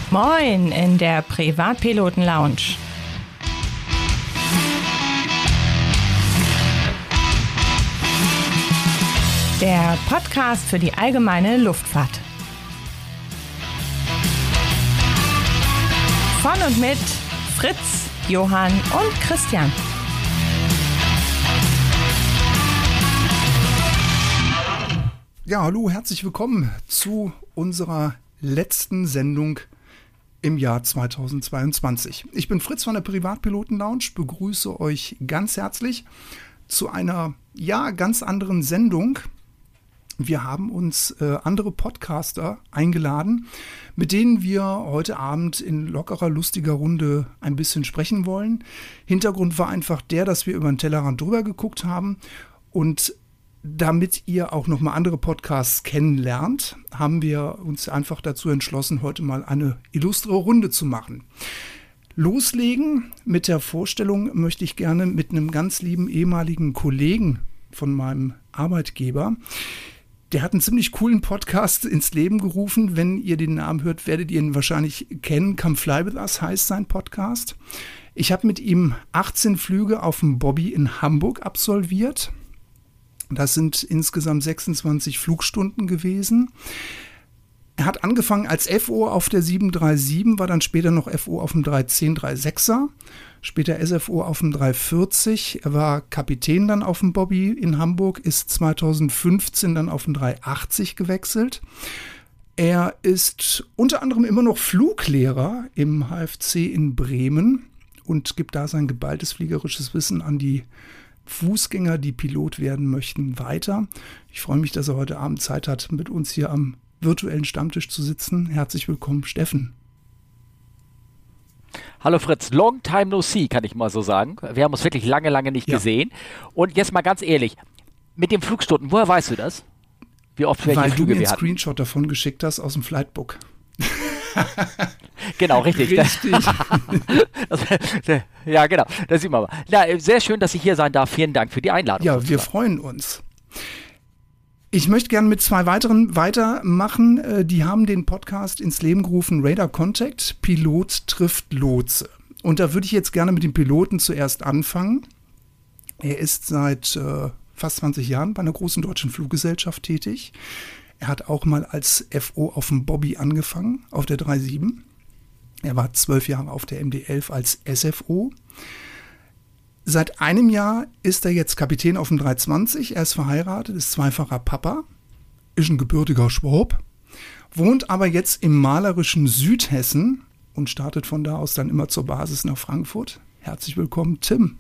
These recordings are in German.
Moin in der Privatpiloten-Lounge. Der Podcast für die allgemeine Luftfahrt. Von und mit Fritz, Johann und Christian. Ja, hallo, herzlich willkommen zu unserer letzten Sendung im Jahr 2022. Ich bin Fritz von der Privatpiloten-Lounge, begrüße euch ganz herzlich zu einer, ganz anderen Sendung. Wir haben uns andere Podcaster eingeladen, mit denen wir heute Abend in lockerer, lustiger Runde ein bisschen sprechen wollen. Hintergrund war einfach der, dass wir über den Tellerrand drüber geguckt haben und damit ihr auch nochmal andere Podcasts kennenlernt, haben wir uns einfach dazu entschlossen, heute mal eine illustre Runde zu machen. Loslegen mit der Vorstellung möchte ich gerne mit einem ganz lieben ehemaligen Kollegen von meinem Arbeitgeber. Der hat einen ziemlich coolen Podcast ins Leben gerufen. Wenn ihr den Namen hört, werdet ihr ihn wahrscheinlich kennen. Come Fly With Us heißt sein Podcast. Ich habe mit ihm 18 Flüge auf dem Bobby in Hamburg absolviert. Das sind insgesamt 26 Flugstunden gewesen. Er hat angefangen als FO auf der 737, war dann später noch FO auf dem 310-36er, später SFO auf dem 340. Er war Kapitän dann auf dem Bobby in Hamburg, ist 2015 dann auf dem 380 gewechselt. Er ist unter anderem immer noch Fluglehrer im HFC in Bremen und gibt da sein geballtes fliegerisches Wissen an die Fußgänger, die Pilot werden möchten, weiter. Ich freue mich, dass er heute Abend Zeit hat, mit uns hier am virtuellen Stammtisch zu sitzen. Herzlich willkommen, Steffen. Hallo Fritz, long time no see, kann ich mal so sagen. Wir haben uns wirklich lange, lange nicht gesehen. Und jetzt mal ganz ehrlich, mit den Flugstunden, woher weißt du das? Wie oft welche Weil Flüge du mir wir einen hatten? Screenshot davon geschickt hast aus dem Flightbook. Genau, richtig. Richtig. Ja, genau, das sieht man mal. Na, sehr schön, dass ich hier sein darf. Vielen Dank für die Einladung. Ja, wir freuen uns. Ich möchte gerne mit zwei weiteren weitermachen. Die haben den Podcast ins Leben gerufen, Radar Contact, Pilot trifft Lotse. Und da würde ich jetzt gerne mit dem Piloten zuerst anfangen. Er ist seit fast 20 Jahren bei einer großen deutschen Fluggesellschaft tätig. Er hat auch mal als FO auf dem Bobby angefangen, auf der 37. Er war 12 Jahre auf der MD-11 als SFO. Seit einem Jahr ist er jetzt Kapitän auf dem 320. Er ist verheiratet, ist zweifacher Papa, ist ein gebürtiger Schwab, wohnt aber jetzt im malerischen Südhessen und startet von da aus dann immer zur Basis nach Frankfurt. Herzlich willkommen, Tim.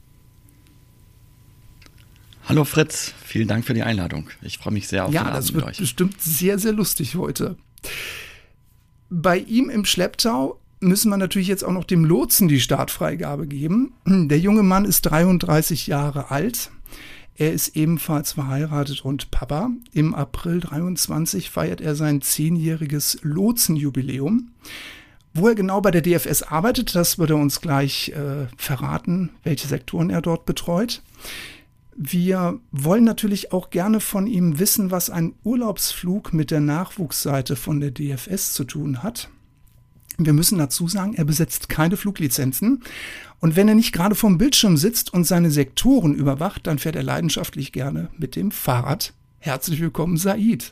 Hallo Fritz, vielen Dank für die Einladung. Ich freue mich sehr auf den Abend mit euch. Ja, das wird bestimmt sehr, sehr lustig heute. Bei ihm im Schlepptau müssen wir natürlich jetzt auch noch dem Lotsen die Startfreigabe geben. Der junge Mann ist 33 Jahre alt. Er ist ebenfalls verheiratet und Papa. Im April 23 feiert er sein 10-jähriges Lotsenjubiläum. Wo er genau bei der DFS arbeitet, das wird er uns gleich verraten, welche Sektoren er dort betreut. Wir wollen natürlich auch gerne von ihm wissen, was ein Urlaubsflug mit der Nachwuchsseite von der DFS zu tun hat. Wir müssen dazu sagen, er besitzt keine Fluglizenzen. Und wenn er nicht gerade vorm Bildschirm sitzt und seine Sektoren überwacht, dann fährt er leidenschaftlich gerne mit dem Fahrrad. Herzlich willkommen, Said.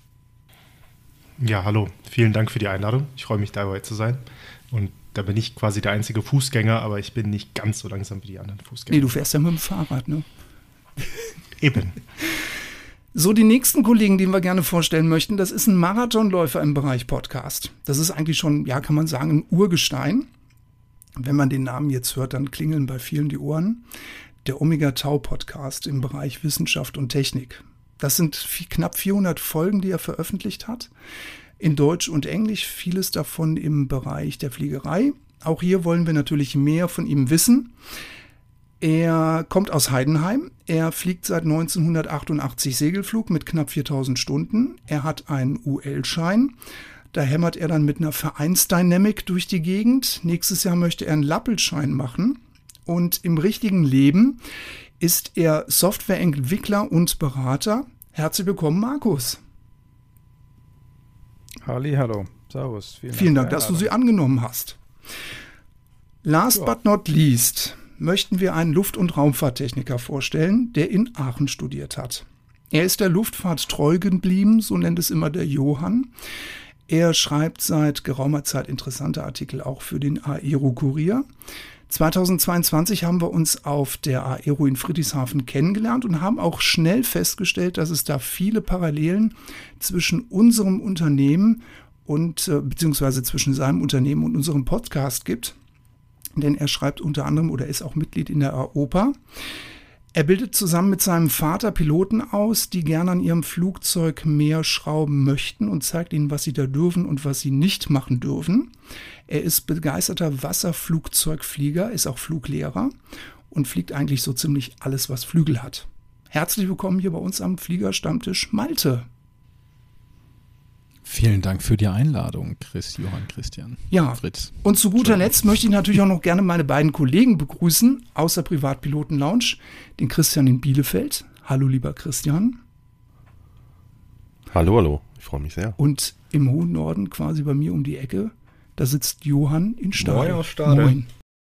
Ja, hallo. Vielen Dank für die Einladung. Ich freue mich, dabei zu sein. Und da bin ich quasi der einzige Fußgänger, aber ich bin nicht ganz so langsam wie die anderen Fußgänger. Nee, du fährst ja mit dem Fahrrad, ne? Eben. So, die nächsten Kollegen, den wir gerne vorstellen möchten, das ist ein Marathonläufer im Bereich Podcast. Das ist eigentlich schon, kann man sagen, ein Urgestein. Wenn man den Namen jetzt hört, dann klingeln bei vielen die Ohren. Der Omega Tau Podcast im Bereich Wissenschaft und Technik. Das sind knapp 400 Folgen, die er veröffentlicht hat. In Deutsch und Englisch, vieles davon im Bereich der Fliegerei. Auch hier wollen wir natürlich mehr von ihm wissen. Er kommt aus Heidenheim. Er fliegt seit 1988 Segelflug mit knapp 4000 Stunden. Er hat einen UL-Schein. Da hämmert er dann mit einer Vereinsdynamic durch die Gegend. Nächstes Jahr möchte er einen Lappelschein machen. Und im richtigen Leben ist er Softwareentwickler und Berater. Herzlich willkommen, Markus. Hallo. Servus. Vielen Dank, dass du sie angenommen hast. Last but not least möchten wir einen Luft- und Raumfahrttechniker vorstellen, der in Aachen studiert hat. Er ist der Luftfahrt treu geblieben, so nennt es immer der Johann. Er schreibt seit geraumer Zeit interessante Artikel auch für den Aero-Kurier. 2022 haben wir uns auf der Aero in Friedrichshafen kennengelernt und haben auch schnell festgestellt, dass es da viele Parallelen zwischen unserem Unternehmen und beziehungsweise zwischen seinem Unternehmen und unserem Podcast gibt. Denn er schreibt unter anderem oder ist auch Mitglied in der AOPA. Er bildet zusammen mit seinem Vater Piloten aus, die gerne an ihrem Flugzeug mehr schrauben möchten und zeigt ihnen, was sie da dürfen und was sie nicht machen dürfen. Er ist begeisterter Wasserflugzeugflieger, ist auch Fluglehrer und fliegt eigentlich so ziemlich alles, was Flügel hat. Herzlich willkommen hier bei uns am Fliegerstammtisch Malte. Vielen Dank für die Einladung, Johann, Christian. Ja, Fritz. Und zu guter Letzt möchte ich natürlich auch noch gerne meine beiden Kollegen begrüßen aus der Privatpiloten-Lounge, den Christian in Bielefeld. Hallo, lieber Christian. Hallo, ich freue mich sehr. Und im hohen Norden, quasi bei mir um die Ecke, da sitzt Johann in Stade. Moin aus Stade. Moin.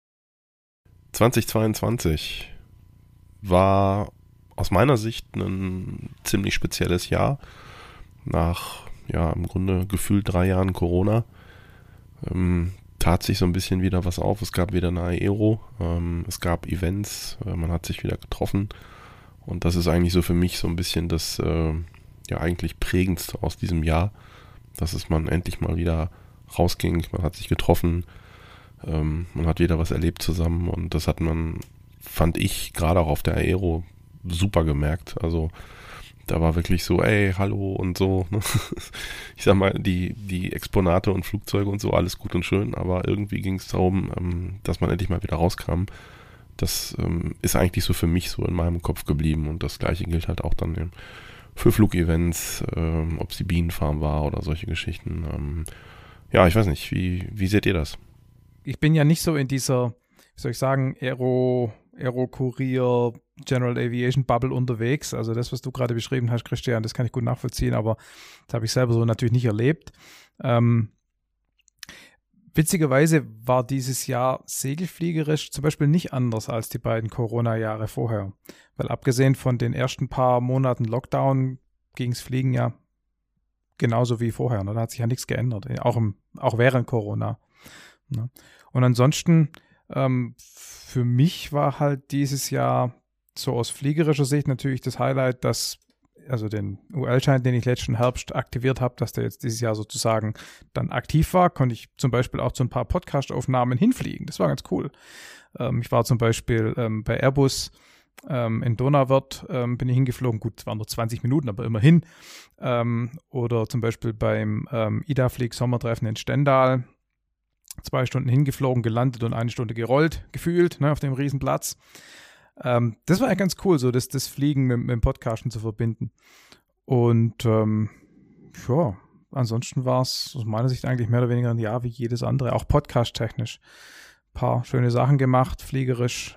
2022 war aus meiner Sicht ein ziemlich spezielles Jahr. Nach im Grunde gefühlt 3 Jahren Corona tat sich so ein bisschen wieder was auf. Es gab wieder eine Aero, es gab Events, man hat sich wieder getroffen und das ist eigentlich so für mich so ein bisschen das eigentlich prägendste aus diesem Jahr, dass man endlich mal wieder rausging, man hat sich getroffen, man hat wieder was erlebt zusammen und das hat man, fand ich, gerade auch auf der Aero super gemerkt. Also da war wirklich so, ey, hallo und so. Ne? Ich sag mal, die Exponate und Flugzeuge und so, alles gut und schön, aber irgendwie ging es darum, dass man endlich mal wieder rauskam. Das ist eigentlich so für mich so in meinem Kopf geblieben und das Gleiche gilt halt auch dann für Flugevents, ob es die Bienenfarm war oder solche Geschichten. Ich weiß nicht, wie seht ihr das? Ich bin ja nicht so in dieser, wie soll ich sagen, Aero-Kurier, General Aviation Bubble unterwegs. Also das, was du gerade beschrieben hast, Christian, das kann ich gut nachvollziehen, aber das habe ich selber so natürlich nicht erlebt. Witzigerweise war dieses Jahr segelfliegerisch zum Beispiel nicht anders als die beiden Corona-Jahre vorher. Weil abgesehen von den ersten paar Monaten Lockdown ging es Fliegen ja genauso wie vorher. Ne? Da hat sich ja nichts geändert, auch während Corona. Ne? Und ansonsten für mich war halt dieses Jahr so aus fliegerischer Sicht natürlich das Highlight, also den UL-Schein, den ich letzten Herbst aktiviert habe, dass der jetzt dieses Jahr sozusagen dann aktiv war, konnte ich zum Beispiel auch zu ein paar Podcast-Aufnahmen hinfliegen. Das war ganz cool. Ich war zum Beispiel bei Airbus in Donauwörth, bin ich hingeflogen. Gut, es waren nur 20 Minuten, aber immerhin. Oder zum Beispiel beim IDA-Flieg-Sommertreffen in Stendal. 2 Stunden hingeflogen, gelandet und 1 Stunde gerollt, gefühlt, ne, auf dem Riesenplatz. Das war ja ganz cool, so das Fliegen mit dem Podcasten zu verbinden. Und ansonsten war es aus meiner Sicht eigentlich mehr oder weniger ein Jahr wie jedes andere, auch podcast-technisch. Ein paar schöne Sachen gemacht, fliegerisch.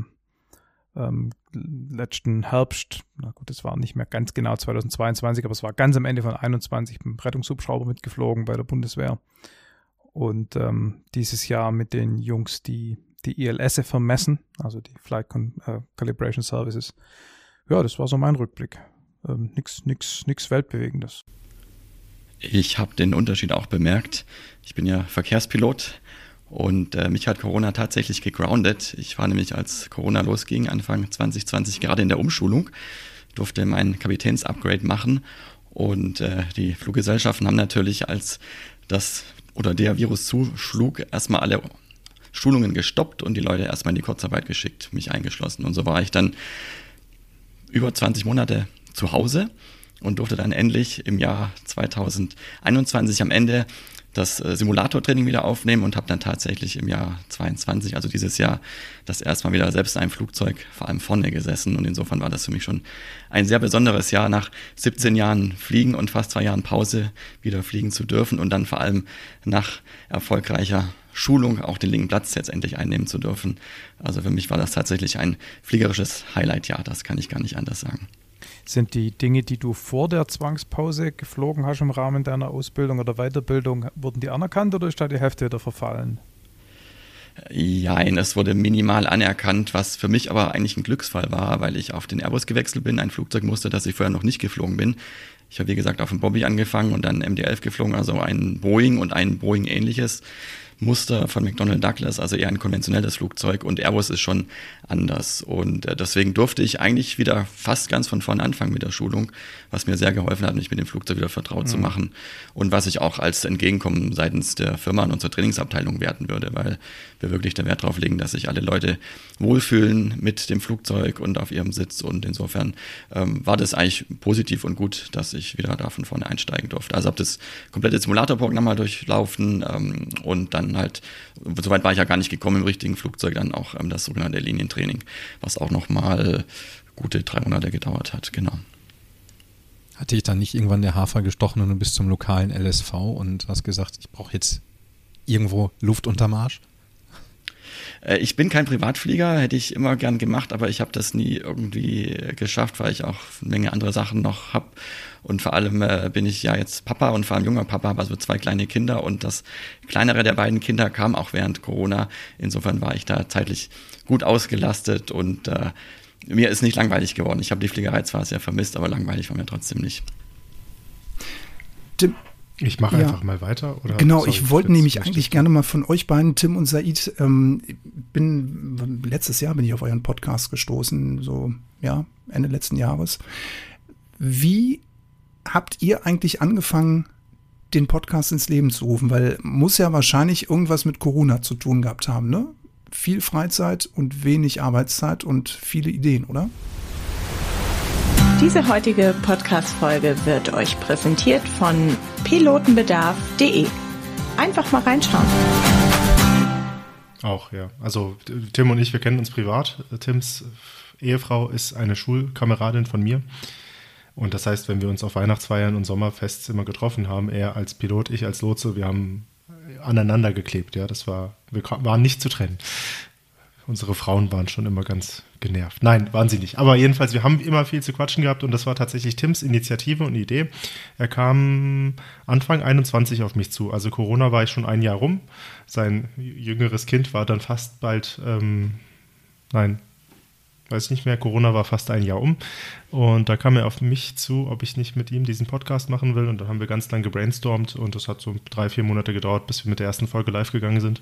Letzten Herbst, na gut, das war nicht mehr ganz genau 2022, aber es war ganz am Ende von 2021 mit dem Rettungshubschrauber mitgeflogen bei der Bundeswehr. Und dieses Jahr mit den Jungs, die ILS vermessen, also die Flight Calibration Services. Ja, das war so mein Rückblick. Nix Weltbewegendes. Ich habe den Unterschied auch bemerkt. Ich bin ja Verkehrspilot und mich hat Corona tatsächlich gegroundet. Ich war nämlich, als Corona losging, Anfang 2020 gerade in der Umschulung, durfte mein Kapitänsupgrade machen und die Fluggesellschaften haben natürlich, als der Virus zuschlug, erstmal alle Schulungen gestoppt und die Leute erstmal in die Kurzarbeit geschickt, mich eingeschlossen. Und so war ich dann über 20 Monate zu Hause und durfte dann endlich im Jahr 2021 am Ende das Simulatortraining wieder aufnehmen und habe dann tatsächlich im Jahr 22, also dieses Jahr, das erste Mal wieder selbst in einem Flugzeug, vor allem vorne gesessen. Und insofern war das für mich schon ein sehr besonderes Jahr, nach 17 Jahren Fliegen und fast 2 Jahren Pause wieder fliegen zu dürfen und dann vor allem nach erfolgreicher Schulung auch den linken Platz jetzt endlich einnehmen zu dürfen. Also für mich war das tatsächlich ein fliegerisches Highlight-Jahr, das kann ich gar nicht anders sagen. Sind die Dinge, die du vor der Zwangspause geflogen hast im Rahmen deiner Ausbildung oder Weiterbildung, wurden die anerkannt oder ist da die Hälfte wieder verfallen? Jein, es wurde minimal anerkannt, was für mich aber eigentlich ein Glücksfall war, weil ich auf den Airbus gewechselt bin, ein Flugzeugmuster, das ich vorher noch nicht geflogen bin. Ich habe, wie gesagt, auf dem Bobby angefangen und dann MD-11 geflogen, also ein Boeing und ein Boeing-ähnliches Muster von McDonnell Douglas, also eher ein konventionelles Flugzeug, und Airbus ist schon anders. Und deswegen durfte ich eigentlich wieder fast ganz von vorne anfangen mit der Schulung, was mir sehr geholfen hat, mich mit dem Flugzeug wieder vertraut zu machen und was ich auch als Entgegenkommen seitens der Firma und unserer Trainingsabteilung werten würde, weil wir wirklich den Wert darauf legen, dass sich alle Leute wohlfühlen mit dem Flugzeug und auf ihrem Sitz, und insofern war das eigentlich positiv und gut, dass ich wieder da von vorne einsteigen durfte. Also habe das komplette Simulatorprogramm mal durchlaufen und dann halt, soweit war ich ja gar nicht gekommen im richtigen Flugzeug, dann auch das sogenannte Linientraining, was auch nochmal gute 3 Monate gedauert hat, genau. Hatte ich dann nicht irgendwann der Hafer gestochen und du bist zum lokalen LSV und hast gesagt, ich brauche jetzt irgendwo Luft unterm Arsch? Ich bin kein Privatflieger, hätte ich immer gern gemacht, aber ich habe das nie irgendwie geschafft, weil ich auch eine Menge andere Sachen noch habe. Und vor allem bin ich ja jetzt Papa und vor allem junger Papa, habe also 2 kleine Kinder, und das kleinere der beiden Kinder kam auch während Corona. Insofern war ich da zeitlich gut ausgelastet und mir ist nicht langweilig geworden. Ich habe die Fliegerei zwar sehr vermisst, aber langweilig war mir trotzdem nicht. Tim, ich mache einfach mal weiter. Oder? Genau, Sorry, ich wollte nämlich eigentlich gerne mal von euch beiden, Tim und Said, letztes Jahr bin ich auf euren Podcast gestoßen, so ja, Ende letzten Jahres. Wie habt ihr eigentlich angefangen, den Podcast ins Leben zu rufen? Weil muss ja wahrscheinlich irgendwas mit Corona zu tun gehabt haben, ne? Viel Freizeit und wenig Arbeitszeit und viele Ideen, oder? Diese heutige Podcast-Folge wird euch präsentiert von pilotenbedarf.de. Einfach mal reinschauen. Auch, ja. Also Tim und ich, wir kennen uns privat. Tims Ehefrau ist eine Schulkameradin von mir. Und das heißt, wenn wir uns auf Weihnachtsfeiern und Sommerfests immer getroffen haben, er als Pilot, ich als Lotse, wir haben aneinander geklebt. Ja, wir waren nicht zu trennen. Unsere Frauen waren schon immer ganz genervt. Nein, waren sie nicht. Aber jedenfalls, wir haben immer viel zu quatschen gehabt und das war tatsächlich Tims Initiative und Idee. Er kam Anfang 21 auf mich zu. Also Corona war ich schon ein Jahr rum. Sein jüngeres Kind war dann fast bald, weiß nicht mehr, Corona war fast ein Jahr um. Und da kam er auf mich zu, ob ich nicht mit ihm diesen Podcast machen will. Und dann haben wir ganz lang gebrainstormt und das hat so 3-4 Monate gedauert, bis wir mit der ersten Folge live gegangen sind.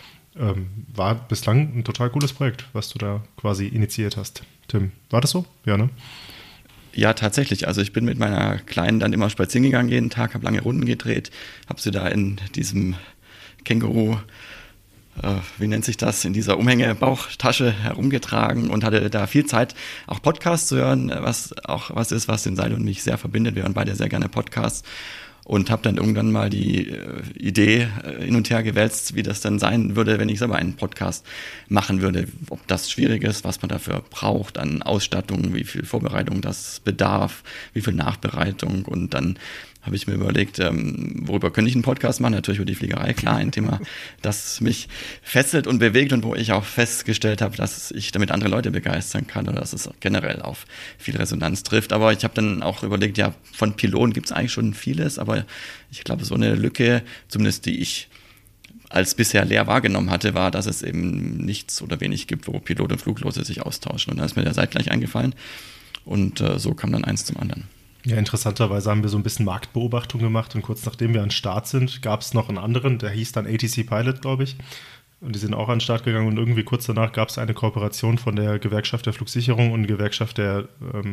War bislang ein total cooles Projekt, was du da quasi initiiert hast. Tim, war das so? Ja, ne? Ja, tatsächlich. Also ich bin mit meiner Kleinen dann immer spazieren gegangen jeden Tag, habe lange Runden gedreht, habe sie da in diesem Känguru, wie nennt sich das, in dieser Umhänge-Bauchtasche herumgetragen und hatte da viel Zeit, auch Podcasts zu hören, was auch was ist, was den Seil und mich sehr verbindet. Wir hören beide sehr gerne Podcasts. Und habe dann irgendwann mal die Idee hin und her gewälzt, wie das dann sein würde, wenn ich selber einen Podcast machen würde. Ob das schwierig ist, was man dafür braucht an Ausstattung, wie viel Vorbereitung das bedarf, wie viel Nachbereitung. Und dann habe ich mir überlegt, worüber könnte ich einen Podcast machen? Natürlich über die Fliegerei, klar, ein Thema, das mich fesselt und bewegt und wo ich auch festgestellt habe, dass ich damit andere Leute begeistern kann oder dass es generell auf viel Resonanz trifft. Aber ich habe dann auch überlegt, ja, von Piloten gibt es eigentlich schon vieles, aber ich glaube, so eine Lücke, zumindest die ich als bisher leer wahrgenommen hatte, war, dass es eben nichts oder wenig gibt, wo Pilot und Fluglose sich austauschen. Und da ist mir der Seid gleich eingefallen und so kam dann eins zum anderen. Ja, interessanterweise haben wir so ein bisschen Marktbeobachtung gemacht und kurz nachdem wir an den Start sind, gab es noch einen anderen, der hieß dann ATC Pilot, glaube ich. Und die sind auch an den Start gegangen und irgendwie kurz danach gab es eine Kooperation von der Gewerkschaft der Flugsicherung und Gewerkschaft der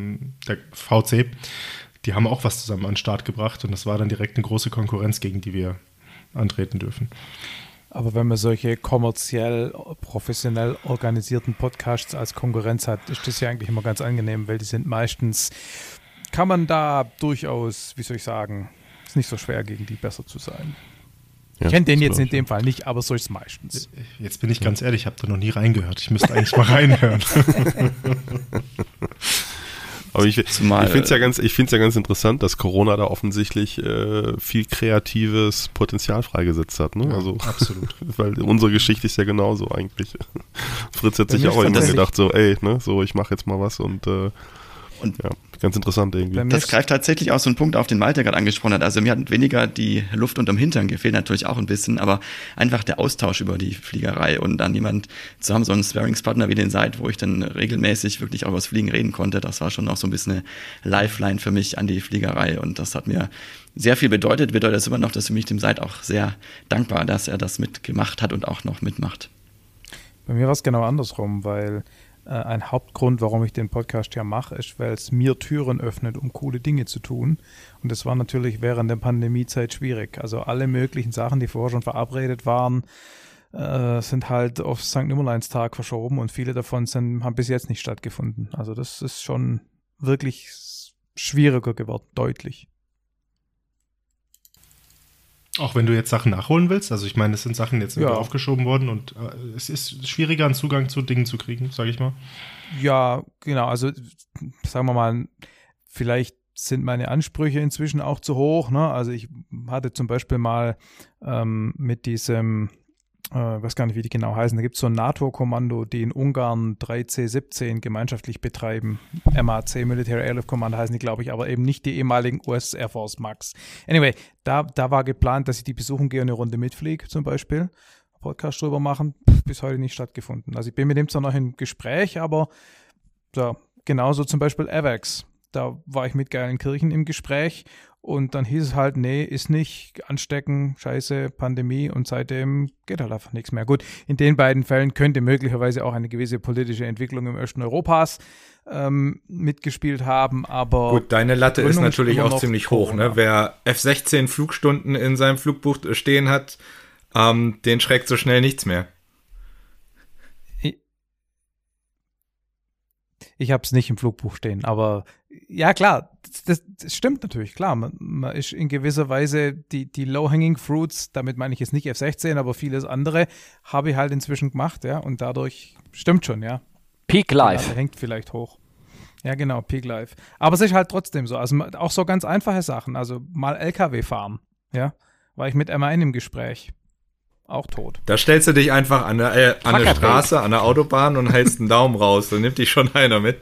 VC. Die haben auch was zusammen an den Start gebracht und das war dann direkt eine große Konkurrenz, gegen die wir antreten dürfen. Aber wenn man solche kommerziell, professionell organisierten Podcasts als Konkurrenz hat, ist das ja eigentlich immer ganz angenehm, weil die sind meistens, kann man da durchaus, wie soll ich sagen, ist nicht so schwer, gegen die besser zu sein. Ja, ich kenne den jetzt in dem Fall nicht, aber so ist es meistens. Jetzt bin ich ganz ehrlich, ich habe da noch nie reingehört. Ich müsste eigentlich mal reinhören. Aber ich finde es ja ganz interessant, dass Corona da offensichtlich viel kreatives Potenzial freigesetzt hat. Ne? Ja, also, absolut. Weil unsere Geschichte ist ja genauso eigentlich. Fritz hat sich ja auch irgendwann gedacht, so, ey, ne, so ich mache jetzt mal was und Und ja, ganz interessant irgendwie. das greift tatsächlich auch so einen Punkt auf, den Malte gerade angesprochen hat. Also mir hat weniger die Luft unterm Hintern gefehlt, natürlich auch ein bisschen, aber einfach der Austausch über die Fliegerei und dann jemand zu haben, so einen Sparringspartner wie den Seid, wo ich dann regelmäßig wirklich auch über das Fliegen reden konnte. Das war schon auch so ein bisschen eine Lifeline für mich an die Fliegerei und das hat mir sehr viel bedeutet es immer noch, dass für mich dem Seid auch sehr dankbar, dass er das mitgemacht hat und auch noch mitmacht. Bei mir war es genau andersrum, weil ein Hauptgrund, warum ich den Podcast ja mache, ist, weil es mir Türen öffnet, um coole Dinge zu tun. Und das war natürlich während der Pandemiezeit schwierig. Also alle möglichen Sachen, die vorher schon verabredet waren, sind halt auf St. Nimmerleinstag verschoben und viele davon haben bis jetzt nicht stattgefunden. Also das ist schon wirklich schwieriger geworden, deutlich. Auch wenn du jetzt Sachen nachholen willst, also ich meine, es sind Sachen jetzt wieder aufgeschoben worden und es ist schwieriger, einen Zugang zu Dingen zu kriegen, sage ich mal. Ja, genau, also sagen wir mal, vielleicht sind meine Ansprüche inzwischen auch zu hoch, ne? Also ich hatte zum Beispiel mal mit diesem, weiß gar nicht, wie die genau heißen, da gibt es so ein NATO-Kommando, die in Ungarn 3C-17 gemeinschaftlich betreiben. MAC, Military Airlift Command heißen die, glaube ich, aber eben nicht die ehemaligen US Air Force MAX. Anyway, da war geplant, dass ich die besuchen gehe und eine Runde mitfliege zum Beispiel, Podcast drüber machen, bis heute nicht stattgefunden. Also ich bin mit dem zwar noch im Gespräch, aber ja, genauso zum Beispiel AVAX. Da war ich mit Geilenkirchen im Gespräch und dann hieß es halt, nee, ist nicht, anstecken, scheiße, Pandemie und seitdem geht halt einfach nichts mehr. Gut, in den beiden Fällen könnte möglicherweise auch eine gewisse politische Entwicklung im Osten Europas mitgespielt haben, aber... Gut, deine Latte ist natürlich auch ziemlich hoch, ne? Wer F-16 Flugstunden in seinem Flugbuch stehen hat, den schreckt so schnell nichts mehr. Ich habe es nicht im Flugbuch stehen, aber ja klar, das stimmt natürlich, klar. Man ist in gewisser Weise die Low-Hanging Fruits, damit meine ich jetzt nicht F-16, aber vieles andere, habe ich halt inzwischen gemacht, ja, und dadurch stimmt schon, ja. Peak Life. Hängt vielleicht hoch. Ja, genau, Peak Life. Aber es ist halt trotzdem so, also auch so ganz einfache Sachen, also mal LKW fahren, ja, war ich mit MAN im Gespräch. Auch tot. Da stellst du dich einfach an der Straße, an der Autobahn und hältst einen Daumen raus. Dann nimmt dich schon einer mit.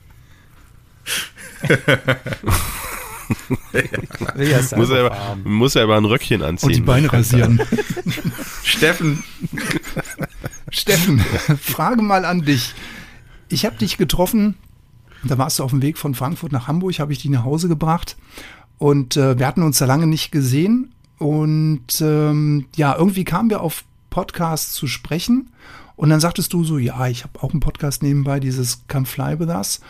Muss er aber ein Röckchen anziehen. Und die Beine rasieren. Steffen, Frage mal an dich. Ich habe dich getroffen, da warst du auf dem Weg von Frankfurt nach Hamburg, habe ich dich nach Hause gebracht und wir hatten uns da lange nicht gesehen. Und irgendwie kamen wir auf Podcasts zu sprechen und dann sagtest du so, ja, ich habe auch einen Podcast nebenbei, dieses Come Fly With Us.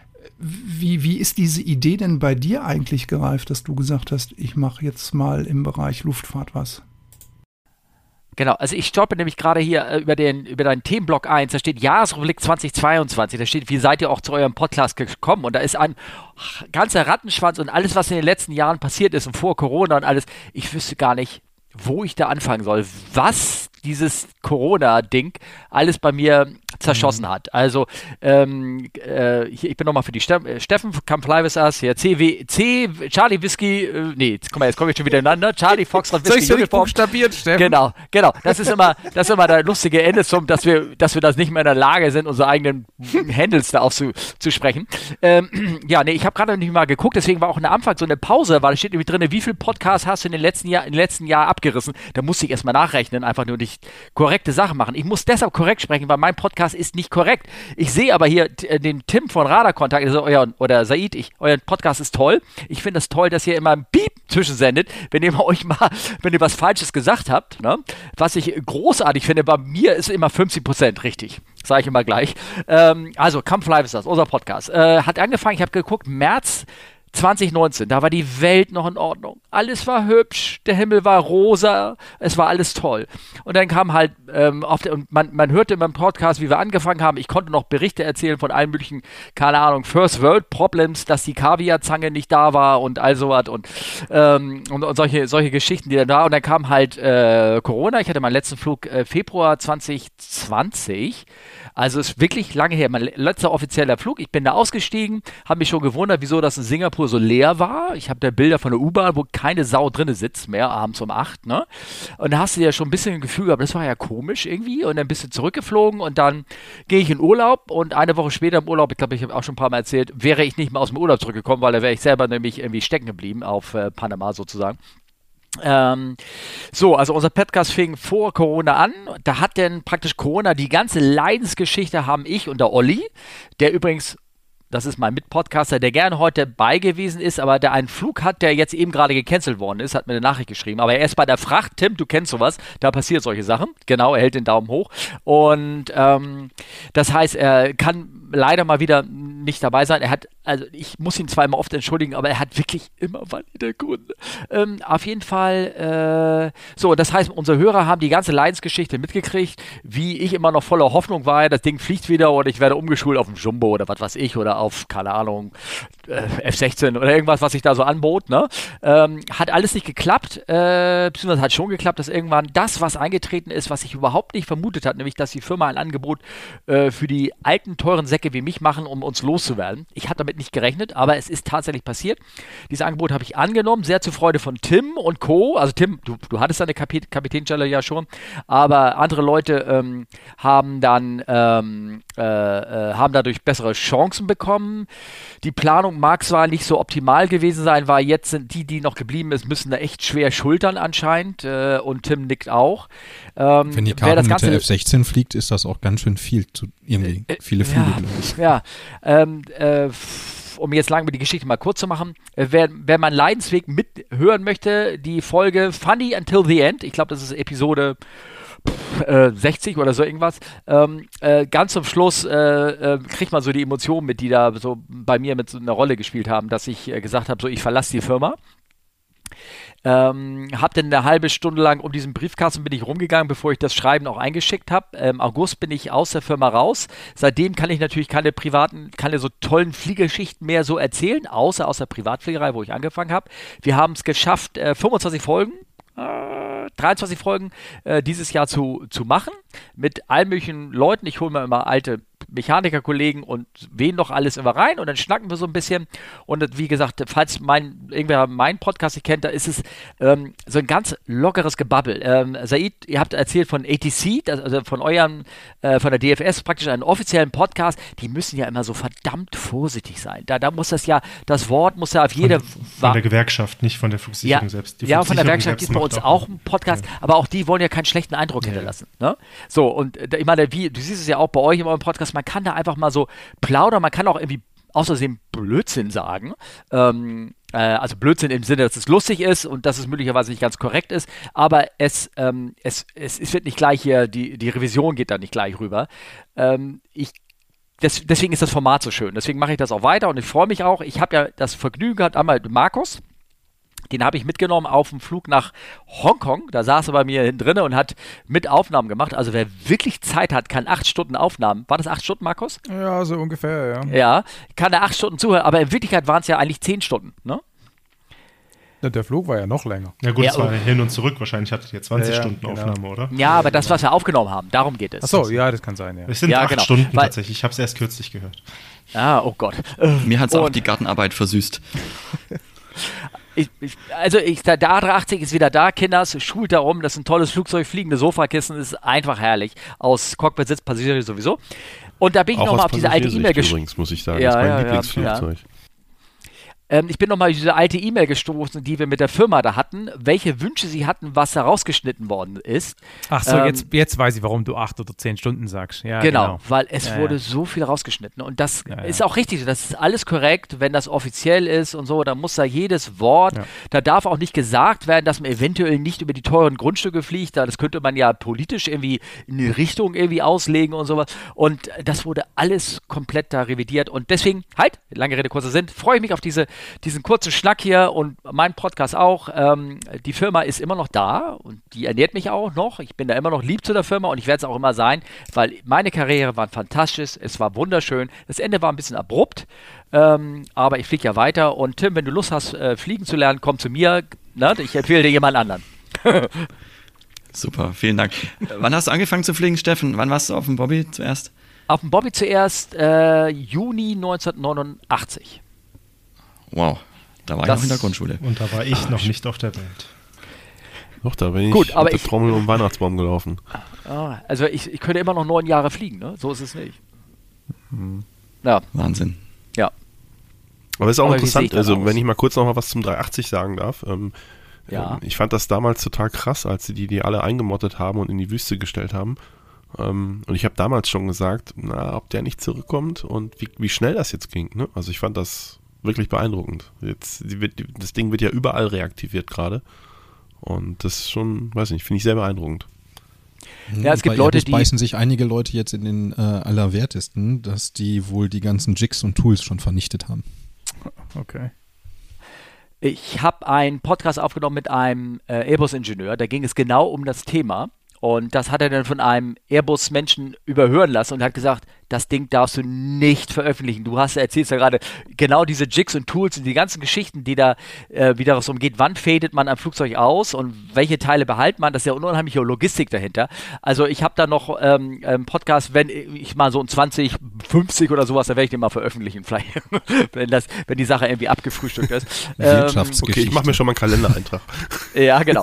Wie ist diese Idee denn bei dir eigentlich gereift, dass du gesagt hast, ich mache jetzt mal im Bereich Luftfahrt was? Genau, also ich stolper nämlich gerade hier über deinen Themenblock 1, da steht Jahresrückblick 2022, da steht, wie seid ihr auch zu eurem Podcast gekommen und da ist ein ganzer Rattenschwanz und alles, was in den letzten Jahren passiert ist und vor Corona und alles, ich wüsste gar nicht, wo ich da anfangen soll, was dieses Corona-Ding alles bei mir zerschossen hat. Also hier, ich bin nochmal für die Steffen, Come Fly With Us, hier Charlie Whisky, jetzt komme ich schon wieder ineinander, Charlie Foxtrot Whisky Uniform. Buchstabiert, Steffen? Genau, das ist immer der lustige Ende, dass wir das nicht mehr in der Lage sind, unsere eigenen Handles da aufzusprechen. Ich habe gerade nicht mal geguckt, deswegen war auch in der Anfang so eine Pause, weil da steht nämlich drin, wie viel Podcasts hast du im letzten Jahr abgerissen. Da musste ich erstmal nachrechnen, einfach nur nicht korrekte Sachen machen. Ich muss deshalb korrekt sprechen, weil mein Podcast ist nicht korrekt. Ich sehe aber hier den Tim von Radarkontakt, also oder Said, euer Podcast ist toll. Ich finde es toll, dass ihr immer ein Piep zwischensendet, wenn ihr was Falsches gesagt habt. Ne? Was ich großartig finde, bei mir ist immer 50% richtig. Sage ich immer gleich. Also, Come Fly With Us, unser Podcast. Hat angefangen, ich habe geguckt, März 2019, da war die Welt noch in Ordnung. Alles war hübsch, der Himmel war rosa, es war alles toll. Und dann kam halt, man hörte in meinem Podcast, wie wir angefangen haben, ich konnte noch Berichte erzählen von allen möglichen, keine Ahnung, First World Problems, dass die Kaviarzange nicht da war und all sowas und solche Geschichten, die dann da, und dann kam halt Corona, ich hatte meinen letzten Flug Februar 2020, also ist wirklich lange her, mein letzter offizieller Flug, ich bin da ausgestiegen, habe mich schon gewundert, wieso das in Singapur Uhr so leer war. Ich habe da Bilder von der U-Bahn, wo keine Sau drinne sitzt mehr, abends um 8, ne? Und da hast du ja schon ein bisschen ein Gefühl gehabt, das war ja komisch irgendwie. Und dann bist du zurückgeflogen und dann gehe ich in Urlaub und eine Woche später im Urlaub, ich glaube, ich habe auch schon ein paar Mal erzählt, wäre ich nicht mehr aus dem Urlaub zurückgekommen, weil da wäre ich selber nämlich irgendwie stecken geblieben auf Panama sozusagen. Also unser Podcast fing vor Corona an. Da hat denn praktisch Corona die ganze Leidensgeschichte haben ich und der Olli, der übrigens, das ist mein Mitpodcaster, der gerne heute dabei gewesen ist, aber der einen Flug hat, der jetzt eben gerade gecancelt worden ist, hat mir eine Nachricht geschrieben. Aber er ist bei der Fracht. Tim, du kennst sowas, da passiert solche Sachen. Genau, er hält den Daumen hoch. Und das heißt, er kann leider mal wieder nicht dabei sein. Also ich muss ihn zwar immer oft entschuldigen, aber er hat wirklich immer valide Gründe. Auf jeden Fall, das heißt, unsere Hörer haben die ganze Leidensgeschichte mitgekriegt, wie ich immer noch voller Hoffnung war, das Ding fliegt wieder oder ich werde umgeschult auf dem Jumbo oder was weiß ich oder auf, keine Ahnung, F-16 oder irgendwas, was sich da so anbot, ne? Hat alles nicht geklappt, beziehungsweise hat schon geklappt, dass irgendwann das, was eingetreten ist, was ich überhaupt nicht vermutet hat, nämlich, dass die Firma ein Angebot für die alten, teuren Säcke wie mich machen, um uns loszuwerden. Ich hatte damit nicht gerechnet, aber es ist tatsächlich passiert. Dieses Angebot habe ich angenommen, sehr zur Freude von Tim und Co. Also Tim, du hattest deine Kapitänstelle ja schon, aber andere Leute haben dadurch bessere Chancen bekommen. Die Planung mag zwar nicht so optimal gewesen sein, weil jetzt sind die noch geblieben ist, müssen da echt schwer schultern anscheinend und Tim nickt auch. Wenn die Karte mit der F-16 fliegt, ist das auch ganz schön viel irgendwie viele Flüge, glaube ich. Ja, um jetzt lang die Geschichte mal kurz zu machen, wer meinen Leidensweg mithören möchte, die Folge Funny Until the End, ich glaube, das ist Episode 60 oder so irgendwas, ganz zum Schluss kriegt man so die Emotionen mit, die da so bei mir mit so einer Rolle gespielt haben, dass ich gesagt habe, so ich verlasse die Firma. Hab dann eine halbe Stunde lang um diesen Briefkasten bin ich rumgegangen, bevor ich das Schreiben auch eingeschickt habe. Im August bin ich aus der Firma raus. Seitdem kann ich natürlich keine so tollen Fliegeschichten mehr so erzählen, außer aus der Privatfliegerei, wo ich angefangen habe. Wir haben es geschafft, 25 Folgen 23 Folgen dieses Jahr zu machen, mit allen möglichen Leuten. Ich hole mir immer alte Mechanikerkollegen und wen noch alles immer rein und dann schnacken wir so ein bisschen. Und wie gesagt, falls irgendwer meinen Podcast nicht kennt, da ist es so ein ganz lockeres Gebabbel. Said, ihr habt erzählt von ATC, also von der DFS, praktisch einen offiziellen Podcast. Die müssen ja immer so verdammt vorsichtig sein. Da muss das Wort muss ja auf jede... Von der Gewerkschaft, nicht von der Flugsicherung selbst. Ja, von der Gewerkschaft ist bei uns auch ein Podcast, aber auch die wollen ja keinen schlechten Eindruck hinterlassen. Ne? So, und ich meine, du siehst es ja auch bei euch in eurem Podcast, man kann da einfach mal so plaudern, man kann auch irgendwie außerdem Blödsinn sagen. Also Blödsinn im Sinne, dass es lustig ist und dass es möglicherweise nicht ganz korrekt ist, aber es wird nicht gleich hier, die Revision geht da nicht gleich rüber. Deswegen ist das Format so schön. Deswegen mache ich das auch weiter und ich freue mich auch. Ich habe ja das Vergnügen gehabt, einmal mit Markus. Den habe ich mitgenommen auf dem Flug nach Hongkong. Da saß er bei mir hinten drin und hat mit Aufnahmen gemacht. Also wer wirklich Zeit hat, kann 8 Stunden Aufnahmen. War das 8 Stunden, Markus? Ja, so ungefähr, ja. Ja, kann er 8 Stunden zuhören. Aber in Wirklichkeit waren es ja eigentlich 10 Stunden, ne? Der Flug war ja noch länger. Ja gut, es war hin und zurück. Wahrscheinlich hattet ihr 20 Stunden Aufnahme, oder? Ja, aber das, was wir aufgenommen haben, darum geht es. Achso, ja, das kann sein, ja. Es sind 8 Stunden tatsächlich. Ich habe es erst kürzlich gehört. Ah, oh Gott. Mir hat es auch die Gartenarbeit versüßt. Der A380 ist wieder da, Kinders, schult darum, das ist ein tolles Flugzeug, fliegende Sofakissen, ist einfach herrlich. Aus Cockpit-Sitz, Passagiere sowieso. Und da bin ich nochmal auf diese alte E-Mail gestoßen. Übrigens, muss ich sagen, das ist mein Lieblingsflugzeug. Ich bin nochmal auf diese alte E-Mail gestoßen, die wir mit der Firma da hatten, welche Wünsche sie hatten, was da rausgeschnitten worden ist. Ach so, jetzt weiß ich, warum du 8 oder 10 Stunden sagst. Ja, genau, weil es wurde so viel rausgeschnitten und das ist auch richtig, das ist alles korrekt, wenn das offiziell ist und so, dann muss da jedes Wort, da darf auch nicht gesagt werden, dass man eventuell nicht über die teuren Grundstücke fliegt, das könnte man ja politisch irgendwie in eine Richtung irgendwie auslegen und sowas und das wurde alles komplett da revidiert und deswegen, lange Rede, kurzer Sinn, freue ich mich auf diesen kurzen Schnack hier und mein Podcast auch. Die Firma ist immer noch da und die ernährt mich auch noch. Ich bin da immer noch lieb zu der Firma und ich werde es auch immer sein, weil meine Karriere war fantastisch. Es war wunderschön. Das Ende war ein bisschen abrupt, aber ich fliege ja weiter. Und Tim, wenn du Lust hast, fliegen zu lernen, komm zu mir. Ne? Ich empfehle dir jemand anderen. Super, vielen Dank. Wann hast du angefangen zu fliegen, Steffen? Wann warst du auf dem Bobby zuerst? Auf dem Bobby zuerst Juni 1989. Wow. Da war ich noch in der Grundschule. Und da war ich noch nicht auf der Welt. Doch, da bin ich Gut, aber mit der Trommel um den Weihnachtsbaum gelaufen. Also ich könnte immer noch 9 Jahre fliegen, ne? So ist es nicht. Ja. Wahnsinn. Ja. Aber es ist auch Aber interessant, wie sehe ich dann also aus? wenn ich mal kurz noch mal was zum 380 sagen darf. Ja. Ich fand das damals total krass, als sie die alle eingemottet haben und in die Wüste gestellt haben. Und ich habe damals schon gesagt, ob der nicht zurückkommt und wie schnell das jetzt ging. Ne? Also ich fand das wirklich beeindruckend. Das Ding wird ja überall reaktiviert gerade. Und das ist schon, weiß nicht, finde ich sehr beeindruckend. Ja, es gibt bei Leute, Airbus die beißen sich einige Leute jetzt in den Allerwertesten, dass die wohl die ganzen Jigs und Tools schon vernichtet haben. Okay. Ich habe einen Podcast aufgenommen mit einem Airbus-Ingenieur, da ging es genau um das Thema. Und das hat er dann von einem Airbus-Menschen überhören lassen und hat gesagt, das Ding darfst du nicht veröffentlichen. Du erzählst ja gerade genau diese Jigs und Tools und die ganzen Geschichten, die da wieder was umgeht. Wann fadet man am Flugzeug aus und welche Teile behält man? Das ist ja unheimliche Logistik dahinter. Also ich habe da noch einen Podcast, wenn ich mal so in 2050 oder sowas, dann werde ich den mal veröffentlichen, vielleicht, wenn die Sache irgendwie abgefrühstückt ist. Wirtschaftsgeschichte. Okay, ich mache mir schon mal einen Kalendereintrag. Ja, genau.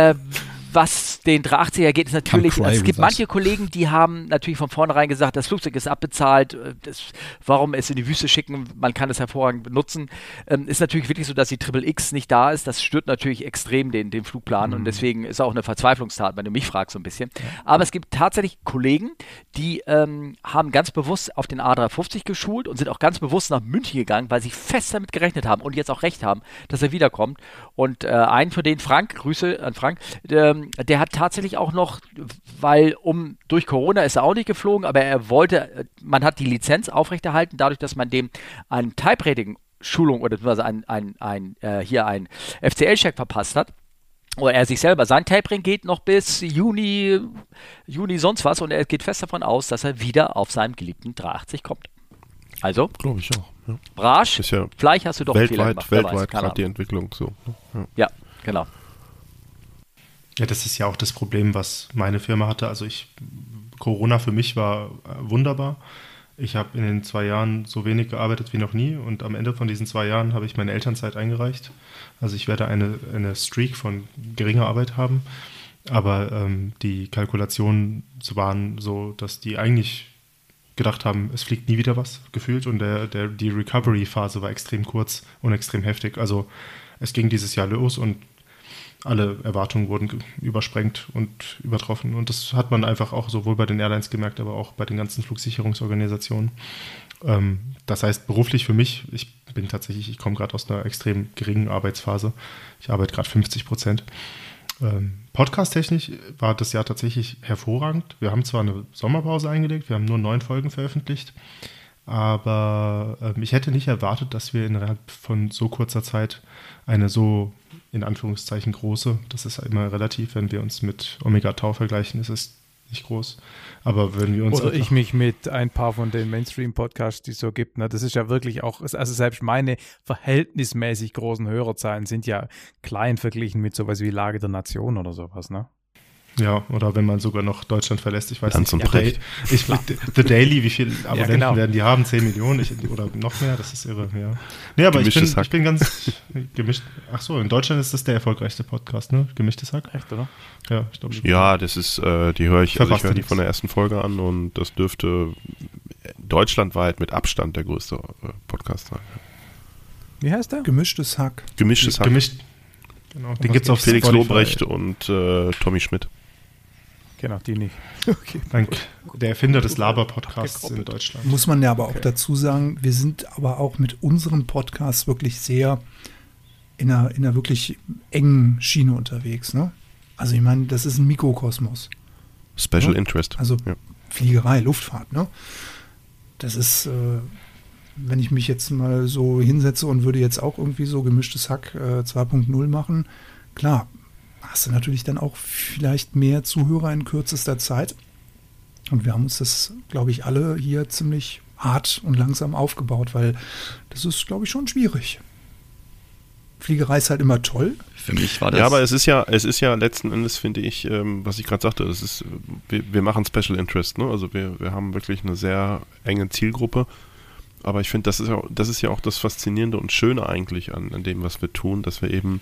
Was den 380er geht, ist natürlich, Come cry es gibt with us. manche Kollegen, die haben natürlich von vornherein gesagt, das Flugzeug ist abbezahlt, warum es in die Wüste schicken, man kann es hervorragend benutzen. Ist natürlich wirklich so, dass die XXX nicht da ist, das stört natürlich extrem den Flugplan und deswegen ist auch eine Verzweiflungstat, wenn du mich fragst so ein bisschen. Aber es gibt tatsächlich Kollegen, die haben ganz bewusst auf den A350 geschult und sind auch ganz bewusst nach München gegangen, weil sie fest damit gerechnet haben und jetzt auch recht haben, dass er wiederkommt. Und einen von denen, Frank, Grüße an Frank, der hat tatsächlich auch noch, weil durch Corona ist er auch nicht geflogen, aber er wollte, man hat die Lizenz aufrechterhalten, dadurch, dass man dem eine Type-Rating-Schulung oder beziehungsweise ein FCL-Check verpasst hat. Oder er sich selber, sein Type-Rating geht noch bis Juni sonst was und er geht fest davon aus, dass er wieder auf seinen geliebten 380 kommt. Also, Glaube ich auch. Ja. Brasch, Ist ja vielleicht hast du doch einen Fehler gemacht. wer weiß, weltweit keine gerade die Ahnung. Entwicklung so. Ne? Ja, genau. Ja, das ist ja auch das Problem, was meine Firma hatte. Also Corona für mich war wunderbar. Ich habe in den 2 Jahren so wenig gearbeitet wie noch nie und am Ende von diesen 2 Jahren habe ich meine Elternzeit eingereicht. Also ich werde eine Streak von geringer Arbeit haben, aber die Kalkulationen waren so, dass die eigentlich gedacht haben, es fliegt nie wieder was, gefühlt, und die Recovery-Phase war extrem kurz und extrem heftig. Also es ging dieses Jahr los und alle Erwartungen wurden übersprengt und übertroffen. Und das hat man einfach auch sowohl bei den Airlines gemerkt, aber auch bei den ganzen Flugsicherungsorganisationen. Das heißt, beruflich für mich, ich komme gerade aus einer extrem geringen Arbeitsphase. Ich arbeite gerade 50%. Podcast-technisch war das Jahr tatsächlich hervorragend. Wir haben zwar eine Sommerpause eingelegt, wir haben nur 9 Folgen veröffentlicht, aber ich hätte nicht erwartet, dass wir innerhalb von so kurzer Zeit eine so in Anführungszeichen große, das ist immer relativ, wenn wir uns mit Omega Tau vergleichen, ist es nicht groß, aber wenn wir uns... Oder ich mich mit ein paar von den Mainstream-Podcasts, die es so gibt, ne, das ist ja wirklich auch, also selbst meine verhältnismäßig großen Hörerzahlen sind ja klein verglichen mit sowas wie Lage der Nation oder sowas, ne? Ja, oder wenn man sogar noch Deutschland verlässt, ich weiß Lanz nicht. und Brecht. The Daily, wie viele Abonnenten genau. werden die haben? 10 Millionen oder noch mehr? Das ist irre, ja. Nee, aber ich bin ganz gemischt. Ach so, in Deutschland ist das der erfolgreichste Podcast, ne? Gemischtes Hack. Echt, oder? Ja, ich glaube schon. Ja, das ist, die höre ich, also ich höre die nichts. von der ersten Folge an und das dürfte deutschlandweit mit Abstand der größte Podcast sein. Wie heißt der? Gemischtes Hack. Gemischtes Hack. Gemischt. Genau, den gibt's auf Felix Spotify. Lobrecht und Tommy Schmidt. Genau, die nicht. Der Erfinder des Laber-Podcasts in Deutschland. Muss man ja aber auch dazu sagen, wir sind aber auch mit unserem Podcast wirklich sehr in einer wirklich engen Schiene unterwegs. Ne? Also ich meine, das ist ein Mikrokosmos. Special Ja? Interest. Also ja. Fliegerei, Luftfahrt. Ne? Das ist, wenn ich mich jetzt mal so hinsetze und würde jetzt auch irgendwie so gemischtes Hack 2.0 machen, klar, hast du natürlich dann auch vielleicht mehr Zuhörer in kürzester Zeit. Und wir haben uns das, glaube ich, alle hier ziemlich hart und langsam aufgebaut, weil das ist, glaube ich, schon schwierig. Fliegerei ist halt immer toll. Für mich war das... Ja, aber es ist ja letzten Endes, finde ich, was ich gerade sagte, es ist, wir machen Special Interest, ne? Also wir haben wirklich eine sehr enge Zielgruppe Aber ich finde, das ist ja auch das Faszinierende und Schöne eigentlich an dem, was wir tun, dass wir eben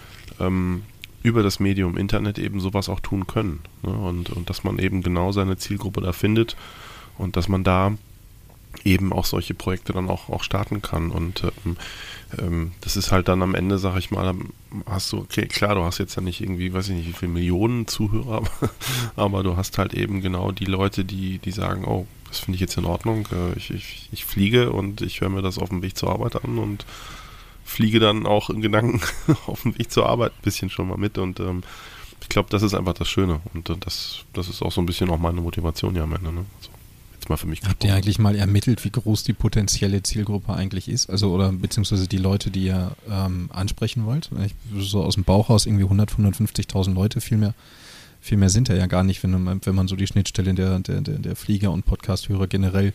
über das Medium Internet eben sowas auch tun können. Ne? Und dass man eben genau seine Zielgruppe da findet und dass man da eben auch solche Projekte dann auch starten kann. Und das ist halt dann am Ende, sag ich mal, hast du, okay, klar, du hast jetzt ja nicht irgendwie, weiß ich nicht, wie viele Millionen Zuhörer, aber du hast halt eben genau die Leute, die sagen, oh, das finde ich jetzt in Ordnung, ich fliege und ich höre mir das auf dem Weg zur Arbeit an und fliege dann auch in Gedanken auf dem Weg zur Arbeit ein bisschen schon mal mit und ich glaube, das ist einfach das Schöne und das ist auch so ein bisschen auch meine Motivation ja am Ende, ne? So, jetzt mal für mich. Habt ihr eigentlich mal ermittelt, wie groß die potenzielle Zielgruppe eigentlich ist? Also oder beziehungsweise die Leute, die ihr ansprechen wollt? So aus dem Bauch raus irgendwie 150.000 Leute, viel mehr sind ja gar nicht, wenn man so die Schnittstelle der Flieger- und Podcast-Hörer generell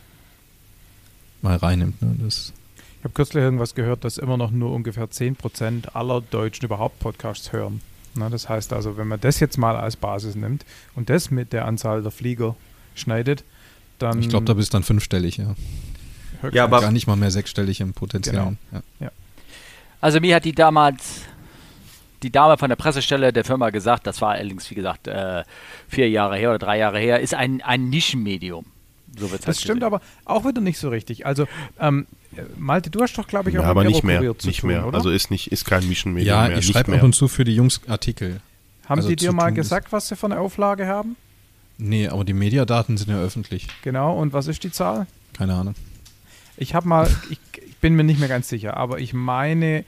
mal reinnimmt. Ne? Ich habe kürzlich irgendwas gehört, dass immer noch nur ungefähr 10% aller Deutschen überhaupt Podcasts hören. Na, das heißt also, wenn man das jetzt mal als Basis nimmt und das mit der Anzahl der Flieger schneidet, dann... Ich glaube, da bist du dann 5-stellig, ja. Ja, aber gar nicht mal mehr 6-stellig im Potenzial. Genau. Ja. Also mir hat die Dame von der Pressestelle der Firma gesagt, das war allerdings, wie gesagt, 4 Jahre her oder 3 Jahre her, ist ein Nischenmedium. So wird's das stimmt aber auch wieder nicht so richtig. Also, Malte, du hast doch, glaube ich, auch aber mit nicht mehr, Aero-Kurier zu tun, oder? Also ist kein Nischenmedium mehr. Ja, ich schreibe ab und zu für die Jungs Artikel. Haben also die dir mal gesagt, was sie für eine Auflage haben? Nee, aber die Mediadaten sind ja öffentlich. Genau, und was ist die Zahl? Keine Ahnung. Ich bin mir nicht mehr ganz sicher, aber ich meine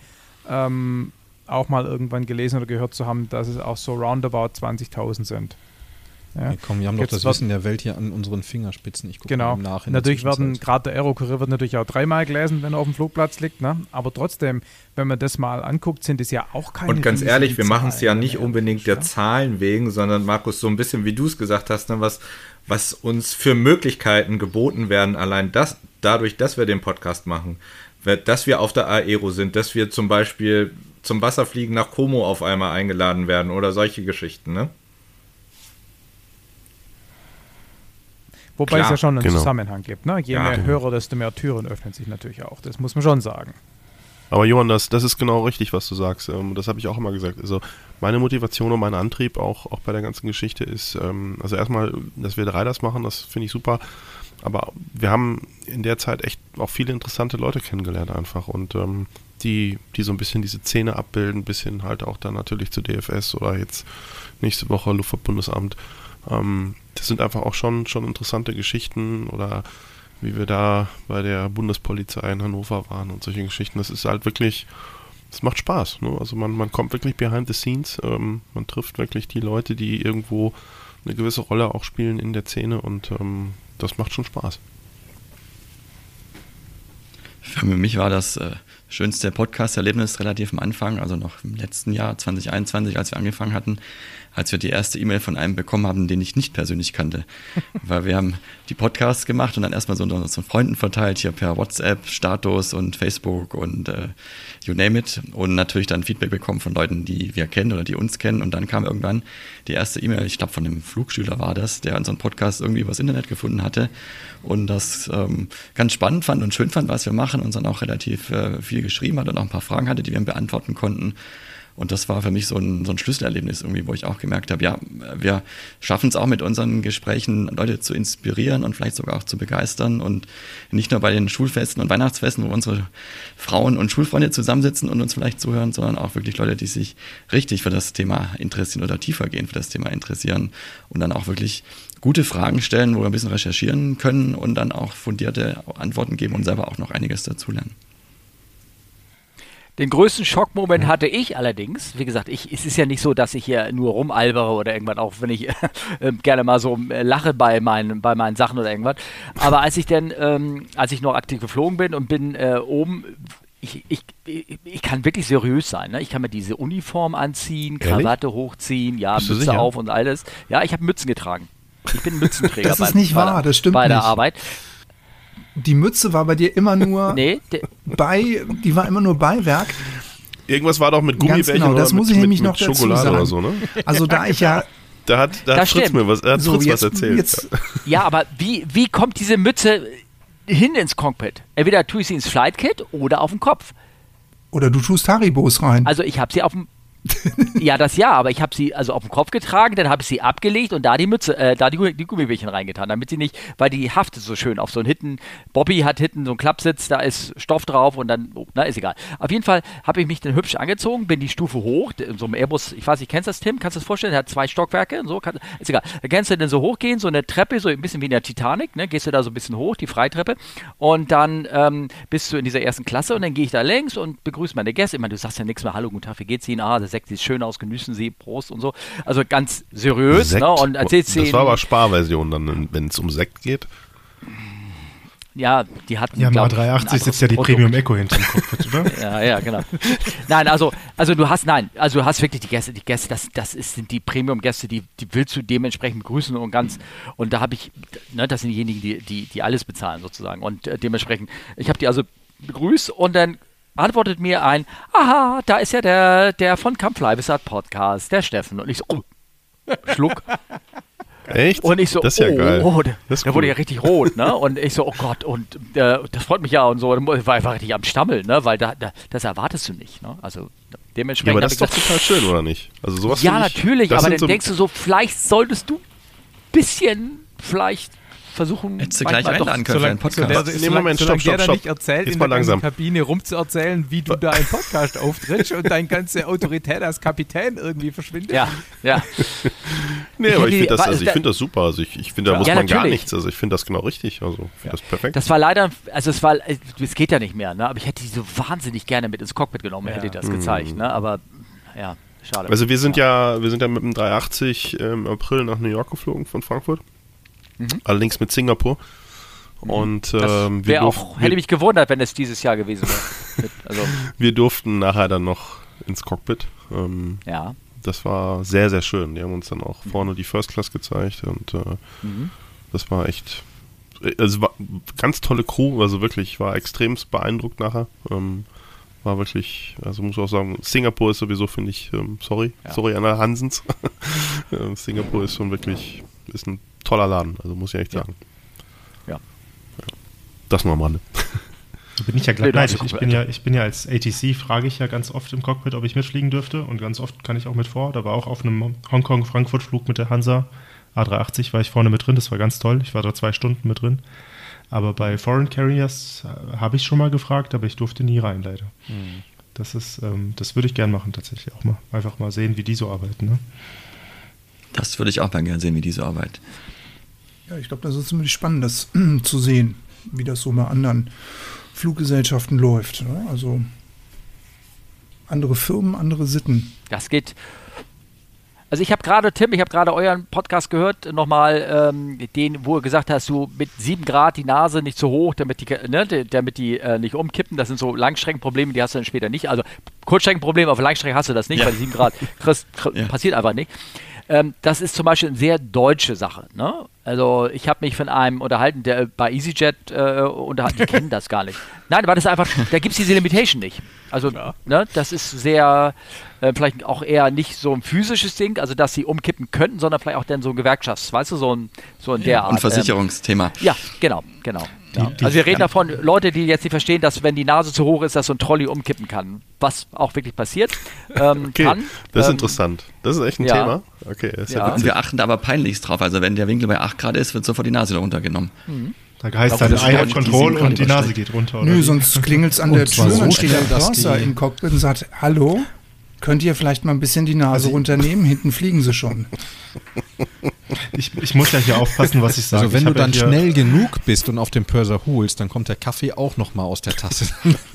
auch mal irgendwann gelesen oder gehört zu haben, dass es auch so roundabout 20.000 sind. Ja. Hey, komm, wir haben doch das Wissen der Welt hier an unseren Fingerspitzen. Ich gucke genau. mal nach. Natürlich gerade der Aero-Kurier wird natürlich auch 3-mal gelesen, wenn er auf dem Flugplatz liegt, ne? Aber trotzdem, wenn man das mal anguckt, sind es ja auch keine. Und ganz ehrlich, wir machen es ja nicht unbedingt der ja? Zahlen wegen, sondern Markus, so ein bisschen wie du es gesagt hast, ne, was uns für Möglichkeiten geboten werden, allein dadurch, dass wir den Podcast machen, dass wir auf der Aero sind, dass wir zum Beispiel zum Wasserfliegen nach Como auf einmal eingeladen werden oder solche Geschichten, ne? Wobei es ja schon einen Zusammenhang gibt. Ne? Je mehr genau. Hörer, desto mehr Türen öffnen sich natürlich auch. Das muss man schon sagen. Aber Johann, das ist genau richtig, was du sagst. Das habe ich auch immer gesagt. Also meine Motivation und mein Antrieb auch bei der ganzen Geschichte ist, also erstmal, dass wir 3 das machen, das finde ich super. Aber wir haben in der Zeit echt auch viele interessante Leute kennengelernt einfach und die so ein bisschen diese Szene abbilden, bis hin halt auch dann natürlich zu DFS oder jetzt nächste Woche Luftfahrtbundesamt. Das sind einfach auch schon interessante Geschichten oder wie wir da bei der Bundespolizei in Hannover waren und solche Geschichten. Das ist halt wirklich, das macht Spaß. Ne? Also man kommt wirklich behind the scenes, man trifft wirklich die Leute, die irgendwo eine gewisse Rolle auch spielen in der Szene und das macht schon Spaß. Für mich war das schönste Podcast-Erlebnis relativ am Anfang, also noch im letzten Jahr, 2021, als wir angefangen hatten, als wir die erste E-Mail von einem bekommen haben, den ich nicht persönlich kannte. Weil wir haben die Podcasts gemacht und dann erstmal so unseren Freunden verteilt, hier per WhatsApp, Status und Facebook und you name it. Und natürlich dann Feedback bekommen von Leuten, die wir kennen oder die uns kennen. Und dann kam irgendwann die erste E-Mail, ich glaube von einem Flugschüler war das, der unseren Podcast irgendwie übers Internet gefunden hatte und das ganz spannend fand und schön fand, was wir machen und dann auch relativ viel geschrieben hat und auch ein paar Fragen hatte, die wir beantworten konnten. Und das war für mich so ein Schlüsselerlebnis irgendwie, wo ich auch gemerkt habe, ja, wir schaffen es auch mit unseren Gesprächen, Leute zu inspirieren und vielleicht sogar auch zu begeistern. Und nicht nur bei den Schulfesten und Weihnachtsfesten, wo unsere Frauen und Schulfreunde zusammensitzen und uns vielleicht zuhören, sondern auch wirklich Leute, die sich richtig für das Thema interessieren oder tiefer gehen für das Thema interessieren und dann auch wirklich gute Fragen stellen, wo wir ein bisschen recherchieren können und dann auch fundierte Antworten geben und selber auch noch einiges dazulernen. Den größten Schockmoment hatte ich allerdings, wie gesagt, es ist ja nicht so, dass ich hier nur rumalbere oder irgendwann, auch wenn ich gerne mal so lache bei meinen Sachen oder irgendwas. Aber als ich noch aktiv geflogen bin und bin oben, ich kann wirklich seriös sein. Ne? Ich kann mir diese Uniform anziehen, Krawatte hochziehen, ja, Bist du Mütze sicher? auf und alles. Ja, ich habe Mützen getragen. Ich bin Mützenträger. Das ist nicht wahr, das stimmt bei der nicht. Arbeit. Die Mütze war bei dir immer nur Nee, die war immer nur Beiwerk. Irgendwas war doch mit Gummibärchen Ganz genau, das oder muss mit, ich nämlich mit noch dazu Schokolade sagen. oder so, ne? Also da ich ja Da hat Fritz stimmt. mir was, so, Fritz jetzt, was erzählt. jetzt ja, aber wie kommt diese Mütze hin ins Cockpit. Entweder tue ich sie ins Flight Kit oder auf den Kopf. Oder du tust Haribos rein. Also ich habe sie auf dem ja, das ja, aber ich habe sie also auf den Kopf getragen, dann habe ich sie abgelegt und da die Mütze, die Gummibärchen reingetan, damit sie nicht, weil die haftet so schön auf so einen hinten, Bobby hat hinten so einen Klappsitz, da ist Stoff drauf und dann, ist egal. Auf jeden Fall habe ich mich dann hübsch angezogen, bin die Stufe hoch, in so einem Airbus, ich weiß nicht, kennst du das, Tim? Kannst du das vorstellen? Der hat 2 Stockwerke und so, ist egal. Da kannst du dann so hochgehen, so eine Treppe, so ein bisschen wie in der Titanic, ne? Gehst du da so ein bisschen hoch, die Freitreppe und dann bist du in dieser ersten Klasse und dann gehe ich da längs und begrüße meine Gäste. Ich meine, du sagst ja nichts mehr, hallo, guten Tag, wie geht's Ihnen? Der Sekt sieht schön aus, genießen Sie, Prost und so. Also ganz seriös, Sekt. Ne? Und erzählst das war aber Sparversion dann, wenn es um Sekt geht. Ja, die hatten, ja, mal 380 sitzt ja die Produkt. Premium Echo hinterm Cockpit, oder? Ja, genau. Nein, also du hast wirklich die Gäste, sind die Premium-Gäste, die willst du dementsprechend begrüßen und da habe ich, ne, das sind diejenigen, die alles bezahlen sozusagen und dementsprechend, ich habe die also begrüßt und dann antwortet mir ein, aha, da ist ja der von Come Fly Wizard Podcast, der Steffen. Und ich so, Schluck. Echt? Und ich so, das ist ja geil. Der wurde ja richtig rot, ne? Und ich so, oh Gott, und das freut mich ja und so. Ich war einfach richtig am Stammeln, ne? Weil das erwartest du nicht, ne? Also dementsprechend. Ja, aber das ist doch total schön, oder nicht? Also sowas ja, natürlich, aber dann so denkst du so, vielleicht solltest du ein bisschen versuchen, hättest du gleich einladen können für einen Podcast. Solange nicht erzählt, in der Kabine rumzuerzählen, wie du da einen Podcast auftrittst und deine ganze Autorität als Kapitän irgendwie verschwindet. Ja. Nee, aber ich finde das super. Also ich finde, da muss man gar nichts. Also ich finde das genau richtig. Also ich finde das perfekt. Das war leider, es geht ja nicht mehr, ne? Aber ich hätte die so wahnsinnig gerne mit ins Cockpit genommen, hätte ich das gezeigt, ne? Aber ja, schade. Also wir sind ja mit dem 380 im April nach New York geflogen von Frankfurt. Allerdings mit Singapur. Und hätte mich gewundert, wenn es dieses Jahr gewesen wäre. Wir durften nachher dann noch ins Cockpit. Ja. Das war sehr, sehr schön. Die haben uns dann auch vorne die First Class gezeigt und das war echt, also war ganz tolle Crew, also wirklich, war extremst beeindruckt nachher. War wirklich, also muss auch sagen, Singapur ist sowieso, finde ich, sorry an der Hansens. Singapur ist schon wirklich, ist ein toller Laden, also muss ich echt sagen. Ja. Das nur am Rande. Bin ich ja gleich. Ich bin ja als ATC, frage ich ja ganz oft im Cockpit, ob ich mitfliegen dürfte und ganz oft kann ich auch mit vor. Da war auch auf einem Hongkong-Frankfurt-Flug mit der Hansa A380 war ich vorne mit drin, das war ganz toll. Ich war da 2 Stunden mit drin. Aber bei Foreign Carriers habe ich schon mal gefragt, aber ich durfte nie rein, leider. Das würde ich gern machen tatsächlich auch mal. Einfach mal sehen, wie die so arbeiten. Ne? Das würde ich auch mal gerne sehen, wie die so arbeiten. Ja, ich glaube, das ist ziemlich spannend, das zu sehen, wie das so bei anderen Fluggesellschaften läuft. Ne? Also andere Firmen, andere Sitten. Das geht. Also ich habe gerade euren Podcast gehört, nochmal den, wo ihr gesagt hast, du mit 7 Grad die Nase nicht zu hoch, damit die nicht umkippen. Das sind so Langstreckenprobleme, die hast du dann später nicht. Also Kurzstreckenprobleme, auf Langstrecke hast du das nicht, weil 7 Grad passiert einfach nicht. Das ist zum Beispiel eine sehr deutsche Sache. Ne? Also ich habe mich von einem unterhalten, der bei EasyJet unterhalten, die kennen das gar nicht. Nein, aber das ist einfach, da gibt es diese Limitation nicht. Also ne, das ist sehr, vielleicht auch eher nicht so ein physisches Ding, also dass sie umkippen könnten, sondern vielleicht auch dann so ein weißt du, so in der Art. Und Versicherungsthema. Ja, genau. Ja. Also wir reden davon, Leute, die jetzt nicht verstehen, dass wenn die Nase zu hoch ist, dass so ein Trolley umkippen kann. Was auch wirklich passiert kann. Das ist interessant. Das ist echt ein Thema. Okay, das ist ja und wir achten da aber peinlichst drauf. Also wenn der Winkel bei 8 Grad ist, wird sofort die Nase da runtergenommen. Da heißt dann I have control und die Nase geht runter. Oder? Nö, sonst klingelt es an der Tür und dann steht der Purser im Cockpit und sagt, hallo, könnt ihr vielleicht mal ein bisschen die Nase runternehmen? Hinten fliegen sie schon. Ich muss ja hier aufpassen, was ich sage. Also wenn du dann schnell genug bist und auf den Purser holst, dann kommt der Kaffee auch nochmal aus der Tasse.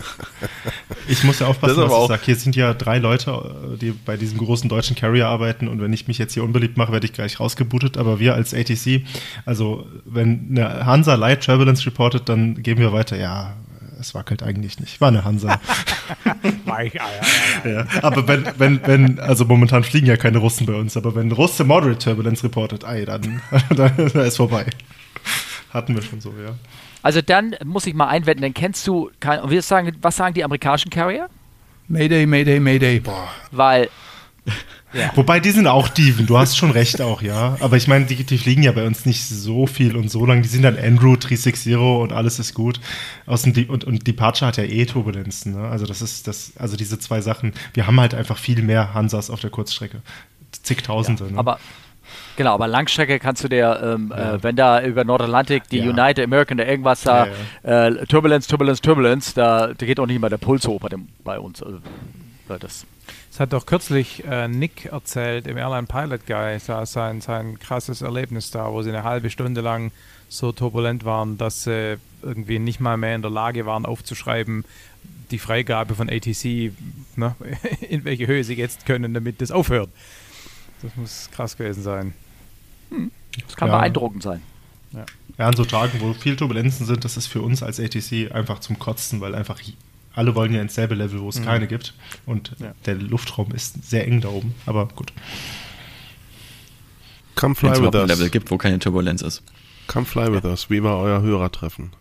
Ich muss ja aufpassen, was ich sage. Hier sind ja 3 Leute, die bei diesem großen deutschen Carrier arbeiten und wenn ich mich jetzt hier unbeliebt mache, werde ich gleich rausgebootet. Aber wir als ATC, also wenn eine Hansa Light Turbulence reportet, dann geben wir weiter, ja, es wackelt eigentlich nicht. War eine Hansa. Ja, aber wenn, also momentan fliegen ja keine Russen bei uns, aber wenn Russe Moderate Turbulence reportet, dann ist vorbei. Hatten wir schon so, ja. Also dann muss ich mal einwenden, dann kennst du, was sagen die amerikanischen Carrier? Mayday, Mayday, Mayday. Boah. Weil Wobei, die sind auch Dieven, du hast schon recht auch, ja. Aber ich meine, die fliegen ja bei uns nicht so viel und so lang. Die sind dann Andrew 360 und alles ist gut. Und Departure hat ja Turbulenzen, ne? Also also diese zwei Sachen. Wir haben halt einfach viel mehr Hansas auf der Kurzstrecke. Zigtausende, ne? Aber Langstrecke kannst du dir, wenn da über Nordatlantik die United American oder irgendwas da, Turbulence, da geht auch nicht mal der Puls hoch bei uns. Also, das hat doch kürzlich Nick erzählt im Airline Pilot Guy, sein krasses Erlebnis da, wo sie eine halbe Stunde lang so turbulent waren, dass sie irgendwie nicht mal mehr in der Lage waren aufzuschreiben, die Freigabe von ATC, ne, in welche Höhe sie jetzt können, damit das aufhört. Das muss krass gewesen sein. Das kann beeindruckend sein. Ja, an so Tagen, wo viel Turbulenzen sind, das ist für uns als ATC einfach zum Kotzen, weil einfach alle wollen ja ins selbe Level, wo es keine gibt. Und der Luftraum ist sehr eng da oben. Aber gut. Come fly Wenn es with überhaupt ein us. Level gibt, wo keine Turbulenz ist. Come fly with us. Wie war euer Hörertreffen?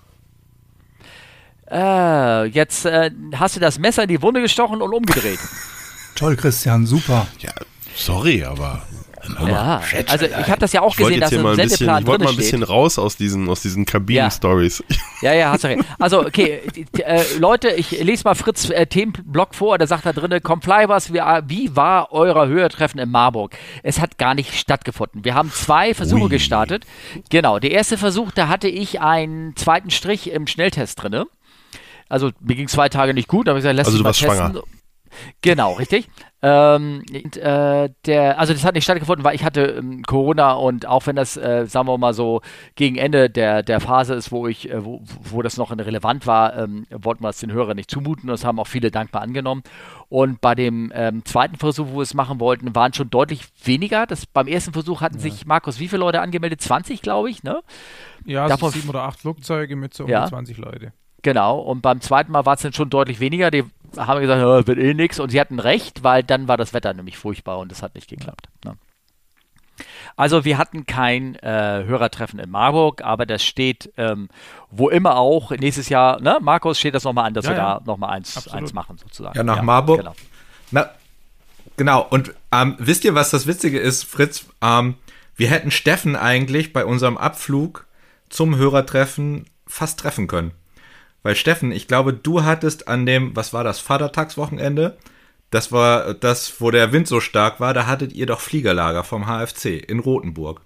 Jetzt hast du das Messer in die Wunde gestochen und umgedreht. Toll, Christian, super. Ja, sorry, aber... Ja, also ich habe das ja auch gesehen, dass im Sendeplan ich wollte drin mal ein bisschen raus aus diesen Kabinen-Stories. Ja, hast du recht. Also, okay, Leute, ich lese mal Fritz Themenblock vor, da sagt da drin, Comply was, wie war euer Hörertreffen in Marburg? Es hat gar nicht stattgefunden. Wir haben 2 Versuche gestartet. Genau, der erste Versuch, da hatte ich einen zweiten Strich im Schnelltest drin. Also mir ging 2 Tage nicht gut, da habe ich gesagt, lass mich mal testen. Schwanger. Genau, richtig. Also das hat nicht stattgefunden, weil ich hatte Corona und auch wenn das, sagen wir mal so, gegen Ende der Phase ist, wo das noch relevant war, wollten wir es den Hörern nicht zumuten. Das haben auch viele dankbar angenommen. Und bei dem zweiten Versuch, wo wir es machen wollten, waren schon deutlich weniger. Beim ersten Versuch hatten sich, Markus, wie viele Leute angemeldet? 20, glaube ich, ne? Ja, davon 7 oder 8 Flugzeuge mit so um 20 Leute. Genau, und beim zweiten Mal war es dann schon deutlich weniger. Die haben gesagt, wird eh nix. Und sie hatten recht, weil dann war das Wetter nämlich furchtbar und das hat nicht geklappt. Ne? Also wir hatten kein Hörertreffen in Marburg, aber das steht wo immer auch nächstes Jahr, ne, Markus, steht das nochmal an, dass wir da nochmal eins machen sozusagen. Ja, nach Marburg. Genau. Genau, und wisst ihr, was das Witzige ist, Fritz? Wir hätten Steffen eigentlich bei unserem Abflug zum Hörertreffen fast treffen können. Weil Steffen, ich glaube, du hattest an dem, was war das, Vatertagswochenende? Das war das, wo der Wind so stark war, da hattet ihr doch Fliegerlager vom HFC in Rothenburg.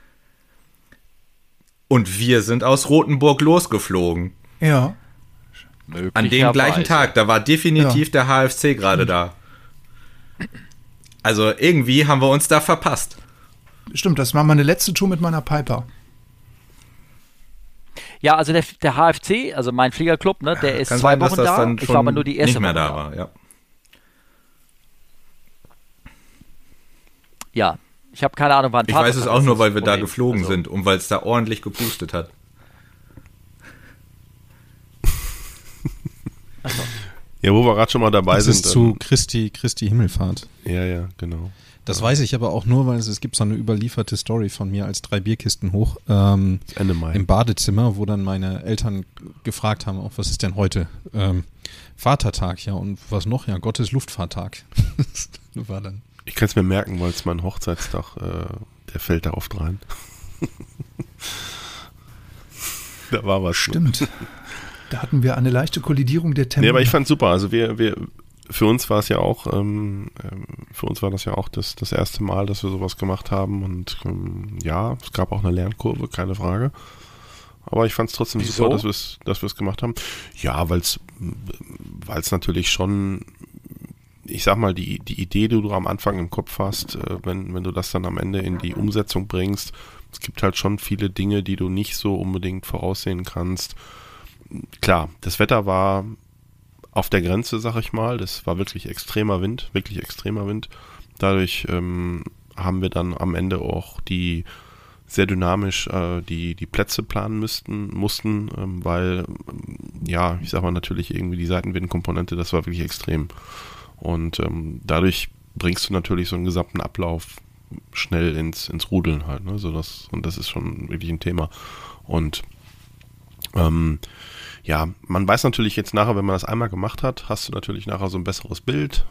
Und wir sind aus Rothenburg losgeflogen. Ja. An dem gleichen Tag, da war definitiv der HFC gerade da. Also irgendwie haben wir uns da verpasst. Stimmt, das war meine letzte Tour mit meiner Piper. Ja, also der HFC, also mein Fliegerclub, ne, der ist 2 Wochen da. Ich war aber nur die erste Woche da. War, ja. Ja, ich habe keine Ahnung, wann. Ich weiß es auch nur, weil wir da geflogen sind und weil es da ordentlich gepustet hat. Ja, wo wir gerade schon mal dabei sind. Das ist zu Christi Himmelfahrt. Ja, genau. Das weiß ich aber auch nur, weil es gibt so eine überlieferte Story von mir als 3 Bierkisten hoch Ende Mai. Im Badezimmer, wo dann meine Eltern gefragt haben, auch was ist denn heute? Vatertag, ja, und was noch? Ja, Gottes Luftfahrttag. War dann. Ich kann es mir merken, weil es mein Hochzeitstag, der fällt da oft rein. Da war was. Stimmt. Da hatten wir eine leichte Kollidierung der Termine. Nee, aber ich fand's super. Also für uns war es ja auch, für uns war das ja auch das erste Mal, dass wir sowas gemacht haben und ja, es gab auch eine Lernkurve, keine Frage. Aber ich fand es trotzdem super, dass wir es gemacht haben. Ja, weil es natürlich schon, ich sag mal, die Idee, die du am Anfang im Kopf hast, wenn du das dann am Ende in die Umsetzung bringst, es gibt halt schon viele Dinge, die du nicht so unbedingt voraussehen kannst. Klar, das Wetter war auf der Grenze, sag ich mal. Das war wirklich extremer Wind. Dadurch haben wir dann am Ende auch die sehr dynamisch die Plätze planen mussten, weil, ja, ich sag mal, natürlich irgendwie die Seitenwindkomponente, das war wirklich extrem. Und dadurch bringst du natürlich so einen gesamten Ablauf schnell ins Rudeln halt, ne? Und das ist schon wirklich ein Thema. Und ja, man weiß natürlich jetzt nachher, wenn man das einmal gemacht hat, hast du natürlich nachher so ein besseres Bild.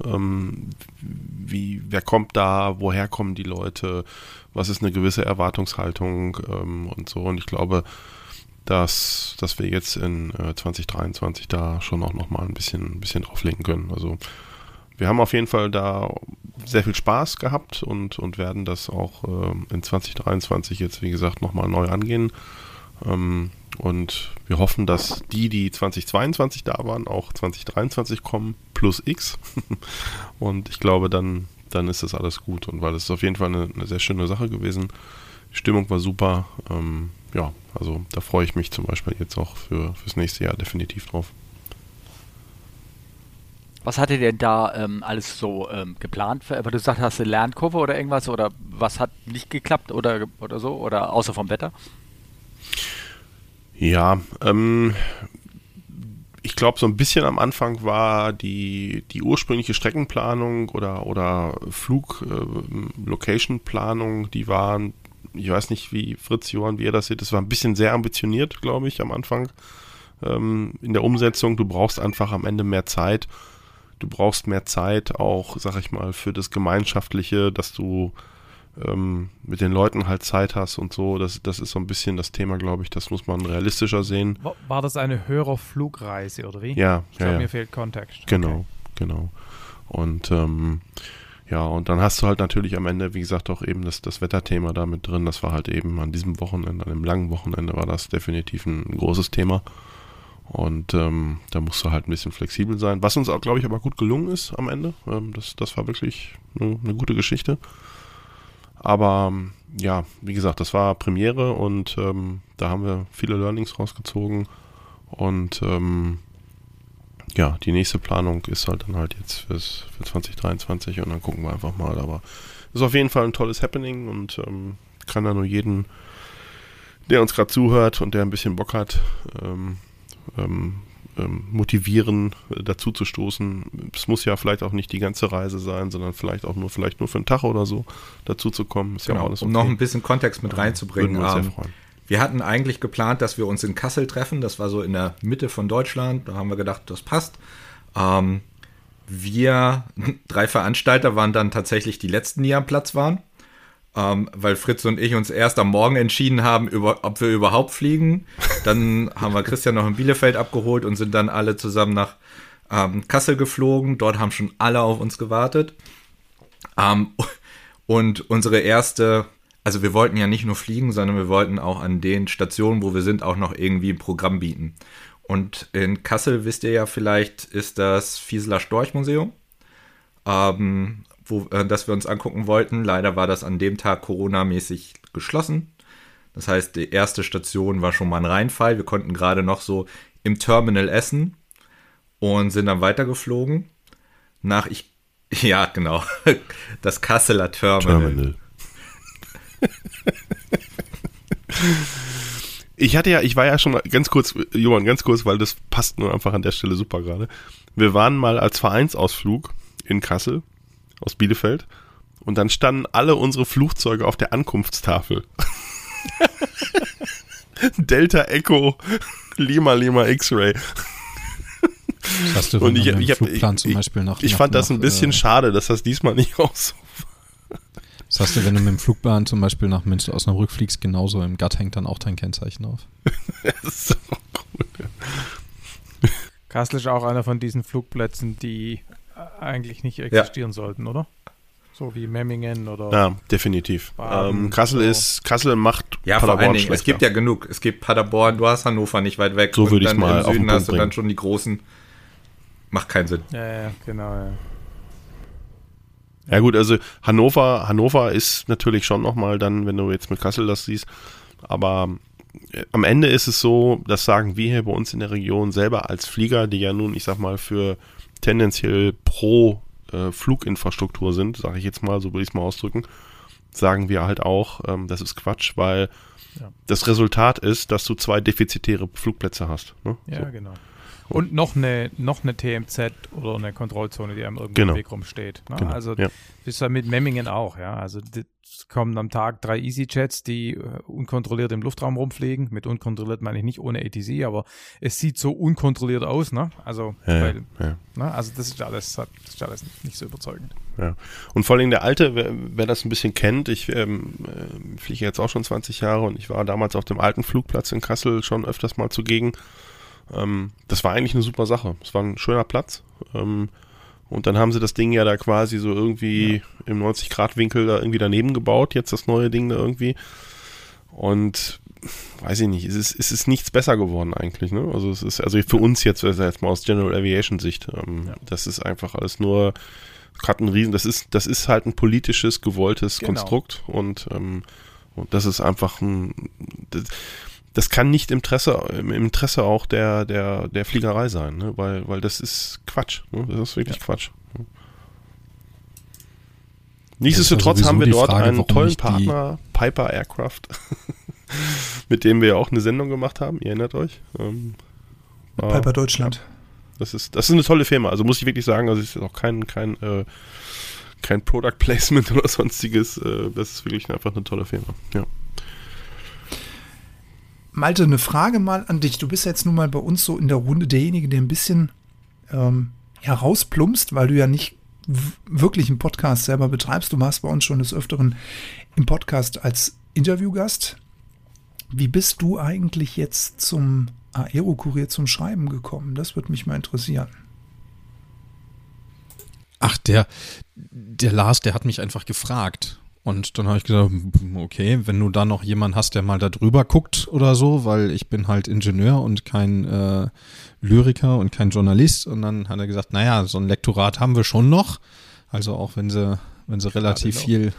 Wer kommt da, woher kommen die Leute, was ist eine gewisse Erwartungshaltung und so. Und ich glaube, dass wir jetzt in 2023 da schon auch nochmal ein bisschen drauflegen können. Also wir haben auf jeden Fall da sehr viel Spaß gehabt und werden das auch in 2023 jetzt, wie gesagt, nochmal neu angehen. Und wir hoffen, dass die 2022 da waren, auch 2023 kommen, plus X. Und ich glaube, dann ist das alles gut. Und weil es ist auf jeden Fall eine sehr schöne Sache gewesen. Die Stimmung war super. Ja, also da freue ich mich zum Beispiel jetzt auch fürs nächste Jahr definitiv drauf. Was hat ihr denn da alles so geplant? Aber du sagst, hast du eine Lernkurve oder irgendwas? Oder was hat nicht geklappt oder so? Oder außer vom Wetter? Ja, ich glaube, so ein bisschen am Anfang war die ursprüngliche Streckenplanung oder Flug-Location-Planung, die waren, ich weiß nicht, wie Fritz, Johann, wie ihr das seht, das war ein bisschen sehr ambitioniert, glaube ich, am Anfang in der Umsetzung. Du brauchst einfach am Ende mehr Zeit. Du brauchst mehr Zeit auch, sag ich mal, für das Gemeinschaftliche, dass du mit den Leuten halt Zeit hast und so. Das ist so ein bisschen das Thema, glaube ich, das muss man realistischer sehen. War das eine Hörerflugreise oder wie? Ja. Ich glaube, mir fehlt Kontext. Genau. Und ja, und dann hast du halt natürlich am Ende, wie gesagt, auch eben das Wetterthema da mit drin. Das war halt eben an diesem Wochenende, an dem langen Wochenende war das definitiv ein großes Thema. Und da musst du halt ein bisschen flexibel sein. Was uns auch, glaube ich, aber gut gelungen ist am Ende. Das war wirklich eine gute Geschichte. Aber ja, wie gesagt, das war Premiere und da haben wir viele Learnings rausgezogen. Und ja, die nächste Planung ist halt dann halt jetzt für 2023 und dann gucken wir einfach mal. Aber es ist auf jeden Fall ein tolles Happening und kann da nur jeden, der uns gerade zuhört und der ein bisschen Bock hat, motivieren, dazu zu stoßen. Es muss ja vielleicht auch nicht die ganze Reise sein, sondern vielleicht nur für einen Tag oder so dazu zu kommen. Ist genau, ja alles okay. Um noch ein bisschen Kontext mit reinzubringen. Würden wir uns sehr freuen. Wir hatten eigentlich geplant, dass wir uns in Kassel treffen. Das war so in der Mitte von Deutschland. Da haben wir gedacht, das passt. Wir 3 Veranstalter waren dann tatsächlich die letzten, die am Platz waren. Weil Fritz und ich uns erst am Morgen entschieden haben, ob wir überhaupt fliegen. Dann haben wir Christian noch in Bielefeld abgeholt und sind dann alle zusammen nach Kassel geflogen. Dort haben schon alle auf uns gewartet. Und unsere erste, also wir wollten ja nicht nur fliegen, sondern wir wollten auch an den Stationen, wo wir sind, auch noch irgendwie ein Programm bieten. Und in Kassel, wisst ihr ja vielleicht, ist das Vieseler Storchmuseum. Das wir uns angucken wollten. Leider war das an dem Tag Corona-mäßig geschlossen. Das heißt, die erste Station war schon mal ein Reinfall. Wir konnten gerade noch so im Terminal essen und sind dann weitergeflogen ja, genau, das Kasseler Terminal. Ich war ja schon mal ganz kurz, Johann, weil das passt nur einfach an der Stelle super gerade. Wir waren mal als Vereinsausflug in Kassel aus Bielefeld und dann standen alle unsere Flugzeuge auf der Ankunftstafel. Delta Echo Lima X-Ray. Das hast du und Flugplan zum Beispiel ich fand das ein bisschen schade, dass das diesmal nicht auch so war. Das hast du, wenn du mit dem Flugplan zum Beispiel nach Münster Osnabrück fliegst, genauso im Gatt hängt dann auch dein Kennzeichen auf. Das ist so cool. Kassel ist auch einer von diesen Flugplätzen, die eigentlich nicht existieren sollten, oder? So wie Memmingen oder... Ja, definitiv. Kassel macht ja, Paderborn vor allen Dingen, es gibt ja genug. Es gibt Paderborn, du hast Hannover nicht weit weg. So würde ich es mal im Süden hast du dann schon die großen. Macht keinen Sinn. Ja, genau, ja. Ja gut, also Hannover ist natürlich schon nochmal dann, wenn du jetzt mit Kassel das siehst, aber am Ende ist es so, das sagen wir hier bei uns in der Region selber als Flieger, die ja nun, ich sag mal, für tendenziell pro Fluginfrastruktur sind, sage ich jetzt mal, so würde ich es mal ausdrücken, sagen wir halt auch, das ist Quatsch, weil das Resultat ist, dass du 2 defizitäre Flugplätze hast. Ne? Ja, so. genau. Und noch eine TMZ oder eine Kontrollzone, die einem irgendwo im Weg rumsteht. Ne? Genau. Also bis mit Memmingen auch, ja. Also es kommen am Tag 3 EasyJets, die unkontrolliert im Luftraum rumfliegen. Mit unkontrolliert meine ich nicht ohne ATC, aber es sieht so unkontrolliert aus, ne? Also, Ne? Also das ist alles nicht so überzeugend. Ja. Und vor allem der Alte, wer das ein bisschen kennt, ich fliege jetzt auch schon 20 Jahre und ich war damals auf dem alten Flugplatz in Kassel schon öfters mal zugegen. Das war eigentlich eine super Sache. Es war ein schöner Platz. Und dann haben sie das Ding ja da quasi so irgendwie im 90-Grad-Winkel da irgendwie daneben gebaut, jetzt das neue Ding da irgendwie. Und weiß ich nicht, es ist nichts besser geworden eigentlich, ne? Also es ist, also für uns jetzt mal aus General Aviation Sicht, das ist einfach alles nur gerade ein Riesen, das ist halt ein politisches, gewolltes Konstrukt und das ist einfach das kann nicht im Interesse auch der Fliegerei sein, ne? Weil das ist Quatsch. Ne? Das ist wirklich Quatsch. Nichtsdestotrotz ja haben wir dort Frage, einen tollen Partner, Piper Aircraft, mit dem wir ja auch eine Sendung gemacht haben. Ihr erinnert euch? Piper Deutschland. Das ist eine tolle Firma. Also muss ich wirklich sagen, also es ist auch kein Product Placement oder sonstiges. Das ist wirklich einfach eine tolle Firma. Ja. Malte, eine Frage mal an dich. Du bist jetzt nun mal bei uns so in der Runde derjenige, der ein bisschen herausplumpst, weil du ja nicht wirklich einen Podcast selber betreibst. Du warst bei uns schon des Öfteren im Podcast als Interviewgast. Wie bist du eigentlich jetzt zum Aero-Kurier zum Schreiben gekommen? Das würde mich mal interessieren. Ach, der Lars, der hat mich einfach gefragt. Und dann habe ich gesagt, okay, wenn du da noch jemanden hast, der mal da drüber guckt oder so, weil ich bin halt Ingenieur und kein Lyriker und kein Journalist. Und dann hat er gesagt, naja, so ein Lektorat haben wir schon noch. Also auch wenn sie relativ viel,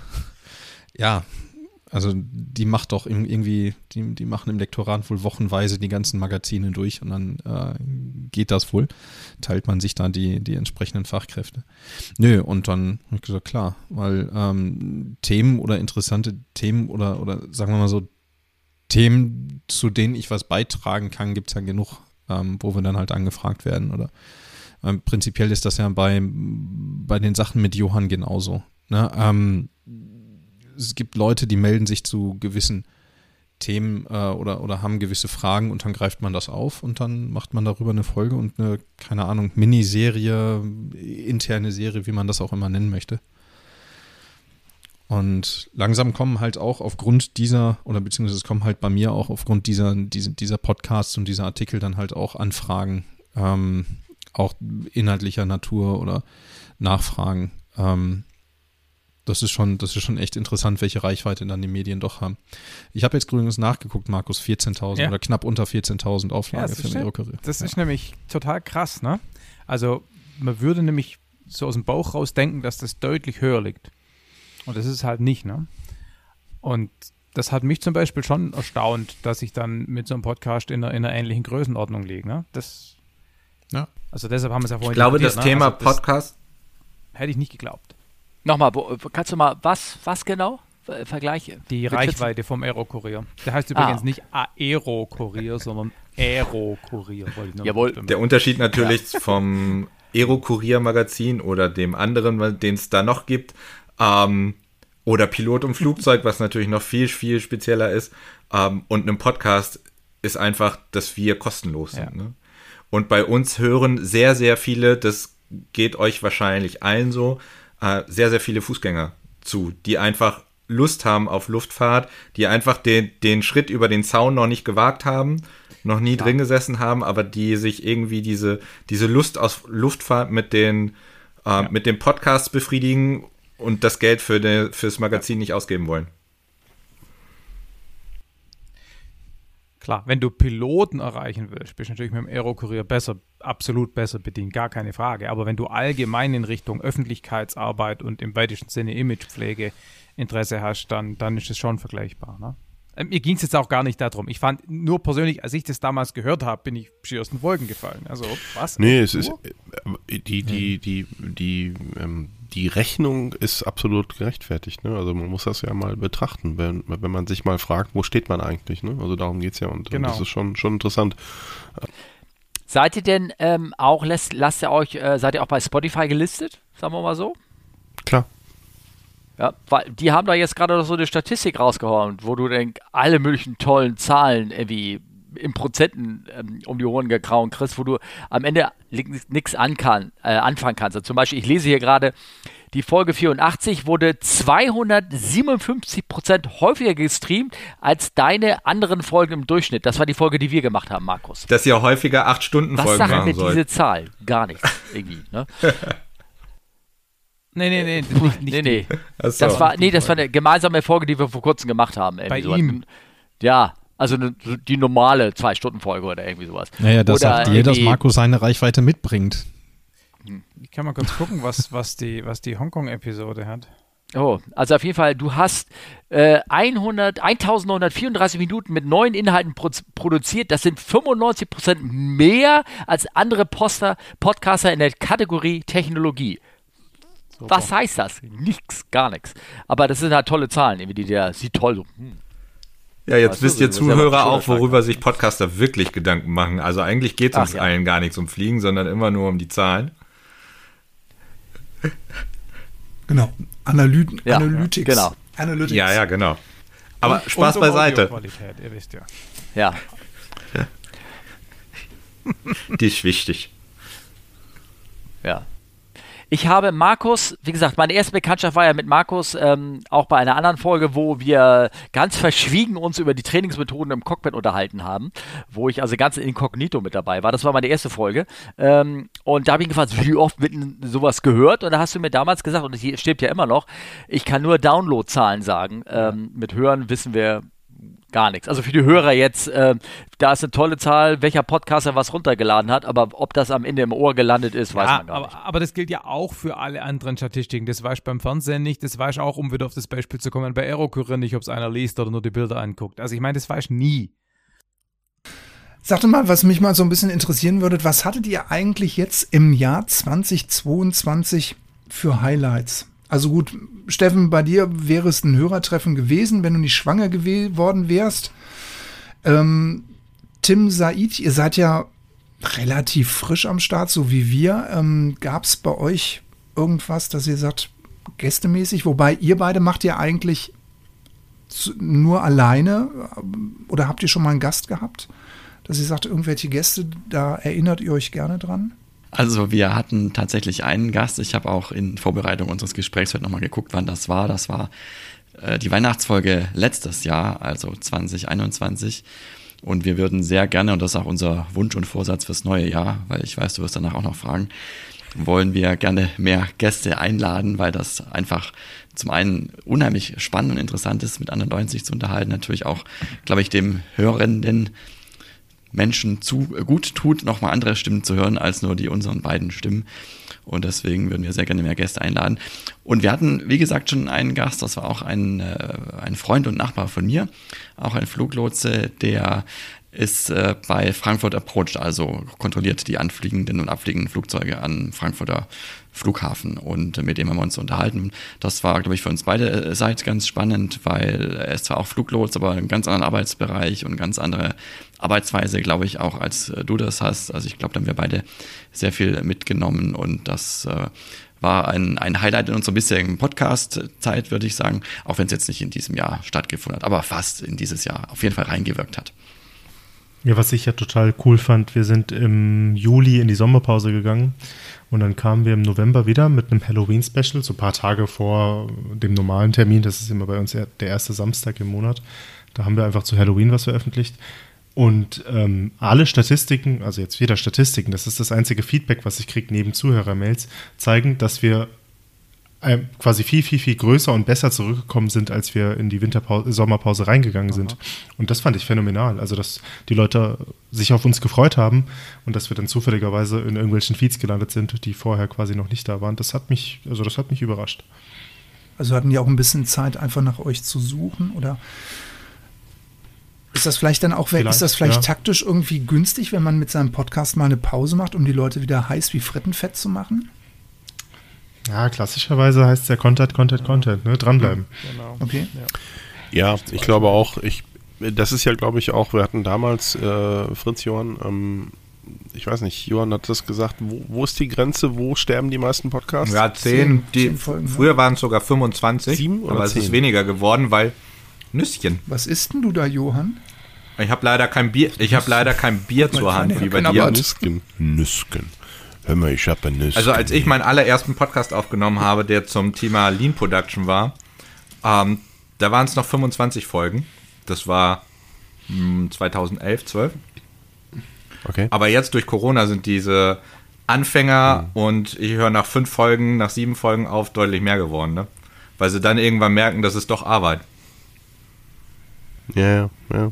also die macht doch irgendwie, die machen im Lektorat wohl wochenweise die ganzen Magazine durch und dann geht das wohl, teilt man sich da die entsprechenden Fachkräfte. Nö, und dann habe ich gesagt, klar, weil Themen oder interessante Themen oder sagen wir mal so, Themen, zu denen ich was beitragen kann, gibt es ja genug, wo wir dann halt angefragt werden. Oder prinzipiell ist das ja bei den Sachen mit Johann genauso. Ne? Es gibt Leute, die melden sich zu gewissen Themen oder haben gewisse Fragen und dann greift man das auf und dann macht man darüber eine Folge und eine, keine Ahnung, Miniserie, interne Serie, wie man das auch immer nennen möchte. Und langsam kommen halt auch aufgrund dieser, oder beziehungsweise es kommen halt bei mir auch aufgrund dieser Podcasts und dieser Artikel dann halt auch Anfragen, auch inhaltlicher Natur oder Nachfragen. Das ist schon echt interessant, welche Reichweite dann die Medien doch haben. Ich habe jetzt übrigens nachgeguckt, Markus, 14.000 oder knapp unter 14.000 Auflage für den Aero-Kurier. Das ist nämlich total krass, ne? Also man würde nämlich so aus dem Bauch raus denken, dass das deutlich höher liegt. Und das ist es halt nicht, ne? Und das hat mich zum Beispiel schon erstaunt, dass ich dann mit so einem Podcast in einer ähnlichen Größenordnung liege, ne? Also deshalb haben wir es ja vorhin Ich glaube, das Thema Podcast hätte ich nicht geglaubt. Nochmal, kannst du mal, was genau? Vergleiche. Die Reichweite vom Aero-Kurier. Der heißt übrigens nicht Aero-Kurier, sondern Aero-Kurier. Jawohl. Der Unterschied natürlich vom Aero-Kurier-Magazin oder dem anderen, den es da noch gibt, oder Pilot und Flugzeug, was natürlich noch viel, viel spezieller ist, und einem Podcast ist einfach, dass wir kostenlos sind. Ne? Und bei uns hören sehr, sehr viele, das geht euch wahrscheinlich allen so, sehr, sehr viele Fußgänger zu, die einfach Lust haben auf Luftfahrt, die einfach den Schritt über den Zaun noch nicht gewagt haben, noch nie drin gesessen haben, aber die sich irgendwie diese Lust auf Luftfahrt mit den Podcasts befriedigen und das Geld fürs Magazin nicht ausgeben wollen. Klar, wenn du Piloten erreichen willst, bist du natürlich mit dem Aero-Kurier absolut besser bedient, gar keine Frage. Aber wenn du allgemein in Richtung Öffentlichkeitsarbeit und im weitesten Sinne Imagepflege Interesse hast, dann ist es schon vergleichbar. Ne? Mir ging es jetzt auch gar nicht darum. Ich fand nur persönlich, als ich das damals gehört habe, bin ich schier aus den Wolken gefallen. Also was? Nee, es ist die Rechnung ist absolut gerechtfertigt. Ne? Also man muss das ja mal betrachten, wenn man sich mal fragt, wo steht man eigentlich. Ne? Also darum geht es ja und das ist schon interessant. Seid ihr denn auch, seid ihr auch bei Spotify gelistet? Sagen wir mal so. Klar. Ja, weil die haben da jetzt gerade so eine Statistik rausgehauen, wo du dann alle möglichen tollen Zahlen irgendwie in Prozenten um die Ohren gekrauen kriegst, wo du am Ende nichts anfangen kannst. Also zum Beispiel, ich lese hier gerade, die Folge 84 wurde 257% häufiger gestreamt als deine anderen Folgen im Durchschnitt. Das war die Folge, die wir gemacht haben, Markus. Dass ihr häufiger 8-Stunden-Folgen machen sollt. Was sagt mir sollt. diese Zahl? Gar nichts, irgendwie, ne? Nee. Nee. Achso. Das war eine gemeinsame Folge, die wir vor kurzem gemacht haben. Bei ihm? Ja, also die normale 2-Stunden-Folge oder irgendwie sowas. Naja, das oder sagt ihr, dass Markus seine Reichweite mitbringt. Ich kann mal kurz gucken, was die Hongkong-Episode hat. Oh, also auf jeden Fall, du hast 1934 Minuten mit neuen Inhalten produziert. Das sind 95% mehr als andere Podcaster in der Kategorie Technologie. Super. Was heißt das? Nichts, gar nichts. Aber das sind halt tolle Zahlen, irgendwie sieht toll so. Ja, jetzt wisst ihr Zuhörer auch, worüber sich Podcaster wirklich Gedanken machen. Also eigentlich geht es uns allen gar nichts um Fliegen, sondern immer nur um die Zahlen. Genau. Analytics. Genau. Analytics. Ja, genau. Aber Spaß beiseite. Ihr wisst ja. Ja. Die ist wichtig. Ja. Ich habe Markus, wie gesagt, meine erste Bekanntschaft war ja mit Markus, auch bei einer anderen Folge, wo wir ganz verschwiegen uns über die Trainingsmethoden im Cockpit unterhalten haben, wo ich also ganz inkognito mit dabei war. Das war meine erste Folge. Und da habe ich ihn gefragt, wie oft wird sowas gehört? Und da hast du mir damals gesagt, und es stimmt ja immer noch, ich kann nur Downloadzahlen sagen. Mit Hören wissen wir gar nichts. Also für die Hörer jetzt, da ist eine tolle Zahl, welcher Podcaster was runtergeladen hat, aber ob das am Ende im Ohr gelandet ist, weiß man gar nicht. Aber das gilt ja auch für alle anderen Statistiken. Das weißt du beim Fernsehen nicht, das weißt du auch, um wieder auf das Beispiel zu kommen, bei Aerokurier nicht, ob es einer liest oder nur die Bilder anguckt. Also ich meine, das weißt du nie. Sag doch mal, was mich mal so ein bisschen interessieren würde, was hattet ihr eigentlich jetzt im Jahr 2022 für Highlights? Also gut, Steffen, bei dir wäre es ein Hörertreffen gewesen, wenn du nicht schwanger geworden wärst. Tim, Said, ihr seid ja relativ frisch am Start, so wie wir. Gab es bei euch irgendwas, dass ihr sagt, gästemäßig? Wobei, ihr beide macht ja eigentlich nur alleine. Oder habt ihr schon mal einen Gast gehabt? Dass ihr sagt, irgendwelche Gäste, da erinnert ihr euch gerne dran? Also wir hatten tatsächlich einen Gast. Ich habe auch in Vorbereitung unseres Gesprächs heute nochmal geguckt, wann das war. Das war die Weihnachtsfolge letztes Jahr, also 2021. Und wir würden sehr gerne, und das ist auch unser Wunsch und Vorsatz fürs neue Jahr, weil ich weiß, du wirst danach auch noch fragen, wollen wir gerne mehr Gäste einladen, weil das einfach zum einen unheimlich spannend und interessant ist, mit anderen Leuten sich zu unterhalten. Natürlich auch, glaube ich, dem hörenden Menschen gut tut, nochmal andere Stimmen zu hören, als nur die unseren beiden Stimmen. Und deswegen würden wir sehr gerne mehr Gäste einladen. Und wir hatten, wie gesagt, schon einen Gast, das war auch ein Freund und Nachbar von mir, auch ein Fluglotse, der ist bei Frankfurt Approach, also kontrolliert die anfliegenden und abfliegenden Flugzeuge am Frankfurter Flughafen, und mit dem haben wir uns unterhalten. Das war, glaube ich, für uns beide Seiten ganz spannend, weil er ist zwar auch Fluglots, aber einen ganz anderen Arbeitsbereich und ganz andere Arbeitsweise, glaube ich, auch als du das hast. Also ich glaube, da haben wir beide sehr viel mitgenommen, und das war ein Highlight in unserer bisherigen Podcast-Zeit, würde ich sagen, auch wenn es jetzt nicht in diesem Jahr stattgefunden hat, aber fast in dieses Jahr auf jeden Fall reingewirkt hat. Ja, was ich ja total cool fand, wir sind im Juli in die Sommerpause gegangen und dann kamen wir im November wieder mit einem Halloween-Special, so ein paar Tage vor dem normalen Termin, das ist immer bei uns der erste Samstag im Monat. Da haben wir einfach zu Halloween was veröffentlicht. Und alle Statistiken, also jetzt wieder Statistiken, das ist das einzige Feedback, was ich kriege neben Zuhörermails, zeigen, dass wir quasi viel, viel, viel größer und besser zurückgekommen sind, als wir in die Sommerpause reingegangen sind. Und das fand ich phänomenal. Also, dass die Leute sich auf uns gefreut haben und dass wir dann zufälligerweise in irgendwelchen Feeds gelandet sind, die vorher quasi noch nicht da waren. Das hat mich überrascht. Also hatten die auch ein bisschen Zeit, einfach nach euch zu suchen, oder? Ist das vielleicht dann auch, taktisch irgendwie günstig, wenn man mit seinem Podcast mal eine Pause macht, um die Leute wieder heiß wie Frittenfett zu machen? Ja, klassischerweise heißt es ja Content, ne? Dranbleiben. Genau. Okay. Ja, ich glaube auch, das ist ja, glaube ich, auch, wir hatten damals Fritz Johann ich weiß nicht, Johann hat das gesagt, wo ist die Grenze, wo sterben die meisten Podcasts? Ja, 10. 10 Folgen, Früher waren es sogar 25. 7 oder aber 10? es ist weniger geworden, weil Nüsschen. Was isst denn du da, Johann? Ich habe leider kein Bier. Ich habe leider kein Bier zur Hand wie bei dir. Nüsken. Hör mal, ich habe ein Nüsken. Also als ich meinen allerersten Podcast aufgenommen habe, der zum Thema Lean Production war, da waren es noch 25 Folgen. Das war 2011, 12. Okay. Aber jetzt durch Corona sind diese Anfänger und ich höre nach 5 Folgen, nach 7 Folgen auf, deutlich mehr geworden, ne? Weil sie dann irgendwann merken, das ist doch Arbeit. Ja.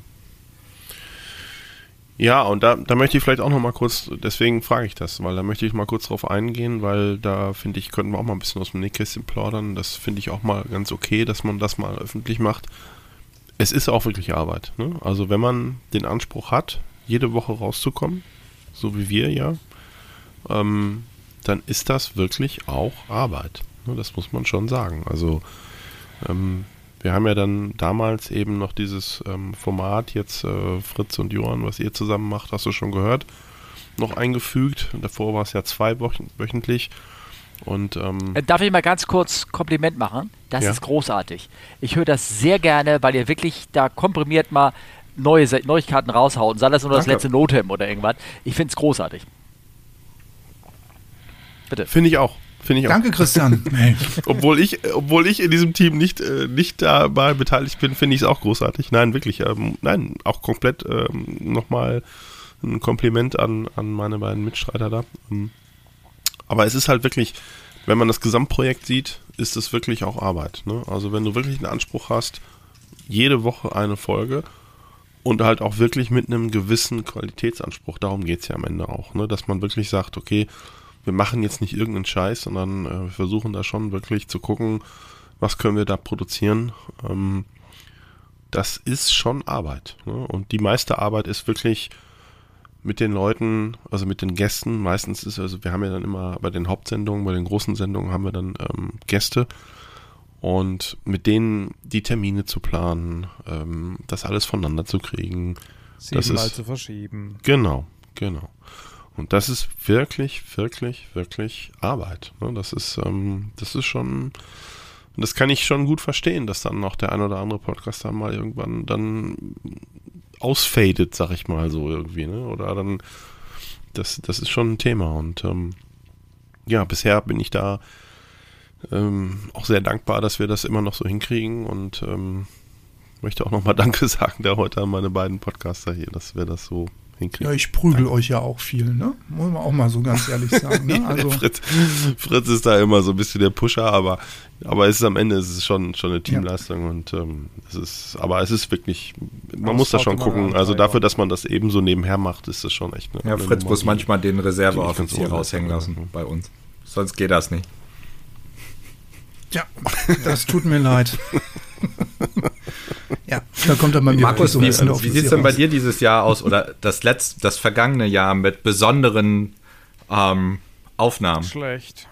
Ja, und da möchte ich vielleicht auch noch mal kurz, deswegen frage ich das, weil da möchte ich mal kurz drauf eingehen, weil da finde ich, könnten wir auch mal ein bisschen aus dem Nähkästchen plaudern. Das finde ich auch mal ganz okay, dass man das mal öffentlich macht. Es ist auch wirklich Arbeit, ne? Also wenn man den Anspruch hat, jede Woche rauszukommen, so wie wir ja, dann ist das wirklich auch Arbeit. Ne? Das muss man schon sagen. Also wir haben ja dann damals eben noch dieses Format, jetzt Fritz und Johann, was ihr zusammen macht, hast du schon gehört, noch eingefügt. Davor war es ja 2 wöchentlich. Und, darf ich mal ganz kurz Kompliment machen? Das Ja. ist großartig. Ich höre das sehr gerne, weil ihr wirklich da komprimiert mal Neuigkeiten raushaut. Sei das nur das Danke. letzte Notem oder irgendwas. Ich finde es großartig. Bitte. Finde ich auch. Danke, Christian. Mensch. Obwohl ich in diesem Team nicht dabei beteiligt bin, finde ich es auch großartig. Nein, wirklich. Nein, auch komplett nochmal ein Kompliment an meine beiden Mitstreiter da. Aber es ist halt wirklich, wenn man das Gesamtprojekt sieht, ist es wirklich auch Arbeit. Ne? Also wenn du wirklich einen Anspruch hast, jede Woche eine Folge und halt auch wirklich mit einem gewissen Qualitätsanspruch, darum geht es ja am Ende auch, ne? Dass man wirklich sagt, okay, wir machen jetzt nicht irgendeinen Scheiß, sondern wir versuchen da schon wirklich zu gucken, was können wir da produzieren. Das ist schon Arbeit. Ne? Und die meiste Arbeit ist wirklich mit den Leuten, also mit den Gästen. Meistens ist, also wir haben ja dann immer bei den Hauptsendungen, bei den großen Sendungen haben wir dann Gäste und mit denen die Termine zu planen, das alles voneinander zu kriegen. 7-mal zu verschieben. Genau. Und das ist wirklich, wirklich, wirklich Arbeit. Ne? Das ist schon, das kann ich schon gut verstehen, dass dann noch der ein oder andere Podcaster mal irgendwann dann ausfadet, sag ich mal so irgendwie, ne? Oder dann, das ist schon ein Thema. Und ja, bisher bin ich da auch sehr dankbar, dass wir das immer noch so hinkriegen und möchte auch nochmal Danke sagen da heute an meine beiden Podcaster hier, dass wir das so hinkriegen. Ja, ich prügel euch ja auch viel, ne? Muss man auch mal so ganz ehrlich sagen. Ne? Also, Fritz ist da immer so ein bisschen der Pusher, aber es ist am Ende ist es schon eine Teamleistung und es ist wirklich, man muss da schon gucken. Also dafür, dass man das eben so nebenher macht, ist das schon echt eine Fritz Nummer, muss manchmal den die Reserveoffizier ganz raushängen ohne ist. lassen bei uns. Sonst geht das nicht. ja, das tut mir leid. Ja, da kommt dann bei mir Markus, so ein bisschen der wie sieht es Offizier denn bei raus. dir dieses Jahr aus oder das vergangene Jahr mit besonderen Aufnahmen? Schlecht.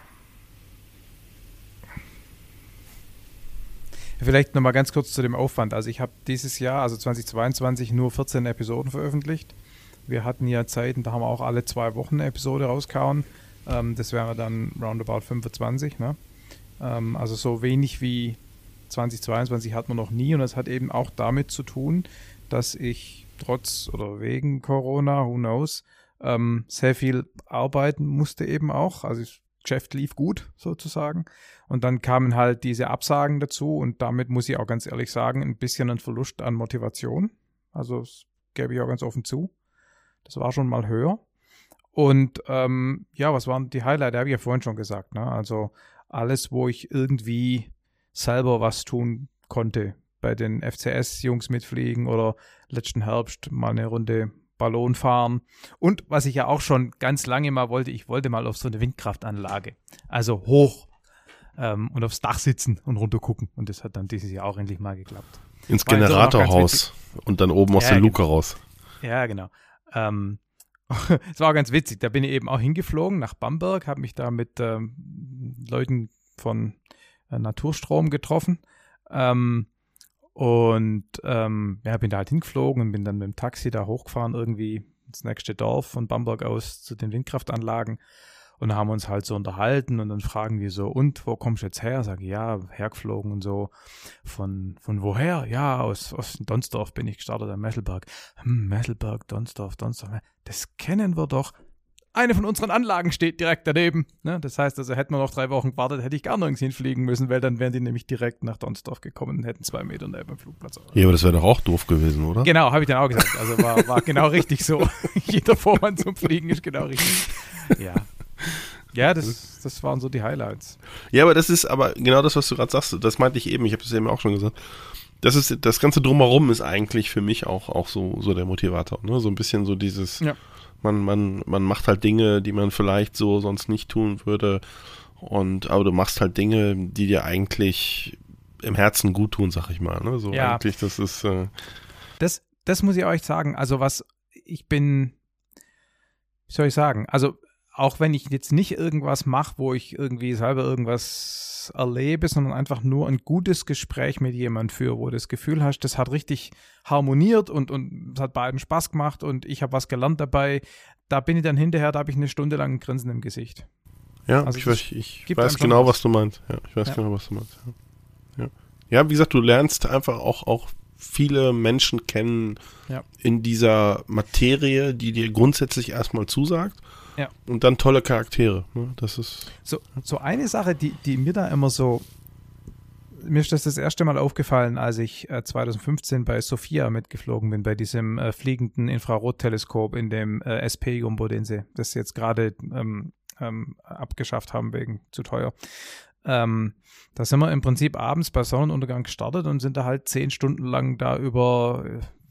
Vielleicht nochmal ganz kurz zu dem Aufwand. Also ich habe dieses Jahr, also 2022, nur 14 Episoden veröffentlicht. Wir hatten ja Zeiten, da haben wir auch alle 2 Wochen eine Episode rausgehauen. Das wäre dann roundabout 25. Ne? Also so wenig wie 2022 hat man noch nie. Und das hat eben auch damit zu tun, dass ich trotz oder wegen Corona, who knows, sehr viel arbeiten musste eben auch. Also das Geschäft lief gut sozusagen. Und dann kamen halt diese Absagen dazu und damit muss ich auch ganz ehrlich sagen, ein bisschen ein Verlust an Motivation. Also das gebe ich auch ganz offen zu. Das war schon mal höher. Und ja, was waren die Highlights? Habe ich ja vorhin schon gesagt. Ne? Also alles, wo ich irgendwie selber was tun konnte. Bei den FCS-Jungs mitfliegen oder letzten Herbst mal eine Runde Ballon fahren. Und was ich ja auch schon ganz lange mal wollte, ich wollte mal auf so eine Windkraftanlage. Also hoch und aufs Dach sitzen und runter gucken. Und das hat dann dieses Jahr auch endlich mal geklappt. Ins War jetzt auch noch ganz Generatorhaus und dann oben aus Ja, der genau. Luke raus. Ja, genau. Es war auch ganz witzig. Da bin ich eben auch hingeflogen nach Bamberg, habe mich da mit Leuten von Naturstrom getroffen. Und bin da halt hingeflogen und bin dann mit dem Taxi da hochgefahren, irgendwie ins nächste Dorf von Bamberg aus zu den Windkraftanlagen. Und da haben wir uns halt so unterhalten und dann fragen die so, und wo kommst du jetzt her? Sag ich, ja, hergeflogen und so. Von woher? Ja, aus Donsdorf bin ich gestartet am Messelberg. Messelberg, Donsdorf. Das kennen wir doch. Eine von unseren Anlagen steht direkt daneben. Ne? Das heißt, also hätten wir noch 3 Wochen gewartet, hätte ich gar nirgends hinfliegen müssen, weil dann wären die nämlich direkt nach Donsdorf gekommen und hätten 2 Meter neben dem Flugplatz. Ja, aber das wäre doch auch doof gewesen, oder? Genau, habe ich dann auch gesagt. Also war genau richtig so. Jeder Vorwand zum Fliegen ist genau richtig. Ja, das waren so die Highlights. Ja, aber das ist aber genau das, was du gerade sagst. Das meinte ich eben, ich habe das eben auch schon gesagt. Das Ganze Drumherum ist eigentlich für mich auch so der Motivator. Ne? So ein bisschen so dieses... Ja. Man macht halt Dinge, die man vielleicht so sonst nicht tun würde. Aber du machst halt Dinge, die dir eigentlich im Herzen gut tun, sag ich mal. Ne? So ja. Eigentlich, das ist. Das muss ich euch sagen. Also wie soll ich sagen? Also auch wenn ich jetzt nicht irgendwas mache, wo ich irgendwie selber irgendwas erlebe, sondern einfach nur ein gutes Gespräch mit jemandem führe, wo du das Gefühl hast, das hat richtig harmoniert und es hat beiden Spaß gemacht und ich habe was gelernt dabei. Da bin ich dann hinterher, da habe ich eine Stunde lang ein Grinsen im Gesicht. Ja, also ich weiß genau, was du meinst. Ja, ich weiß genau, was du meinst. Ja, wie gesagt, du lernst einfach auch viele Menschen kennen in dieser Materie, die dir grundsätzlich erstmal zusagt. Ja. Und dann tolle Charaktere. Ne? Das ist so eine Sache, die mir da immer so, mir ist das erste Mal aufgefallen, als ich 2015 bei Sophia mitgeflogen bin, bei diesem fliegenden Infrarotteleskop in dem SP-Jumbo, den sie das jetzt gerade abgeschafft haben wegen zu teuer. Da sind wir im Prinzip abends bei Sonnenuntergang gestartet und sind da halt 10 Stunden lang da über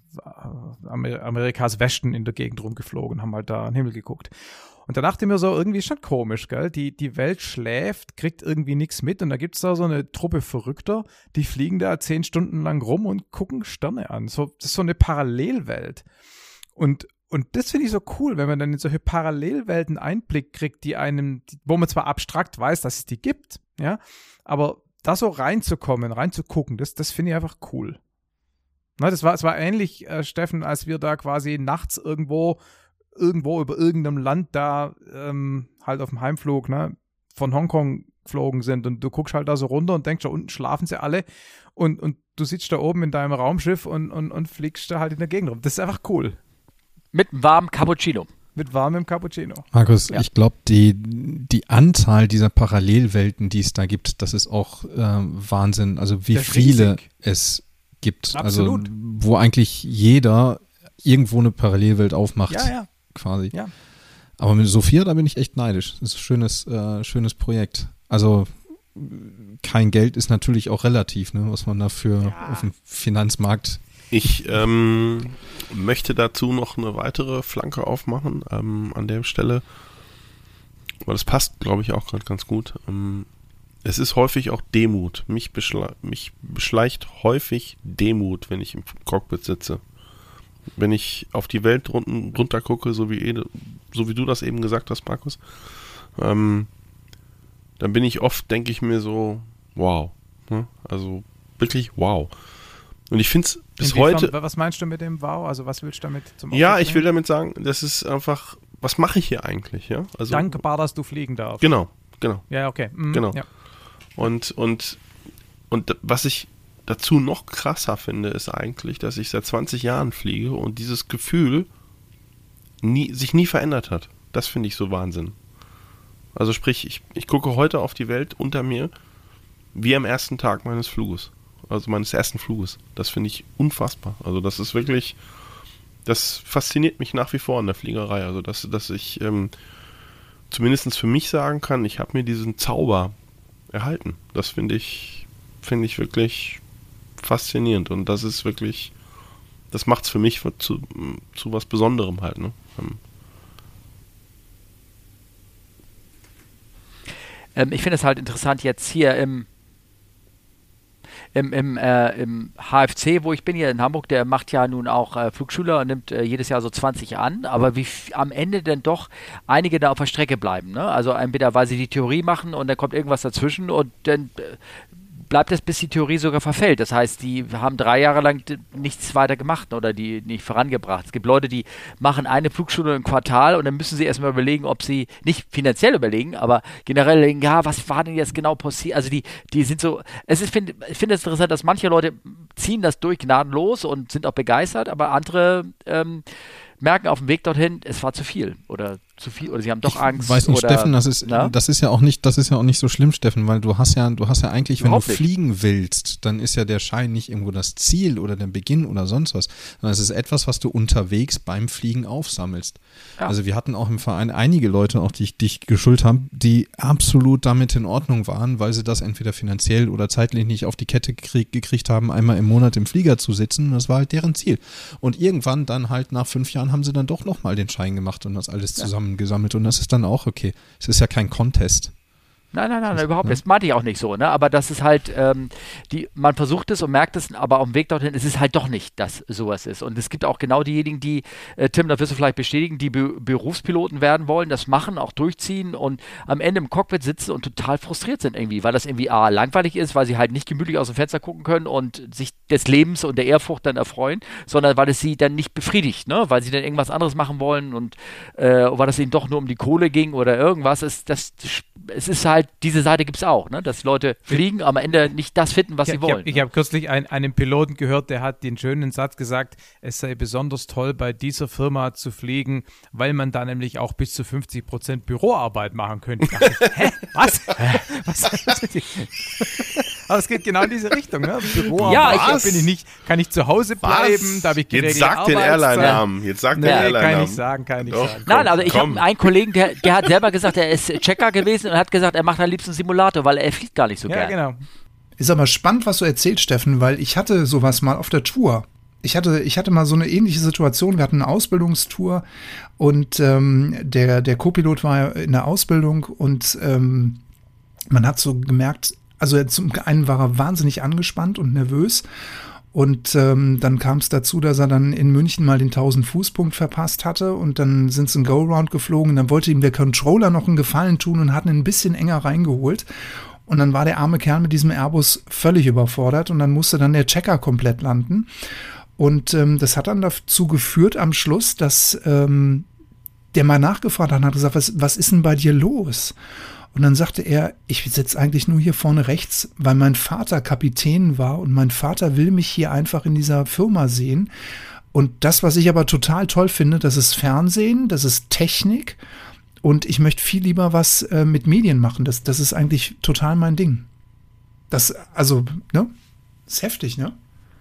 Amerikas Westen in der Gegend rumgeflogen, haben halt da an den Himmel geguckt. Und da dachte ich mir so, irgendwie ist das komisch, gell? Die Welt schläft, kriegt irgendwie nichts mit und da gibt es da so eine Truppe Verrückter, die fliegen da 10 Stunden lang rum und gucken Sterne an. Das ist so eine Parallelwelt. Und das finde ich so cool, wenn man dann in solche Parallelwelten Einblick kriegt, wo man zwar abstrakt weiß, dass es die gibt, ja, aber da so reinzugucken, das finde ich einfach cool. Na, es war ähnlich, Steffen, als wir da quasi nachts irgendwo über irgendeinem Land da halt auf dem Heimflug von Hongkong geflogen sind und du guckst halt da so runter und denkst, da unten schlafen sie alle und du sitzt da oben in deinem Raumschiff und fliegst da halt in der Gegend rum. Das ist einfach cool. Mit einem warmen Cappuccino. Mit warmem Cappuccino. Markus, ich glaube, die Anzahl dieser Parallelwelten, die es da gibt, das ist auch Wahnsinn. Also wie viele es gibt. Absolut. Also wo eigentlich jeder irgendwo eine Parallelwelt aufmacht. Ja. Quasi. Ja. Aber mit Sophia, da bin ich echt neidisch. Das ist ein schönes Projekt. Also kein Geld ist natürlich auch relativ, ne, was man dafür auf dem Finanzmarkt. Ich möchte dazu noch eine weitere Flanke aufmachen an der Stelle, weil das passt, glaube ich, auch gerade ganz gut. Es ist häufig auch Demut. Mich beschleicht häufig Demut, wenn ich im Cockpit sitze. Wenn ich auf die Welt runter gucke, so wie du das eben gesagt hast, Markus, dann bin ich oft, denke ich mir so, wow. Ne? Also wirklich wow. Und ich finde es bis heute... Was meinst du mit dem Wow? Also was willst du damit zum Ausdruck bringen? Ich will damit sagen, das ist einfach, was mache ich hier eigentlich? Ja? Also, dankbar, dass du fliegen darfst. Genau. Ja, okay. Genau. Ja. Und was ich dazu noch krasser finde, ist eigentlich, dass ich seit 20 Jahren fliege und dieses Gefühl sich nie verändert hat. Das finde ich so Wahnsinn. Also sprich, ich gucke heute auf die Welt unter mir wie am ersten Tag meines Fluges. Also meines ersten Fluges. Das finde ich unfassbar. Also das ist wirklich, das fasziniert mich nach wie vor an der Fliegerei. Also dass ich zumindest für mich sagen kann, ich habe mir diesen Zauber erhalten. Das finde ich wirklich faszinierend. Und das ist wirklich, das macht es für mich zu was Besonderem halt. Ne? Ich finde es halt interessant jetzt hier im HFC, wo ich bin hier in Hamburg, der macht ja nun auch Flugschüler und nimmt jedes Jahr so 20 an, aber wie am Ende dann doch einige da auf der Strecke bleiben. Ne? Also entweder weil sie die Theorie machen und dann kommt irgendwas dazwischen und dann bleibt es, bis die Theorie sogar verfällt. Das heißt, die haben 3 Jahre lang nichts weiter gemacht oder die nicht vorangebracht. Es gibt Leute, die machen eine Flugstunde im Quartal und dann müssen sie erstmal überlegen, ob sie, nicht finanziell überlegen, aber generell denken, ja, was war denn jetzt genau passiert? Also die sind so, ich finde es interessant, dass manche Leute ziehen das durch gnadenlos und sind auch begeistert, aber andere merken auf dem Weg dorthin, es war zu viel oder sie haben doch Angst. Ich weiß nicht, oder, Steffen, das ist ja auch nicht so schlimm, Steffen, weil du hast ja eigentlich, wenn du fliegen willst, dann ist ja der Schein nicht irgendwo das Ziel oder der Beginn oder sonst was, sondern es ist etwas, was du unterwegs beim Fliegen aufsammelst. Ja. Also wir hatten auch im Verein einige Leute, auch die ich geschult habe, die absolut damit in Ordnung waren, weil sie das entweder finanziell oder zeitlich nicht auf die Kette gekriegt haben, einmal im Monat im Flieger zu sitzen. Das war halt deren Ziel. Und irgendwann dann halt nach 5 Jahren haben sie dann doch nochmal den Schein gemacht und das alles zusammengesammelt und das ist dann auch okay. Es ist ja kein Contest. Nein, überhaupt nicht. Das meinte ich auch nicht so, ne? Aber das ist halt, man versucht es und merkt es, aber auf dem Weg dorthin, es ist halt doch nicht, dass sowas ist. Und es gibt auch genau diejenigen, die, Tim, da wirst du vielleicht bestätigen, die Berufspiloten werden wollen, das machen, auch durchziehen und am Ende im Cockpit sitzen und total frustriert sind irgendwie, weil das irgendwie langweilig ist, weil sie halt nicht gemütlich aus dem Fenster gucken können und sich des Lebens und der Ehrfurcht dann erfreuen, sondern weil es sie dann nicht befriedigt, ne? Weil sie dann irgendwas anderes machen wollen und weil es ihnen doch nur um die Kohle ging oder irgendwas. Es ist halt, diese Seite gibt es auch, ne? Dass Leute fliegen, am Ende nicht das finden, was sie wollen. Ich habe kürzlich einen Piloten gehört, der hat den schönen Satz gesagt, es sei besonders toll, bei dieser Firma zu fliegen, weil man da nämlich auch bis zu 50% Büroarbeit machen könnte. Ich dachte, hä? Was? Aber es geht genau in diese Richtung, ne? Büroarbeit, kann ich zu Hause bleiben, da habe ich geregelte Jetzt sag den Airline-Namen. Kann ich sagen. Nein, also ich habe einen Kollegen, der hat selber gesagt, er ist Checker gewesen und hat gesagt, er macht am liebsten Simulator, weil er fliegt gar nicht so gern. Ja, genau. Ist aber spannend, was du erzählst, Steffen, weil ich hatte sowas mal auf der Tour. Ich hatte mal so eine ähnliche Situation. Wir hatten eine Ausbildungstour und der Co-Pilot war in der Ausbildung und man hat so gemerkt, also zum einen war er wahnsinnig angespannt und nervös und dann kam es dazu, dass er dann in München mal den 1000-Fuß-Punkt verpasst hatte und dann sind sie einen Go-Round geflogen und dann wollte ihm der Controller noch einen Gefallen tun und hat ihn ein bisschen enger reingeholt. Und dann war der arme Kerl mit diesem Airbus völlig überfordert und dann musste dann der Checker komplett landen. Und das hat dann dazu geführt am Schluss, dass der mal nachgefragt hat und hat gesagt, was ist denn bei dir los? Und dann sagte er, ich sitze eigentlich nur hier vorne rechts, weil mein Vater Kapitän war und mein Vater will mich hier einfach in dieser Firma sehen. Und das, was ich aber total toll finde, das ist Fernsehen, das ist Technik. Und ich möchte viel lieber was mit Medien machen. Das ist eigentlich total mein Ding. Das, also, ne? Ist heftig, ne?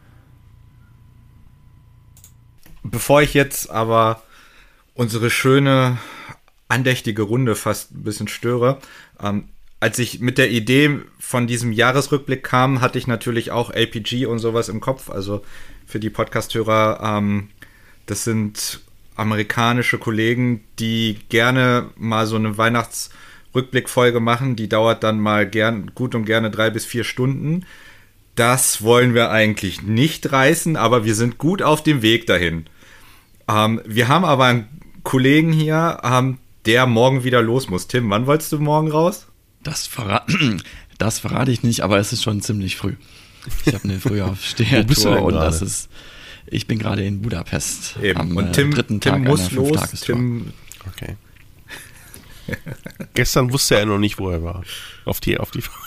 Bevor ich jetzt aber unsere schöne, andächtige Runde fast ein bisschen störe, als ich mit der Idee von diesem Jahresrückblick kam, hatte ich natürlich auch APG und sowas im Kopf. Also für die Podcast-Hörer, das sind amerikanische Kollegen, die gerne mal so eine Weihnachtsrückblickfolge machen. Die dauert dann mal gut und gerne 3 bis 4 Stunden. Das wollen wir eigentlich nicht reißen, aber wir sind gut auf dem Weg dahin. Wir haben aber einen Kollegen hier, der morgen wieder los muss. Tim, wann wolltest du morgen raus? Das verrate ich nicht, aber es ist schon ziemlich früh. Ich habe eine Frühaufsteher-Tour und ich bin gerade in Budapest. Eben. Am und Tim muss los. Okay. Gestern wusste er noch nicht, wo er war. Auf die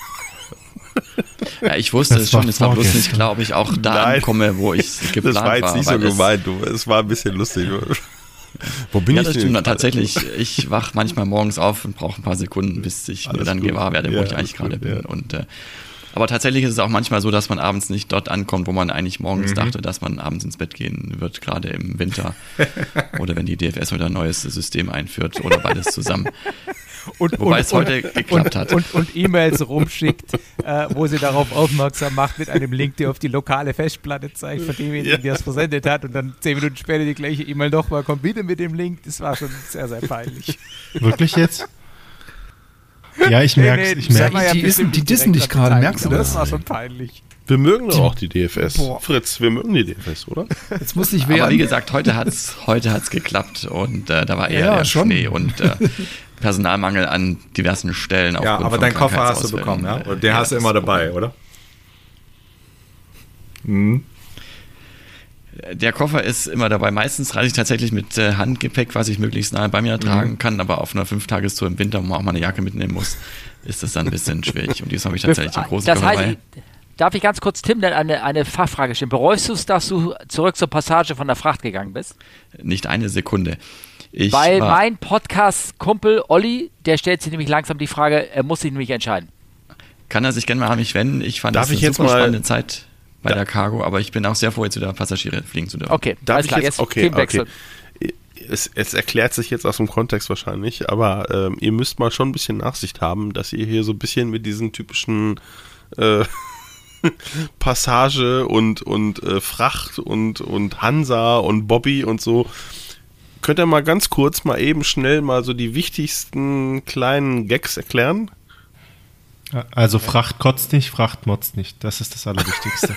Ja, ich wusste es schon, es war bloß nicht klar, ob ich auch da ankomme, wo ich geplant war. Das war jetzt nicht so gemeint, es war ein bisschen lustig. Wo bin ich das stimmt tatsächlich. Ich wach manchmal morgens auf und brauche ein paar Sekunden, bis ich mir dann gewahr werde, wo ich eigentlich gerade bin. Und aber tatsächlich ist es auch manchmal so, dass man abends nicht dort ankommt, wo man eigentlich morgens dachte, dass man abends ins Bett gehen wird, gerade im Winter. Oder wenn die DFS wieder ein neues System einführt oder beides zusammen. Wobei es heute geklappt hat. Und E-Mails rumschickt, wo sie darauf aufmerksam macht mit einem Link, der auf die lokale Festplatte zeigt, von demjenigen, der es versendet hat. Und dann 10 Minuten später die gleiche E-Mail nochmal, kommt wieder mit dem Link. Das war schon sehr, sehr peinlich. Wirklich jetzt? Ja, ich merke es. Die dissen dich gerade, merkst du das? Das war schon peinlich. Wir mögen doch auch die DFS. Boah. Fritz, wir mögen die DFS, oder? Jetzt muss ich werden. Aber wie gesagt, heute hat's geklappt und da war eher der Schnee und Personalmangel an diversen Stellen. Ja, aber deinen Koffer hast du bekommen, ja? Und den hast du immer dabei, oder? Der Koffer ist immer dabei. Meistens reise ich tatsächlich mit Handgepäck, was ich möglichst nahe bei mir tragen kann, aber auf einer 5-Tagestour im Winter, wo man auch mal eine Jacke mitnehmen muss, ist das dann ein bisschen schwierig. Und diesmal habe ich tatsächlich einen großen Koffer dabei. Darf ich ganz kurz Tim eine Fachfrage stellen? Bereust du es, dass du zurück zur Passage von der Fracht gegangen bist? Nicht eine Sekunde. Weil mein Podcast-Kumpel Olli, der stellt sich nämlich langsam die Frage, er muss sich nämlich entscheiden. Kann er sich gerne mal an mich wenden? Ich fand das eine super spannende Zeit bei der Cargo, aber ich bin auch sehr froh, jetzt wieder Passagiere fliegen zu dürfen. Okay, darf ich jetzt? Okay. Themenwechsel. Es erklärt sich jetzt aus dem Kontext wahrscheinlich, aber ihr müsst mal schon ein bisschen Nachsicht haben, dass ihr hier so ein bisschen mit diesen typischen Passage und Fracht und Hansa und Bobby und so. Könnt ihr mal ganz kurz mal eben schnell mal so die wichtigsten kleinen Gags erklären? Also Fracht kotzt nicht, Fracht motzt nicht. Das ist das Allerwichtigste.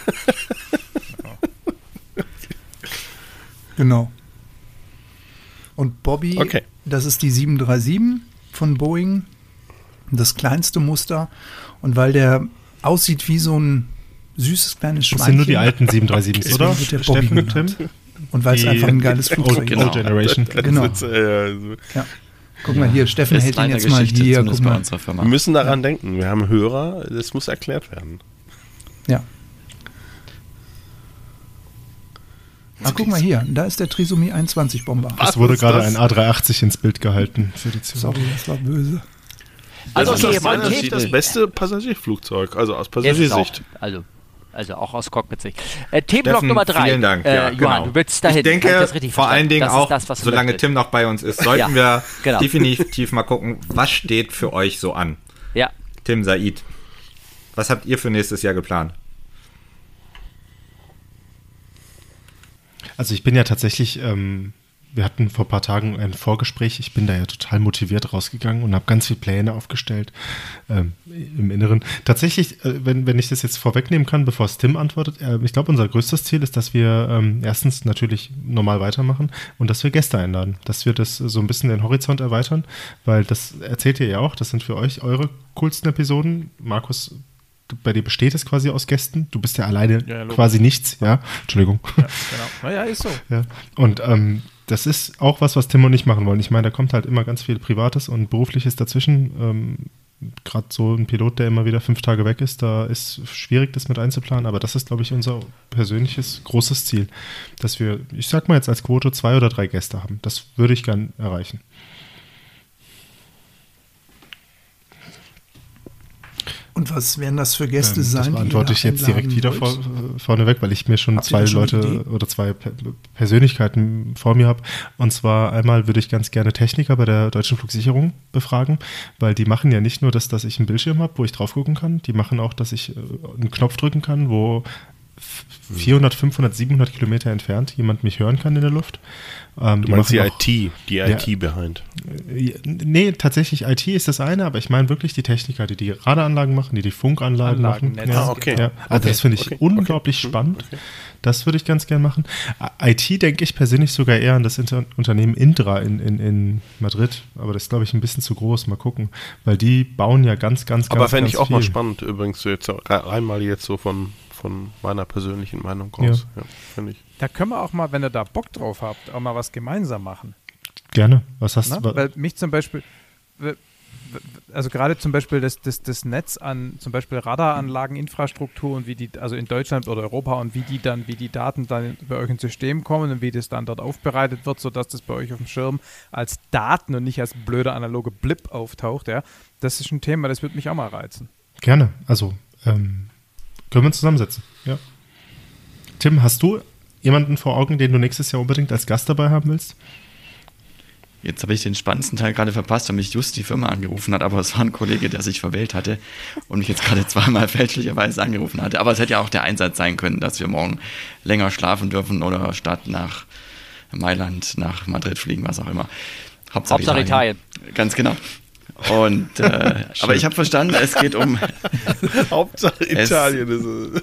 Genau. Und Bobby, das ist die 737 von Boeing, das kleinste Muster. Und weil der aussieht wie so ein süßes kleines Schweinchen. Das sind nur die alten 737s, oder? Wird der Bobby genannt. Und weil es einfach ein geiles Flugzeug ist. Old Generation. Genau. Ja. Guck mal hier, Steffen hält ihn jetzt mal hier. Guck mal. Wir müssen daran denken, wir haben Hörer, das muss erklärt werden. Ja. Guck mal hier, da ist der Trisomie 21 Bomber. Es wurde gerade ein A380 ins Bild gehalten für die Zuhörer. Sorry, das war böse. Also das ist aus meiner Sicht das beste Passagierflugzeug, also aus Passagiersicht. Also auch aus Cockpit-Sicht. Themenblock Nummer 3. Vielen Dank. Johann, genau. du willst dahin. Ich denke, vor allen Dingen auch, solange Tim noch bei uns ist, sollten wir definitiv mal gucken, was steht für euch so an. Ja. Tim, Said, was habt ihr für nächstes Jahr geplant? Also ich bin ja tatsächlich, wir hatten vor ein paar Tagen ein Vorgespräch, ich bin da ja total motiviert rausgegangen und habe ganz viele Pläne aufgestellt im Inneren. Tatsächlich, wenn ich das jetzt vorwegnehmen kann, bevor es Tim antwortet, ich glaube, unser größtes Ziel ist, dass wir erstens natürlich normal weitermachen und dass wir Gäste einladen, dass wir das so ein bisschen den Horizont erweitern, weil das erzählt ihr ja auch, das sind für euch eure coolsten Episoden. Markus, bei dir besteht es quasi aus Gästen. Du bist ja alleine quasi nichts, ja. Entschuldigung. Ja, genau. Naja, ist so. Ja. Und das ist auch was Tim und ich machen wollen. Ich meine, da kommt halt immer ganz viel Privates und Berufliches dazwischen. Gerade so ein Pilot, der immer wieder 5 Tage weg ist, da ist schwierig, das mit einzuplanen. Aber das ist, glaube ich, unser persönliches großes Ziel, dass wir, ich sag mal jetzt als Quote 2 oder 3 Gäste haben. Das würde ich gern erreichen. Und was werden das für Gäste sein? Das beantworte ich jetzt direkt wieder vorneweg, weil ich mir schon 2 Leute oder 2 Persönlichkeiten vor mir habe. Und zwar einmal würde ich ganz gerne Techniker bei der Deutschen Flugsicherung befragen, weil die machen ja nicht nur das, dass ich einen Bildschirm habe, wo ich drauf gucken kann, die machen auch, dass ich einen Knopf drücken kann, wo 400, 500, 700 Kilometer entfernt jemand mich hören kann in der Luft. Du meinst die IT behind? Nee, tatsächlich IT ist das eine, aber ich meine wirklich die Techniker, die Raдаranlagen machen, die Funkanlagen machen. Okay. Ja, also das finde ich unglaublich spannend. Okay. Das würde ich ganz gern machen. IT denke ich persönlich sogar eher an das Unternehmen Indra in Madrid, aber das ist, glaube ich, ein bisschen zu groß. Mal gucken, weil die bauen ja ganz aber fände ich auch mal spannend, übrigens, jetzt einmal jetzt so von meiner persönlichen Meinung aus. Ja, finde ich. Da können wir auch mal, wenn ihr da Bock drauf habt, auch mal was gemeinsam machen. Gerne. Was hast du? Weil mich zum Beispiel, also gerade zum Beispiel das Netz an zum Beispiel Radaranlagen, Infrastruktur und wie die, also in Deutschland oder Europa und wie die Daten dann bei euch ins System kommen und wie das dann dort aufbereitet wird, sodass das bei euch auf dem Schirm als Daten und nicht als blöder analoge Blip auftaucht, ja. Das ist ein Thema, das würde mich auch mal reizen. Gerne. Also, können wir uns zusammensetzen, ja. Tim, hast du jemanden vor Augen, den du nächstes Jahr unbedingt als Gast dabei haben willst? Jetzt habe ich den spannendsten Teil gerade verpasst, weil mich just die Firma angerufen hat, aber es war ein Kollege, der sich verwählt hatte und mich jetzt gerade 2-mal fälschlicherweise angerufen hatte. Aber es hätte ja auch der Einsatz sein können, dass wir morgen länger schlafen dürfen oder statt nach Mailand, nach Madrid fliegen, was auch immer. Hauptsache Italien. Ganz genau. Und aber ich habe verstanden, es geht um Hauptsache Italien.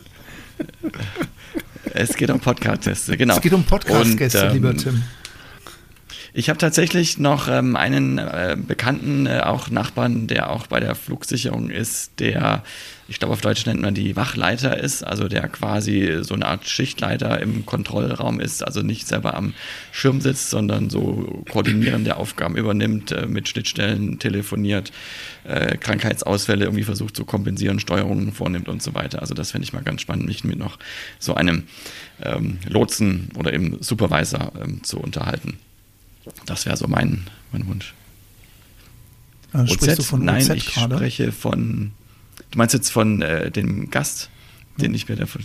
Es geht um Podcast-Gäste, genau. Es geht um Podcast-Gäste, lieber Tim. Ich habe tatsächlich noch einen bekannten, auch Nachbarn, der auch bei der Flugsicherung ist, der, ich glaube auf Deutsch nennt man die Wachleiter ist, also der quasi so eine Art Schichtleiter im Kontrollraum ist, also nicht selber am Schirm sitzt, sondern so koordinierende Aufgaben übernimmt, mit Schnittstellen telefoniert, Krankheitsausfälle irgendwie versucht zu kompensieren, Steuerungen vornimmt und so weiter. Also das fände ich mal ganz spannend, mich mit noch so einem Lotsen oder eben Supervisor zu unterhalten. Das wäre so mein Wunsch. Sprichst du von Nein, OZ ich gerade? spreche von, du meinst jetzt von dem Gast, den ich mir dafür...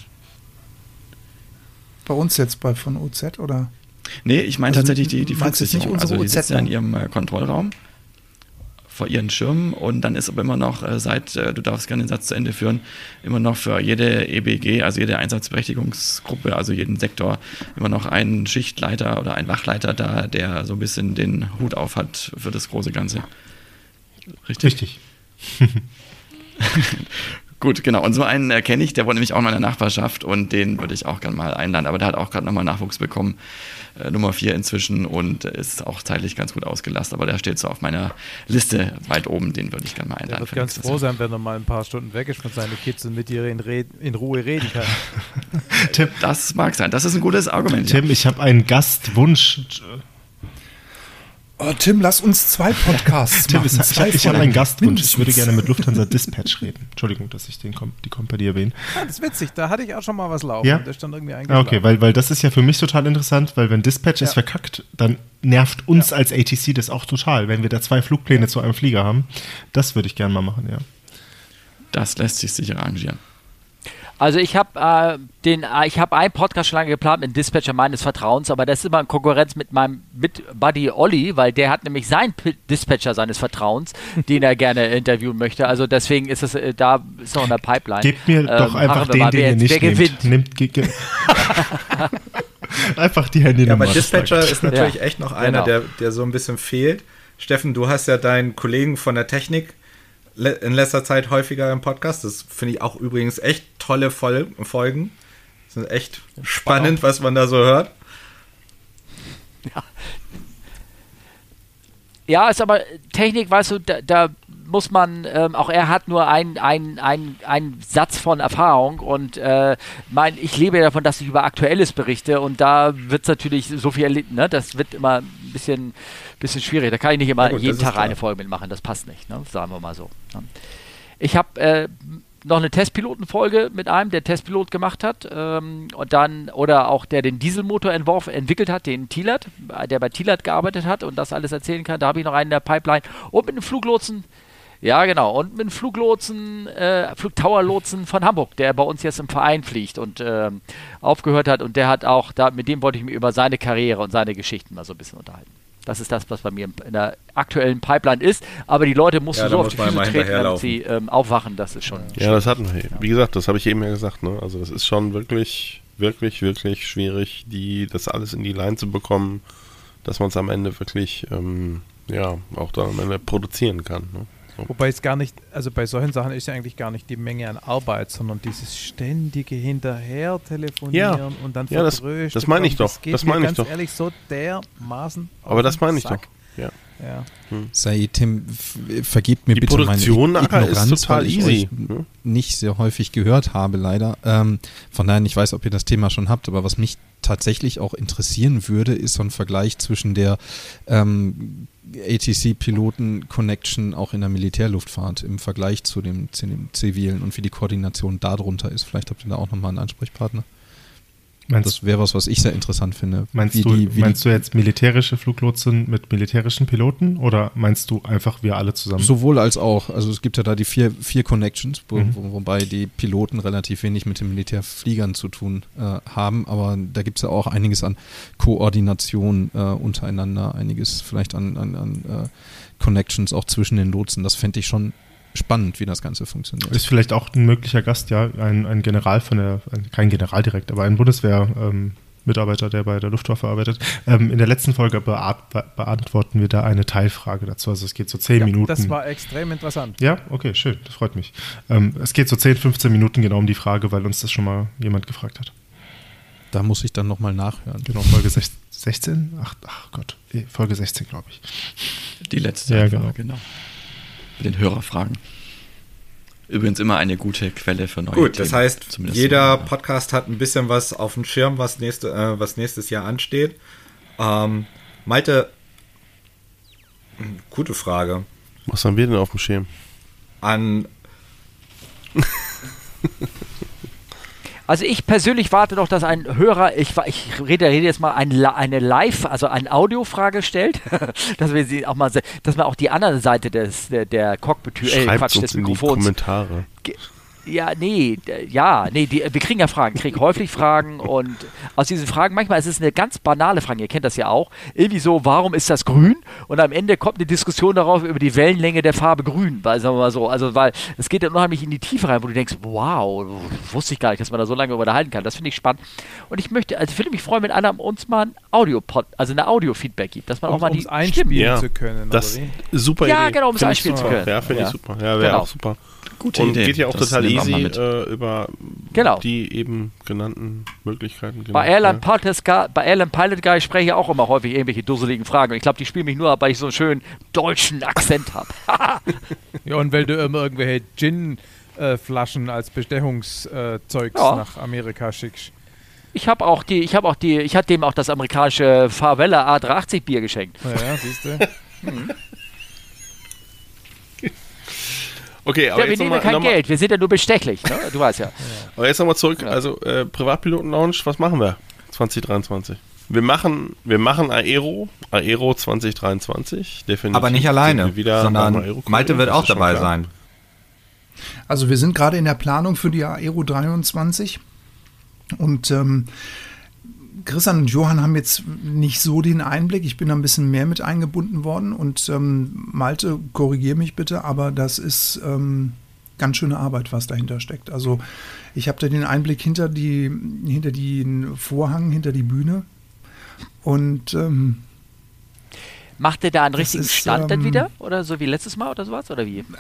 Bei uns jetzt von OZ, oder? Nee, ich meine Also, tatsächlich die meinst du jetzt nicht Flugsicherung. unsere Also die OZ sitzen ja in dann? ihrem Kontrollraum vor ihren Schirmen und dann ist aber immer noch du darfst gerne den Satz zu Ende führen, immer noch für jede EBG, also jede Einsatzberechtigungsgruppe, also jeden Sektor, immer noch ein Schichtleiter oder ein Wachleiter da, der so ein bisschen den Hut auf hat für das große Ganze. Richtig? Gut, genau. Und so einen kenne ich, der wohnt nämlich auch in meiner Nachbarschaft und den würde ich auch gerne mal einladen. Aber der hat auch gerade nochmal Nachwuchs bekommen, Nummer 4 inzwischen und ist auch zeitlich ganz gut ausgelastet. Aber der steht so auf meiner Liste weit oben, den würde ich gerne mal einladen. Der wird ganz froh sein, wenn er mal ein paar Stunden weg ist von seinen Kids und mit ihr in Ruhe reden kann. Tim, das mag sein. Das ist ein gutes Argument. Tim, ich habe einen Gastwunsch. Oh, Tim, lass uns 2 Podcasts Tim, machen. ich habe einen Gastwunsch. Mindestens. Ich würde gerne mit Lufthansa Dispatch reden. Entschuldigung, dass ich die Company erwähne. Ja, das ist witzig, da hatte ich auch schon mal was laufen. Ja? Und das ist dann irgendwie eingeschlagen. Okay, weil das ist ja für mich total interessant, weil wenn Dispatch es verkackt, dann nervt uns als ATC das auch total, wenn wir da 2 Flugpläne zu einem Flieger haben. Das würde ich gerne mal machen, ja. Das lässt sich sicher arrangieren. Also ich habe einen Podcast schon lange geplant mit Dispatcher meines Vertrauens, aber das ist immer in Konkurrenz mit meinem Buddy Olli, weil der hat nämlich seinen Dispatcher seines Vertrauens, den er gerne interviewen möchte. Also deswegen ist es da ist noch in der Pipeline. Gebt mir doch einfach den ihr nicht nehmt. Einfach die Handynummer. Ja, aber Dispatcher ist natürlich echt noch einer, der so ein bisschen fehlt. Steffen, du hast ja deinen Kollegen von der Technik in letzter Zeit häufiger im Podcast. Das finde ich auch übrigens echt tolle Folgen. Das ist echt spannend, was man da so hört. Ja, ist aber Technik, weißt du, da muss man, auch er hat nur einen Satz von Erfahrung und ich lebe davon, dass ich über Aktuelles berichte und da wird es natürlich so viel erlitten, ne? Das wird immer ein bisschen schwierig. Da kann ich nicht immer jeden Tag eine Folge mitmachen, das passt nicht, ne? Sagen wir mal so. Ne? Ich habe noch eine Testpilotenfolge mit einem, der Testpilot gemacht hat und dann, oder auch der den Dieselmotor entwickelt hat, den Thielert, der bei Thielert gearbeitet hat und das alles erzählen kann. Da habe ich noch einen in der Pipeline und mit einem Fluglotsen. Ja, genau. Und mit einem Flugtower-Lotsen von Hamburg, der bei uns jetzt im Verein fliegt und aufgehört hat. Und der hat auch, mit dem wollte ich mich über seine Karriere und seine Geschichten mal so ein bisschen unterhalten. Das ist das, was bei mir in der aktuellen Pipeline ist. Aber die Leute mussten so auf die Füße treten, damit sie aufwachen. Das ist schon... Ja, das hatten wir. Wie gesagt, das habe ich eben ja gesagt. Ne? Also das ist schon wirklich, wirklich, wirklich schwierig, das alles in die Line zu bekommen, dass man es am Ende wirklich auch dann am Ende produzieren kann. Ne? So. Wobei es gar nicht, also bei solchen Sachen ist ja eigentlich gar nicht die Menge an Arbeit, sondern dieses ständige hinterher telefonieren und dann vertrösten. Das meine ich doch. Das meine ich doch. Ganz ehrlich, so dermaßen. Aber das meine ich doch. Ja. Sei Tim, vergebt mir die bitte Produktion meine Ignoranz, ist total weil ich easy. Euch nicht sehr häufig gehört habe, leider. Von daher, ich weiß, ob ihr das Thema schon habt, aber was mich tatsächlich auch interessieren würde, ist so ein Vergleich zwischen der ATC-Piloten-Connection auch in der Militärluftfahrt im Vergleich zu dem zivilen und wie die Koordination darunter ist. Vielleicht habt ihr da auch nochmal einen Ansprechpartner. Das wäre was ich sehr interessant finde. Meinst du jetzt militärische Fluglotsen mit militärischen Piloten oder meinst du einfach wir alle zusammen? Sowohl als auch. Also es gibt ja da die vier Connections, wobei die Piloten relativ wenig mit den Militärfliegern zu tun haben, aber da gibt es ja auch einiges an Koordination untereinander, einiges vielleicht an Connections auch zwischen den Lotsen. Das fände ich schon spannend, wie das Ganze funktioniert. Ist vielleicht auch ein möglicher Gast, ja, ein General kein General direkt, aber ein Bundeswehr-Mitarbeiter, der bei der Luftwaffe arbeitet. In der letzten Folge beantworten wir da eine Teilfrage dazu. Also es geht so 10 Minuten. Das war extrem interessant. Ja, okay, schön, das freut mich. Es geht so 10, 15 Minuten genau um die Frage, weil uns das schon mal jemand gefragt hat. Da muss ich dann nochmal nachhören. Genau, Folge 16? Ach Gott, Folge 16, glaube ich. Die letzte. Ja, genau. Mit den Hörerfragen. Übrigens immer eine gute Quelle für neue Gut, Themen. das heißt, Zumindest jeder Podcast hat ein bisschen was auf dem Schirm, was nächstes Jahr ansteht. Malte, gute Frage. Was haben wir denn auf dem Schirm? Also ich persönlich warte noch, dass ein Hörer, ich rede jetzt mal eine Live, also eine Audiofrage stellt, dass wir sie auch mal, dass man auch die andere Seite der Cockpit-Tür, Schreibt uns des in die Mikrofons. Kommentare. Wir kriegen ja Fragen, kriegen häufig Fragen und aus diesen Fragen, manchmal ist es eine ganz banale Frage, ihr kennt das ja auch, irgendwie so, warum ist das grün? Und am Ende kommt eine Diskussion darauf über die Wellenlänge der Farbe grün, weil, sagen wir mal so, also weil es geht dann unheimlich in die Tiefe rein, wo du denkst, wow, wusste ich gar nicht, dass man da so lange unterhalten kann, das finde ich spannend und ich würde mich freuen, wenn einer uns mal ein eine Audio-Feedback gibt, dass man auch mal die einspielen zu können. Das super Idee. Ja, genau, um es einspielen zu können. Ja, finde ich super. Ja, wäre auch super. Gute und Idee. Geht ja auch Das total nehmen wir easy mal über Genau. die eben genannten Möglichkeiten. Genau. Bei Airline Pilot Guy spreche ich auch immer häufig irgendwelche dusseligen Fragen. Und ich glaube, die spielen mich nur ab, weil ich so einen schönen deutschen Akzent habe. Ja, und weil du immer irgendwelche Gin-Flaschen als Bestechungszeugs nach Amerika schickst. Ich hatte dem auch das amerikanische Favela A380 Bier geschenkt. Ja, siehst du. Okay, aber ja, wir nehmen kein Geld, wir sind ja nur bestechlich, ne? Du weißt ja. Aber jetzt nochmal zurück, also Privatpiloten-Lounge, was machen wir 2023? Wir machen Aero 2023, definitiv. Aber nicht alleine, sondern Malte wird auch dabei sein. Also wir sind gerade in der Planung für die Aero 23 und Christian und Johann haben jetzt nicht so den Einblick. Ich bin da ein bisschen mehr mit eingebunden worden und Malte, korrigier mich bitte, aber das ist ganz schöne Arbeit, was dahinter steckt. Also ich habe da den Einblick hinter den Vorhang, hinter die Bühne und macht ihr da einen richtigen Stand dann wieder? Oder so wie letztes Mal oder sowas? Oder wie?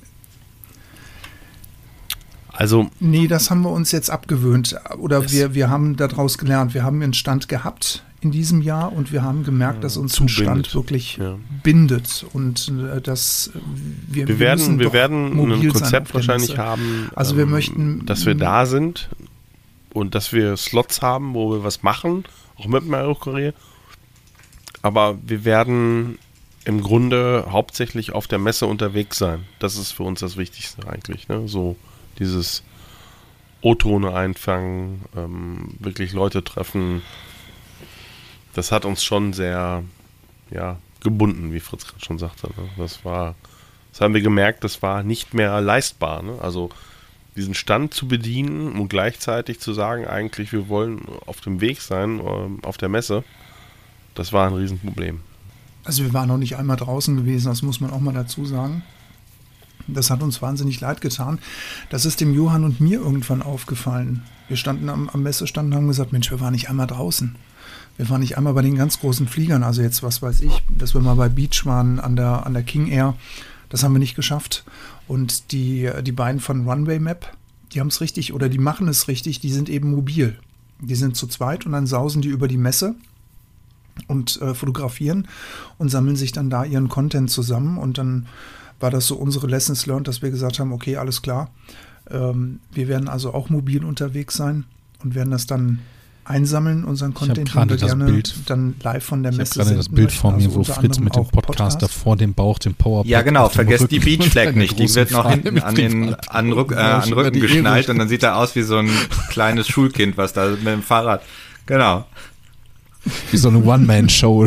Also nee, das haben wir uns jetzt abgewöhnt. Oder wir haben daraus gelernt. Wir haben einen Stand gehabt in diesem Jahr und wir haben gemerkt, dass uns ein Stand wirklich bindet. Und wir werden ein Konzept wahrscheinlich haben, also wir möchten, dass wir da sind und dass wir Slots haben, wo wir was machen, auch mit dem Aero-Kurier. Aber wir werden im Grunde hauptsächlich auf der Messe unterwegs sein. Das ist für uns das Wichtigste eigentlich, ne? So dieses O-Tone einfangen, wirklich Leute treffen, das hat uns schon sehr gebunden, wie Fritz gerade schon sagte. Ne? Das haben wir gemerkt, das war nicht mehr leistbar. Ne? Also diesen Stand zu bedienen und gleichzeitig zu sagen, eigentlich wir wollen auf dem Weg sein, auf der Messe, das war ein Riesenproblem. Also wir waren noch nicht einmal draußen gewesen, das muss man auch mal dazu sagen. Das hat uns wahnsinnig leid getan. Das ist dem Johann und mir irgendwann aufgefallen. Wir standen am Messestand und haben gesagt, Mensch, wir waren nicht einmal draußen. Wir waren nicht einmal bei den ganz großen Fliegern. Also jetzt, was weiß ich, dass wir mal bei Beach waren an der King Air. Das haben wir nicht geschafft. Und die beiden von Runway Map, die haben es richtig oder die machen es richtig. Die sind eben mobil. Die sind zu zweit und dann sausen die über die Messe und fotografieren und sammeln sich dann da ihren Content zusammen. Und dann war das so unsere Lessons learned, dass wir gesagt haben, okay, alles klar. Wir werden also auch mobil unterwegs sein und werden das dann einsammeln, unseren Content, den wir gerne dann live von der Messe senden. Ich habe gerade das Bild vor mir, wo Fritz mit dem Podcaster vor dem Bauch, dem Powerpoint. Ja, genau, vergesst die Beach Flag nicht. Die wird noch hinten an Rücken geschnallt und dann sieht er aus wie so ein kleines Schulkind, was da mit dem Fahrrad. Genau. Wie so eine One-Man-Show.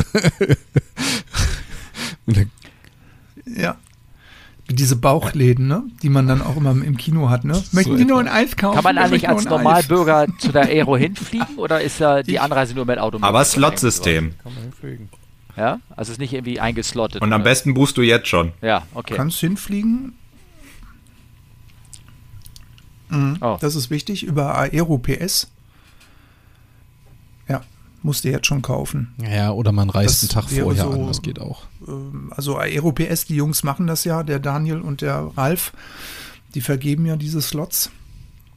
Ja. Diese Bauchläden, ne? Die man dann auch immer im Kino hat, ne? Möchten Sie nur ein Eis kaufen? Kann man eigentlich als Normalbürger zu der Aero hinfliegen oder ist da die Anreise nur mit Auto? Aber Slot-System. Kann man hinfliegen. Ja, also ist nicht irgendwie eingeslottet. Und am besten buchst du jetzt schon. Ja, okay. Kannst hinfliegen. Das ist wichtig, über Aero PS. Ja, musst du jetzt schon kaufen. Ja, oder man reist einen Tag vorher an, das geht auch. Also Aero PS, die Jungs machen das ja, der Daniel und der Ralf, die vergeben ja diese Slots.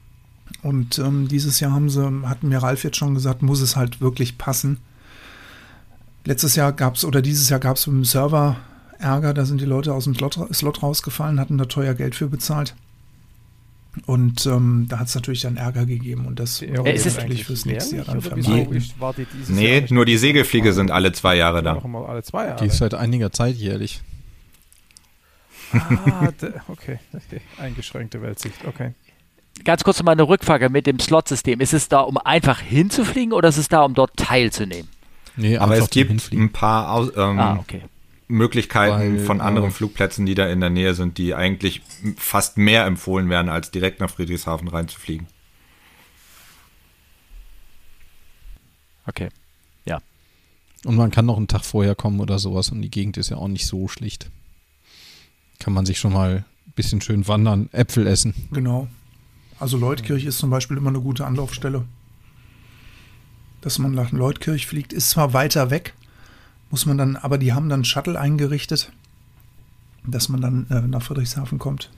Und dieses Jahr hat mir Ralf jetzt schon gesagt, muss es halt wirklich passen. Letztes Jahr dieses Jahr gab es mit dem Server Ärger, da sind die Leute aus dem Slot rausgefallen, hatten da teuer Geld für bezahlt. Und da hat es natürlich dann Ärger gegeben und das ist es natürlich fürs nächste Jahr dann Nee, nur die Segelfliege sind alle 2 Jahre da. Alle 2 Jahre. Die ist seit einiger Zeit jährlich. Okay. Eingeschränkte Weltsicht, okay. Ganz kurz mal eine Rückfrage mit dem Slot-System. Ist es da, um einfach hinzufliegen oder ist es da, um dort teilzunehmen? Nee, aber es gibt Hinfliegen. ein paar Möglichkeiten von anderen Flugplätzen, die da in der Nähe sind, die eigentlich fast mehr empfohlen werden, als direkt nach Friedrichshafen reinzufliegen. Okay, ja. Und man kann noch einen Tag vorher kommen oder sowas und die Gegend ist ja auch nicht so schlicht. Kann man sich schon mal ein bisschen schön wandern, Äpfel essen. Genau. Also Leutkirch ist zum Beispiel immer eine gute Anlaufstelle. Dass man nach Leutkirch fliegt, ist zwar weiter weg, muss man dann, aber die haben dann Shuttle eingerichtet, dass man dann nach Friedrichshafen kommt.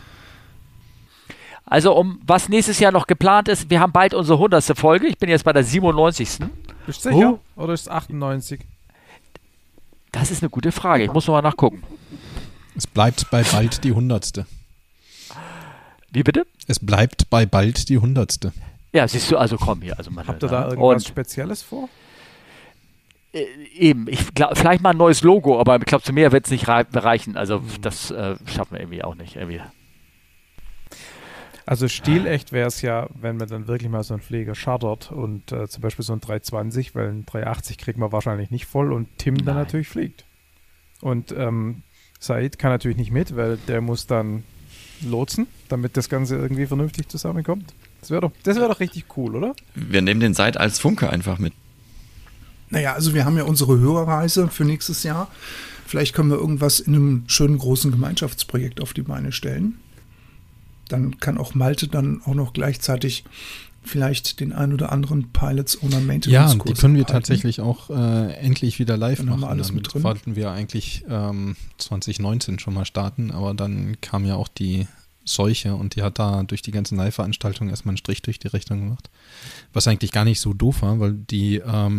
Also was nächstes Jahr noch geplant ist, wir haben bald unsere 100. Folge. Ich bin jetzt bei der 97. Bist du sicher? Oder ist es 98? Das ist eine gute Frage. Ich muss noch mal nachgucken. Es bleibt bei bald die 100. Wie bitte? Es bleibt bei bald die 100. Ja, siehst du, also komm hier. Also habt ihr da irgendwas Spezielles vor? Eben, ich glaube, vielleicht mal ein neues Logo, aber ich glaube, zu mehr wird es nicht reichen. Also das schaffen wir irgendwie auch nicht. Irgendwie. Also stilecht wäre es ja, wenn man dann wirklich mal so einen Flieger chartert und zum Beispiel so ein 320, weil ein 380 kriegt man wahrscheinlich nicht voll und Tim dann natürlich fliegt. Und Said kann natürlich nicht mit, weil der muss dann lotsen, damit das Ganze irgendwie vernünftig zusammenkommt. Das wäre doch richtig cool, oder? Wir nehmen den Said als Funke einfach mit. Naja, also wir haben ja unsere Hörerreise für nächstes Jahr. Vielleicht können wir irgendwas in einem schönen großen Gemeinschaftsprojekt auf die Beine stellen. Dann kann auch Malte dann auch noch gleichzeitig vielleicht den ein oder anderen Pilots Owner Maintenance Kurs die können wir halten. tatsächlich auch endlich wieder live dann machen. Haben wir alles mit drin. Wollten wir eigentlich 2019 schon mal starten, aber dann kam ja auch die Seuche und die hat da durch die ganzen Live-Veranstaltungen erstmal einen Strich durch die Rechnung gemacht. Was eigentlich gar nicht so doof war, weil die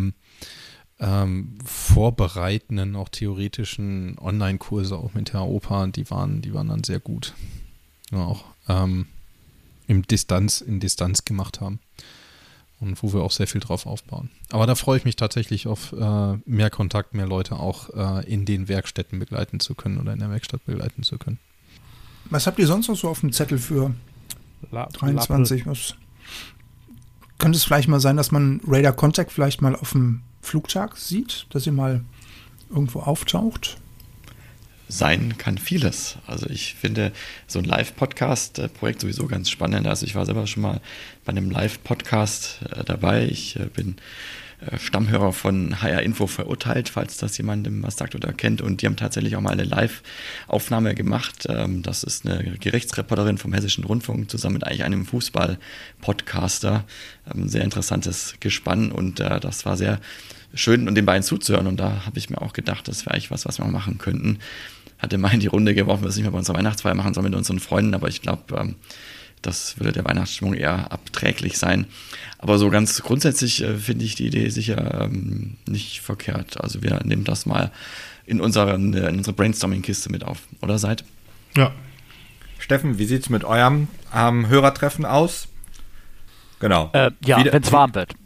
vorbereitenden, auch theoretischen Online-Kurse auch mit Herr Opa, die waren dann sehr gut. Ja, auch in Distanz gemacht haben. Und wo wir auch sehr viel drauf aufbauen. Aber da freue ich mich tatsächlich auf mehr Kontakt, mehr Leute auch in den Werkstätten begleiten zu können oder in der Werkstatt begleiten zu können. Was habt ihr sonst noch so auf dem Zettel für 23? Was könnte es vielleicht mal sein, dass man Radar Contact vielleicht mal auf dem Flugtag sieht, dass ihr mal irgendwo auftaucht? Sein kann vieles. Also ich finde so ein Live-Podcast-Projekt sowieso ganz spannend. Also ich war selber schon mal bei einem Live-Podcast dabei. Ich bin Stammhörer von HR Info verurteilt, falls das jemandem was sagt oder kennt. Und die haben tatsächlich auch mal eine Live-Aufnahme gemacht. Das ist eine Gerichtsreporterin vom Hessischen Rundfunk zusammen mit eigentlich einem Fußball-Podcaster. Sehr interessantes Gespann und das war sehr schön, und den beiden zuzuhören. Und da habe ich mir auch gedacht, das wäre eigentlich was wir mal machen könnten. Hatte mal in die Runde geworfen, dass ich nicht mehr bei unserer Weihnachtsfeier machen soll mit unseren Freunden, aber ich glaube, das würde der Weihnachtsstimmung eher abträglich sein. Aber so ganz grundsätzlich finde ich die Idee sicher nicht verkehrt. Also wir nehmen das mal in unsere Brainstorming-Kiste mit auf. Oder Said? Ja. Steffen, wie sieht es mit eurem Hörertreffen aus? Genau. Ja, wenn es warm wird.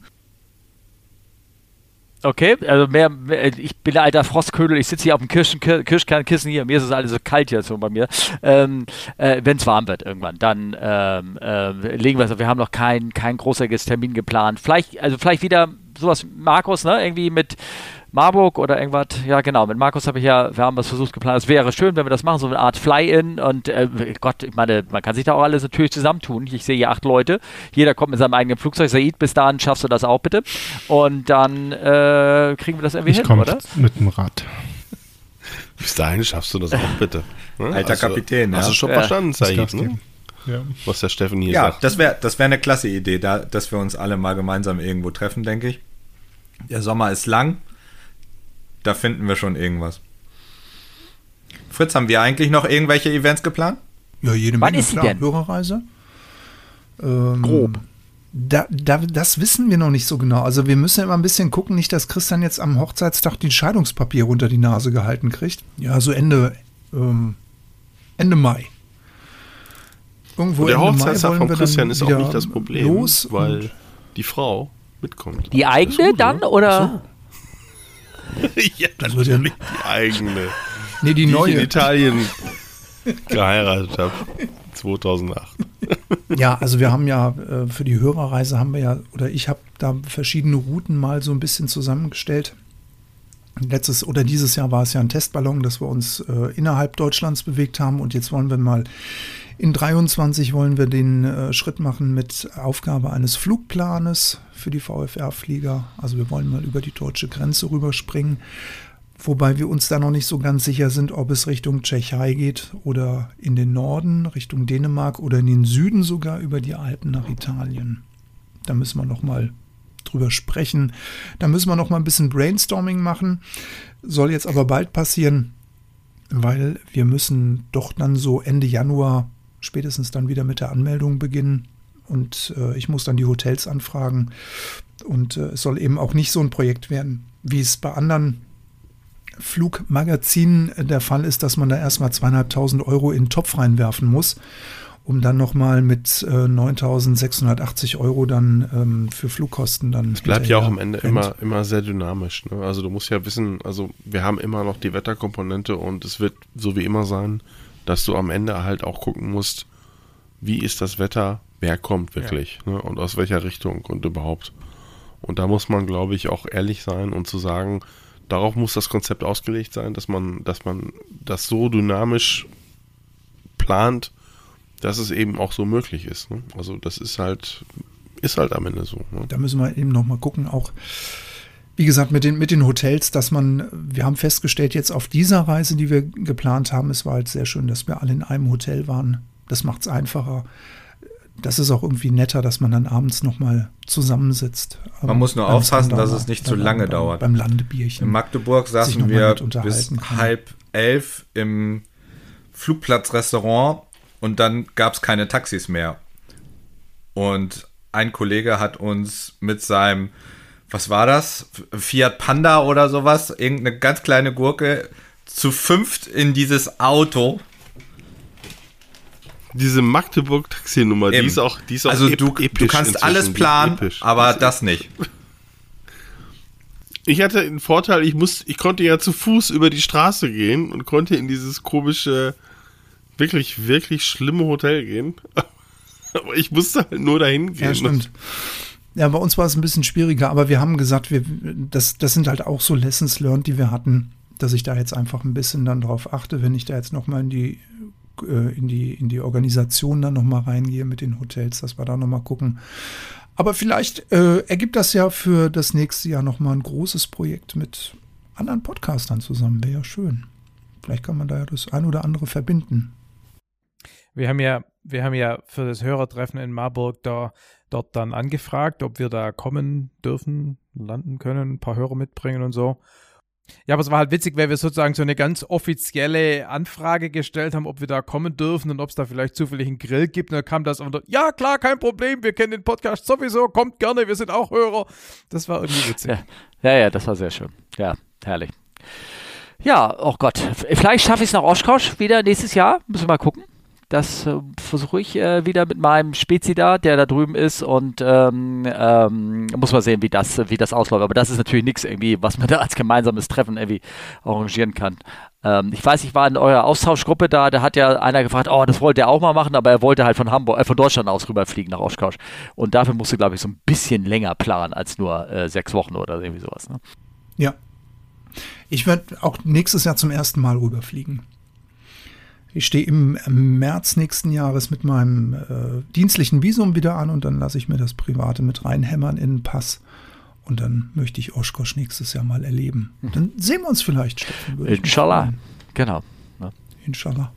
Okay, also ich bin ein alter Frostködel, ich sitze hier auf dem Kirschkernkissen hier, mir ist es alles so kalt hier so bei mir. Wenn es warm wird irgendwann, dann legen wir es auf. Wir haben noch kein großartiges Termin geplant. Vielleicht wieder sowas, Markus, ne, irgendwie mit Marburg oder irgendwas. Ja, genau, mit Markus wir haben was versucht geplant. Es wäre schön, wenn wir das machen, so eine Art Fly-In und Gott, ich meine, man kann sich da auch alles natürlich zusammentun. Ich sehe hier 8 Leute, jeder kommt mit seinem eigenen Flugzeug. Said, bis dahin schaffst du das auch bitte. Und dann kriegen wir das irgendwie hin, oder? Mit dem Rad. Bis dahin schaffst du das auch bitte. Ne? Alter Kapitän, Hast du schon verstanden, Said, ne? Ja. Was der Steffen hier sagt. Ja, das wär eine klasse Idee, dass wir uns alle mal gemeinsam irgendwo treffen, denke ich. Der Sommer ist lang. Da finden wir schon irgendwas. Fritz, haben wir eigentlich noch irgendwelche Events geplant? Ja, jede Wann Menge, ist sie denn? Hörerreise. Grob. Das wissen wir noch nicht so genau. Also wir müssen ja immer ein bisschen gucken, nicht, dass Christian jetzt am Hochzeitstag die Scheidungspapiere unter die Nase gehalten kriegt. Ja, so Ende Mai. Irgendwo der Ende Hochzeitstag Mai von wollen wir Christian dann ist auch wieder nicht das Problem, los weil die Frau mitkommt. Die eigene dann, oder? Ja, Das wird ja- natürlich die eigene. Nee, die Die neue. ich in Italien geheiratet habe. 2008. Ja, also wir haben ja für die Hörerreise ich habe da verschiedene Routen mal so ein bisschen zusammengestellt. Dieses Jahr war es ja ein Testballon, dass wir uns innerhalb Deutschlands bewegt haben, und jetzt wollen wir mal in 23 wollen wir den Schritt machen mit Aufgabe eines Flugplanes für die VfR-Flieger. Also wir wollen mal über die deutsche Grenze rüberspringen, wobei wir uns da noch nicht so ganz sicher sind, ob es Richtung Tschechei geht oder in den Norden, Richtung Dänemark, oder in den Süden sogar über die Alpen nach Italien. Da müssen wir noch mal drüber sprechen. Da müssen wir noch mal ein bisschen Brainstorming machen. Soll jetzt aber bald passieren, weil wir müssen doch dann so Ende Januar spätestens dann wieder mit der Anmeldung beginnen. Und ich muss dann die Hotels anfragen. Und es soll eben auch nicht so ein Projekt werden, wie es bei anderen Flugmagazinen der Fall ist, dass man da erstmal 2.500 € in den Topf reinwerfen muss, um dann nochmal mit 9.680 € dann für Flugkosten dann. Es bleibt ja auch am Ende immer sehr dynamisch. Ne? Also du musst ja wissen, also wir haben immer noch die Wetterkomponente, und es wird so wie immer sein, dass du am Ende halt auch gucken musst, wie ist das Wetter, wer kommt wirklich, ne? Und aus welcher Richtung und überhaupt. Und da muss man, glaube ich, auch ehrlich sein und zu sagen, darauf muss das Konzept ausgelegt sein, dass man das so dynamisch plant, dass es eben auch so möglich ist. Ne? Also das ist halt am Ende so. Ne? Da müssen wir eben noch mal gucken, auch wie gesagt mit den Hotels, wir haben festgestellt jetzt auf dieser Reise, die wir geplant haben, es war halt sehr schön, dass wir alle in einem Hotel waren. Das macht es einfacher. Das ist auch irgendwie netter, dass man dann abends noch mal zusammensitzt. Man muss nur aufpassen, dass es nicht zu lange dauert. Beim Landebierchen. In Magdeburg saßen wir bis 10:30 im Flugplatzrestaurant, und dann gab es keine Taxis mehr. Und ein Kollege hat uns mit seinem, was war das? Fiat Panda oder sowas, irgendeine ganz kleine Gurke, zu 5 in dieses Auto. Diese Magdeburg-Taxinummer, die ist auch also episch. Du kannst alles planen, aber das nicht. Ich hatte den Vorteil, ich konnte ja zu Fuß über die Straße gehen und konnte in dieses komische, wirklich, wirklich schlimme Hotel gehen. Aber ich musste halt nur dahin gehen. Ja, stimmt. Ja, bei uns war es ein bisschen schwieriger, aber wir haben gesagt, das sind halt auch so Lessons learned, die wir hatten, dass ich da jetzt einfach ein bisschen dann drauf achte, wenn ich da jetzt nochmal in die Organisation dann nochmal reingehe mit den Hotels, dass wir da nochmal gucken. Aber vielleicht ergibt das ja für das nächste Jahr nochmal ein großes Projekt mit anderen Podcastern zusammen. Wäre ja schön. Vielleicht kann man da ja das ein oder andere verbinden. Wir haben ja für das Hörertreffen in Marburg dort dann angefragt, ob wir da kommen dürfen, landen können, ein paar Hörer mitbringen und so. Ja, aber es war halt witzig, weil wir sozusagen so eine ganz offizielle Anfrage gestellt haben, ob wir da kommen dürfen und ob es da vielleicht zufällig einen Grill gibt. Und dann kam das unter, ja klar, kein Problem, wir kennen den Podcast sowieso, kommt gerne, wir sind auch Hörer. Das war irgendwie witzig. Ja, das war sehr schön. Ja, herrlich. Ja, oh Gott, vielleicht schaffe ich es nach Oshkosh wieder nächstes Jahr, müssen wir mal gucken. Das versuche ich wieder mit meinem Spezi da, der da drüben ist, und muss mal sehen, wie das ausläuft. Aber das ist natürlich nichts irgendwie, was man da als gemeinsames Treffen irgendwie arrangieren kann. Ich weiß, ich war in eurer Austauschgruppe da hat ja einer gefragt, das wollte er auch mal machen, aber er wollte halt von Deutschland aus rüberfliegen nach Oshkosh. Und dafür musste, glaube ich, so ein bisschen länger planen als nur 6 Wochen oder irgendwie sowas. Ne? Ja. Ich werde auch nächstes Jahr zum ersten Mal rüberfliegen. Ich stehe im März nächsten Jahres mit meinem dienstlichen Visum wieder an, und dann lasse ich mir das Private mit reinhämmern in den Pass. Und dann möchte ich Oshkosh nächstes Jahr mal erleben. Dann sehen wir uns vielleicht, Steffen. Inshallah. Genau. Ja. Inshallah.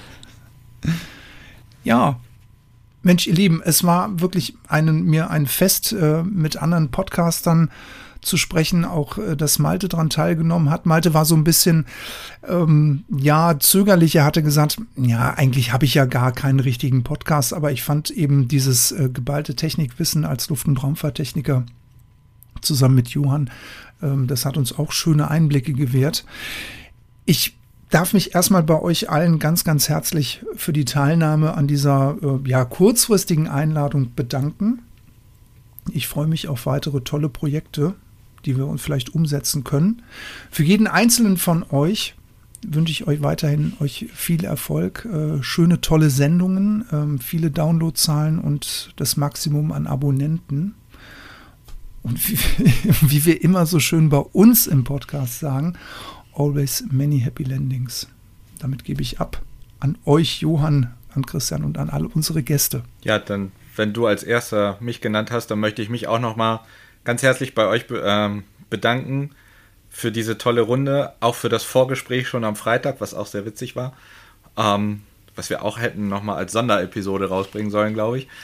Ja. Mensch, ihr Lieben, es war wirklich mir ein Fest, mit anderen Podcastern zu sprechen, auch dass Malte daran teilgenommen hat. Malte war so ein bisschen zögerlich. Er hatte gesagt, ja, eigentlich habe ich ja gar keinen richtigen Podcast, aber ich fand eben dieses geballte Technikwissen als Luft- und Raumfahrttechniker zusammen mit Johann, das hat uns auch schöne Einblicke gewährt. Ich darf mich erstmal bei euch allen ganz, ganz herzlich für die Teilnahme an dieser kurzfristigen Einladung bedanken. Ich freue mich auf weitere tolle Projekte, die wir uns vielleicht umsetzen können. Für jeden einzelnen von euch wünsche ich euch weiterhin viel Erfolg, schöne, tolle Sendungen, viele Downloadzahlen und das Maximum an Abonnenten. Und wie wir immer so schön bei uns im Podcast sagen, always many happy landings. Damit gebe ich ab an euch, Johann, an Christian und an alle unsere Gäste. Ja, dann, wenn du als Erster mich genannt hast, dann möchte ich mich auch nochmal ganz herzlich bei euch bedanken für diese tolle Runde, auch für das Vorgespräch schon am Freitag, was auch sehr witzig war, was wir auch hätten nochmal als Sonderepisode rausbringen sollen, glaube ich.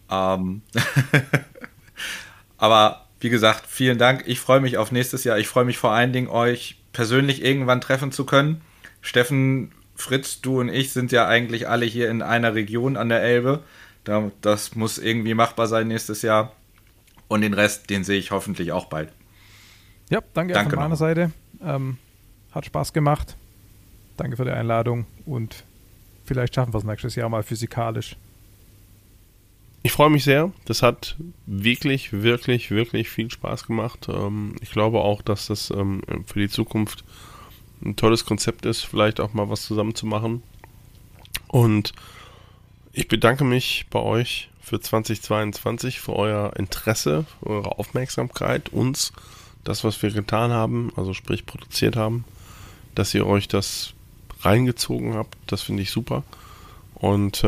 Aber wie gesagt, vielen Dank. Ich freue mich auf nächstes Jahr. Ich freue mich vor allen Dingen, euch persönlich irgendwann treffen zu können. Steffen, Fritz, du und ich sind ja eigentlich alle hier in einer Region an der Elbe. Das muss irgendwie machbar sein nächstes Jahr. Und den Rest, den sehe ich hoffentlich auch bald. Ja, danke von meiner Seite. Hat Spaß gemacht. Danke für die Einladung und vielleicht schaffen wir es nächstes Jahr mal physikalisch. Ich freue mich sehr. Das hat wirklich, wirklich, wirklich viel Spaß gemacht. Ich glaube auch, dass das für die Zukunft ein tolles Konzept ist, vielleicht auch mal was zusammen zu machen. Und ich bedanke mich bei euch für 2022, für euer Interesse, für eure Aufmerksamkeit, uns, das, was wir getan haben, also sprich produziert haben, dass ihr euch das reingezogen habt. Das finde ich super. Und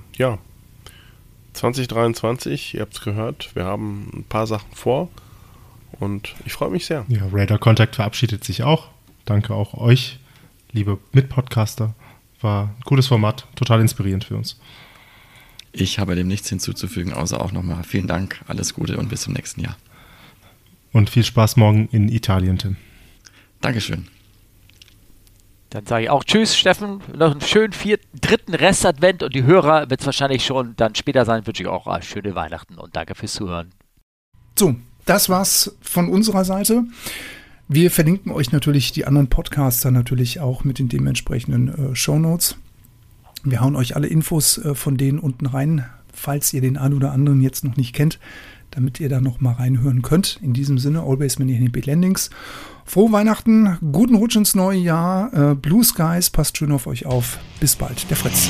2023, ihr habt es gehört, wir haben ein paar Sachen vor und ich freue mich sehr. Ja, Radar Contact verabschiedet sich auch. Danke auch euch, liebe Mitpodcaster. War ein cooles Format, total inspirierend für uns. Ich habe dem nichts hinzuzufügen, außer auch nochmal vielen Dank, alles Gute und bis zum nächsten Jahr. Und viel Spaß morgen in Italien, Tim. Dankeschön. Dann sage ich auch Tschüss, Steffen. Noch einen schönen dritten Restadvent und die Hörer wird es wahrscheinlich schon dann später sein. Wünsche ich auch schöne Weihnachten und danke fürs Zuhören. So, das war's von unserer Seite. Wir verlinken euch natürlich die anderen Podcaster natürlich auch mit den dementsprechenden Shownotes. Wir hauen euch alle Infos von denen unten rein, falls ihr den einen oder anderen jetzt noch nicht kennt, damit ihr da noch mal reinhören könnt. In diesem Sinne, always many happy landings. Frohe Weihnachten, guten Rutsch ins neue Jahr, Blue Skies, passt schön auf euch auf. Bis bald, der Fritz.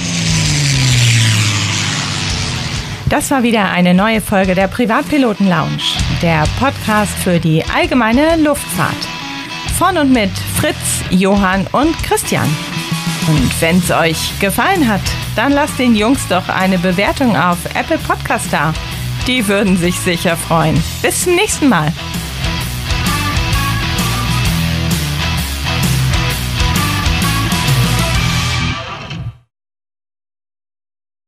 Das war wieder eine neue Folge der Privatpiloten Lounge, der Podcast für die allgemeine Luftfahrt. Von und mit Fritz, Johann und Christian. Und wenn es euch gefallen hat, dann lasst den Jungs doch eine Bewertung auf Apple Podcast da. Die würden sich sicher freuen. Bis zum nächsten Mal.